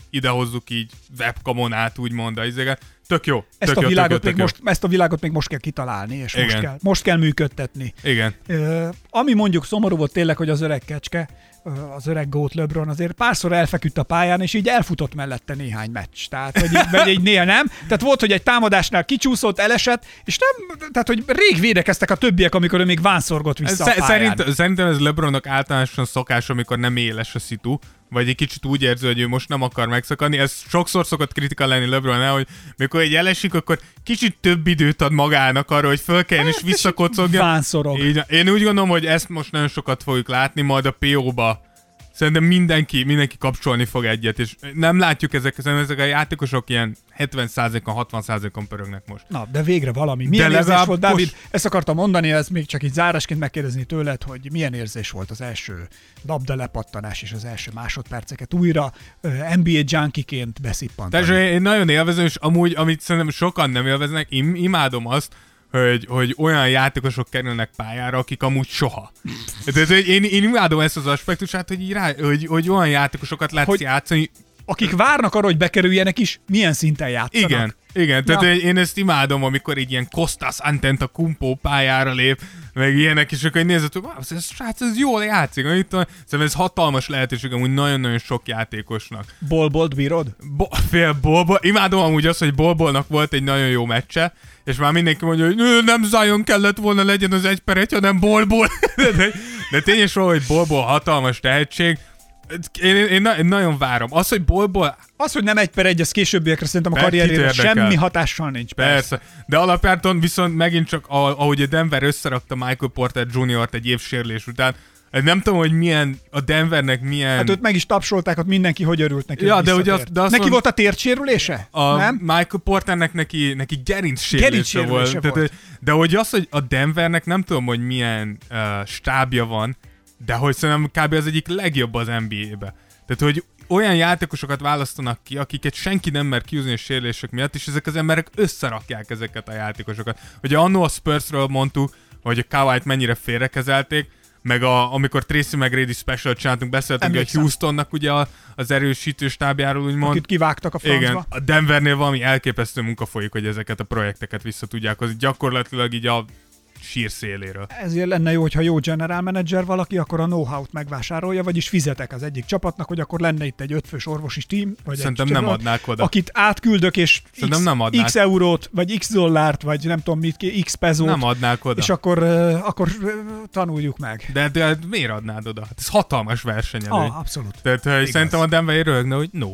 idehozzuk így webkamon át, úgymond a izéget. Tök jó. Ezt, tök a jó, világot tök jó, még tök most, ezt a világot még most kell kitalálni, és most kell, most kell működtetni. Igen. Uh, ami mondjuk szomorú volt tényleg, hogy az öreg kecske, uh, az öreg Goat LeBron azért párszor elfeküdt a pályán, és így elfutott mellette néhány meccs. Tehát, hogy így, vagy így néha nem. Tehát volt, hogy egy támadásnál kicsúszott, elesett, és nem, tehát, hogy rég védekeztek a többiek, amikor ő még vánszorgott vissza ez, a pályán. Szerint, szerintem ez LeBronnak általánosan szokás, amikor nem éles a szitu, vagy egy kicsit úgy érzi, hogy ő most nem akar megszakadni. Ez sokszor szokott kritika lenni LeBron-nál, hogy mikor egy elesik, akkor kicsit több időt ad magának arra, hogy föl kelljen és visszakocogja. Vánszorog. Így, én úgy gondolom, hogy ezt most nagyon sokat fogjuk látni, majd a pé ó-ba. Szerintem mindenki, mindenki kapcsolni fog egyet, és nem látjuk ezek, ezek a játékosok ilyen hetven százalékon, hatvan százalékon pörögnek most. Na, de végre valami. Milyen de érzés volt, Dávid? most... Ezt akartam mondani, ez még csak így zárásként megkérdezni tőled, hogy milyen érzés volt az első labda lepattanás és az első másodperceket újra uh, en bé á junkie-ként beszippantani. Tehát én nagyon élvezem, és amúgy, amit szerintem sokan nem élveznek, im- imádom azt, Hogy, hogy olyan játékosok kerülnek pályára, akik amúgy soha. Tehát, én, én imádom ezt az aspektusát, hogy, így rá, hogy, hogy olyan játékosokat látsz hogy játszani. Akik várnak arra, hogy bekerüljenek is, milyen szinten játszanak. Igen, igen. Tehát ja. én ezt imádom, amikor így ilyen Kostas Antetokounmpo pályára lép, meg ilyenek, és akkor nézed, hogy wow, ez, srác, ez jól játszik. Szerintem ez hatalmas lehetőség amúgy nagyon-nagyon sok játékosnak. Bolbolt bírod? Bo- fél Bolbol. Imádom amúgy azt, hogy Bolbolnak volt egy nagyon jó meccse, és már mindenki mondja, hogy nem Zion kellett volna legyen az egy per egy, hanem Bolbol. de, de tényleg róla, hogy Bolbol hatalmas tehetség. Én, én, én, én nagyon várom. Az, hogy Bolbol... Az, hogy nem egy per egy, az későbbiekre szerintem a karrierére semmi hatással nincs. Persze. persze. De alapjáton viszont megint csak, ahogy a Denver összerakta Michael Porter juniort egy év sérülés után, nem tudom, hogy milyen, a Denvernek milyen... Hát őt meg is tapsolták, ott mindenki hogy örült neki. Ja, de ugye az, de neki mond... volt a térdsérülése? A nem? Michael Porternek neki, neki gerinc sérülése volt. volt. De, de hogy az, hogy a Denvernek nem tudom, hogy milyen uh, stábja van, de hogy szerintem kb. Az egyik legjobb az en bé á-be. Tehát, hogy olyan játékosokat választanak ki, akiket senki nem mer kiúzni a sérülések miatt, és ezek az emberek összerakják ezeket a játékosokat. Ugye annó a Spursről mondtuk, hogy a Kawhi-t mennyire félrekezelték, meg a, amikor Tracy McGrady special csináltunk, beszéltünk a Houstonnak ugye a, az erősítő stábjáról, úgymond. Akit kivágtak a francba. Igen, a Denvernél valami elképesztő munka folyik, hogy ezeket a projekteket vissza tudják hozni. Gyakorlatilag így a sír széléről. Ezért lenne jó, hogyha jó general manager valaki, akkor a know-how-t megvásárolja, vagyis fizetek az egyik csapatnak, hogy akkor lenne itt egy ötfős orvosi tím, vagy Szerintem egy nem csapat, adnák oda. Akit átküldök, és x, nem x eurót, vagy x dollárt, vagy nem tudom mit, x pezót. Nem adnák oda. És akkor, uh, akkor uh, tanuljuk meg. De, de miért adnád oda? Hát ez hatalmas versenyelő. Ah, abszolút. Tehát uh, szerintem a Denver röhögne, hogy no.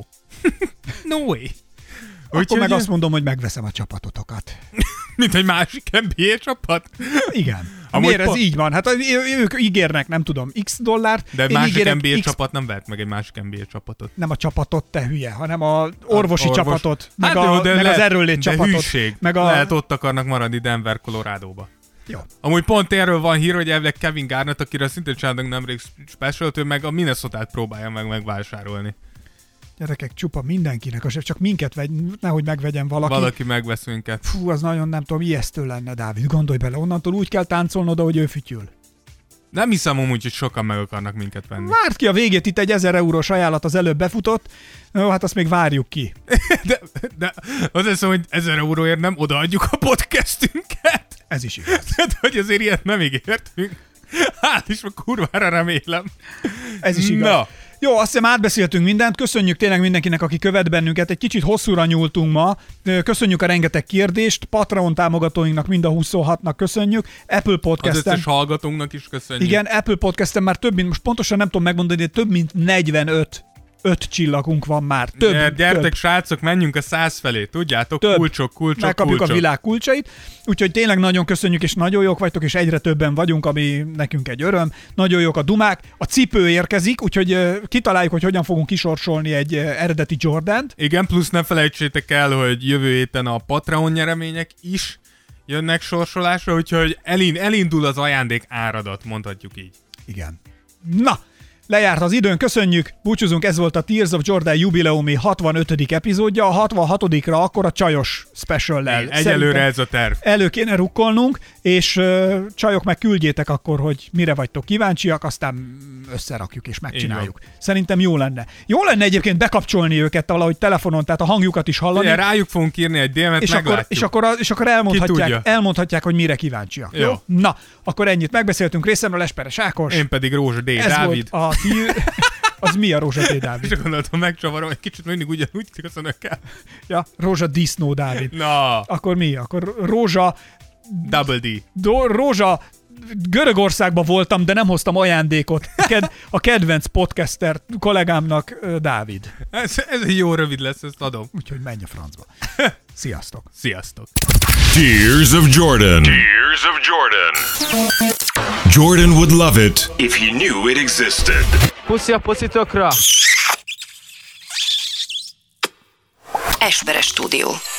No way. Akkor Úgy, meg azt mondom, hogy megveszem a csapatotokat. Mint egy másik en bé á csapat? Igen. Amúgy Miért po- ez így van? Hát ők ígérnek, nem tudom, x dollárt. De másik en bé á x... csapat nem vett meg egy másik en bé á csapatot. Nem a csapatot, te hülye, hanem a orvosi Orvos. csapatot, meg, hát, a, de meg le, az erőnlét csapatot. Hűség. Meg a... Lehet ott akarnak maradni Denver, Colorado-ba. Jó. Amúgy pont erről van hír, hogy elvileg Kevin Garnett, akiről szintén csináltak nemrég specialt, ő meg a Minnesotát próbálja meg megvásárolni. Gyerekek, csupa mindenkinek, az csak minket vegy, nehogy megvegyen valaki. Valaki megvesz minket. Fú, az nagyon nem tudom, ijesztő lenne, Dávid. Gondolj bele, onnantól úgy kell táncolnod, ahogy ő fütyül. Nem hiszem amúgy, hogy sokan meg akarnak minket venni. Várt ki a végét, itt egy ezer eurós ajánlat az előbb befutott. Jó, hát azt még várjuk ki. de, de az azt mondom, hogy ezer euróért nem odaadjuk a podcastünket. Ez is igaz. Tehát, hogy azért ilyet nem ígértünk. Hát is a kurvára remélem. Ez is igaz. Na. Jó, azt hiszem átbeszéltünk mindent, köszönjük tényleg mindenkinek, aki követ bennünket, egy kicsit hosszúra nyúltunk ma, köszönjük a rengeteg kérdést, Patreon támogatóinknak, mind a huszonhatnak köszönjük, Apple Podcasten... Az összes hallgatónknak is köszönjük. Igen, Apple Podcasten már több mint, most pontosan nem tudom megmondani, de több mint negyvenöt öt csillagunk van már. Több, Gyere, gyertek, több. srácok, menjünk a száz felé, tudjátok? Több. Kulcsok, kulcsok, Megkapjuk kulcsok. a világ kulcsait, úgyhogy tényleg nagyon köszönjük, és nagyon jók vagytok, és egyre többen vagyunk, ami nekünk egy öröm. Nagyon jók a dumák. A cipő érkezik, úgyhogy uh, kitaláljuk, hogy hogyan fogunk kisorsolni egy uh, eredeti Jordant. Igen, plusz ne felejtsétek el, hogy jövő héten a Patreon nyeremények is jönnek sorsolásra, úgyhogy elind, elindul az ajándék áradat, mondhatjuk így. Igen. Na! Lejárt az időn, köszönjük, búcsúzunk, ez volt a Tears of Jordan jubileumi hatvanötödik epizódja, a hatvanhatodikra akkor a csajos special-lel. Egyelőre ez a terv. Elő kéne rukkolnunk, és uh, csajok meg küldjétek akkor, hogy mire vagytok kíváncsiak, aztán összerakjuk és megcsináljuk. Szerintem jó lenne. Jó lenne egyébként bekapcsolni őket valahogy telefonon, tehát a hangjukat is hallani. Ugye, rájuk fogunk írni egy dé emet, és meglátjuk. akkor, és akkor, és akkor elmondhatják, elmondhatják, hogy mire kíváncsiak. Jó. jó? Na, akkor ennyit megbeszéltünk részemről, Esperes Ákos. Én pedig Rózsa D. Ez Dávid. Volt a ti... Az mi a Rózsa D. Dávid? És gondoltam, megcsavarom, egy kicsit mindig ugyanúgy az önökkel. Ja, Rózsa Disznó Dávid. Na. Akkor mi? Akkor Rózsa... Double D. Do, Rózsa... Görögországban voltam, de nem hoztam ajándékot. A, ked, a kedvenc podcaster kollégámnak Dávid. Ez, ez egy jó rövid lesz, ezt adom. Úgyhogy menj a francba. Sziasztok. Sziasztok. Tears of Jordan. Tears of Jordan. Jordan would love it if he knew it existed. Puszi a pocitokra! Esperes Stúdió.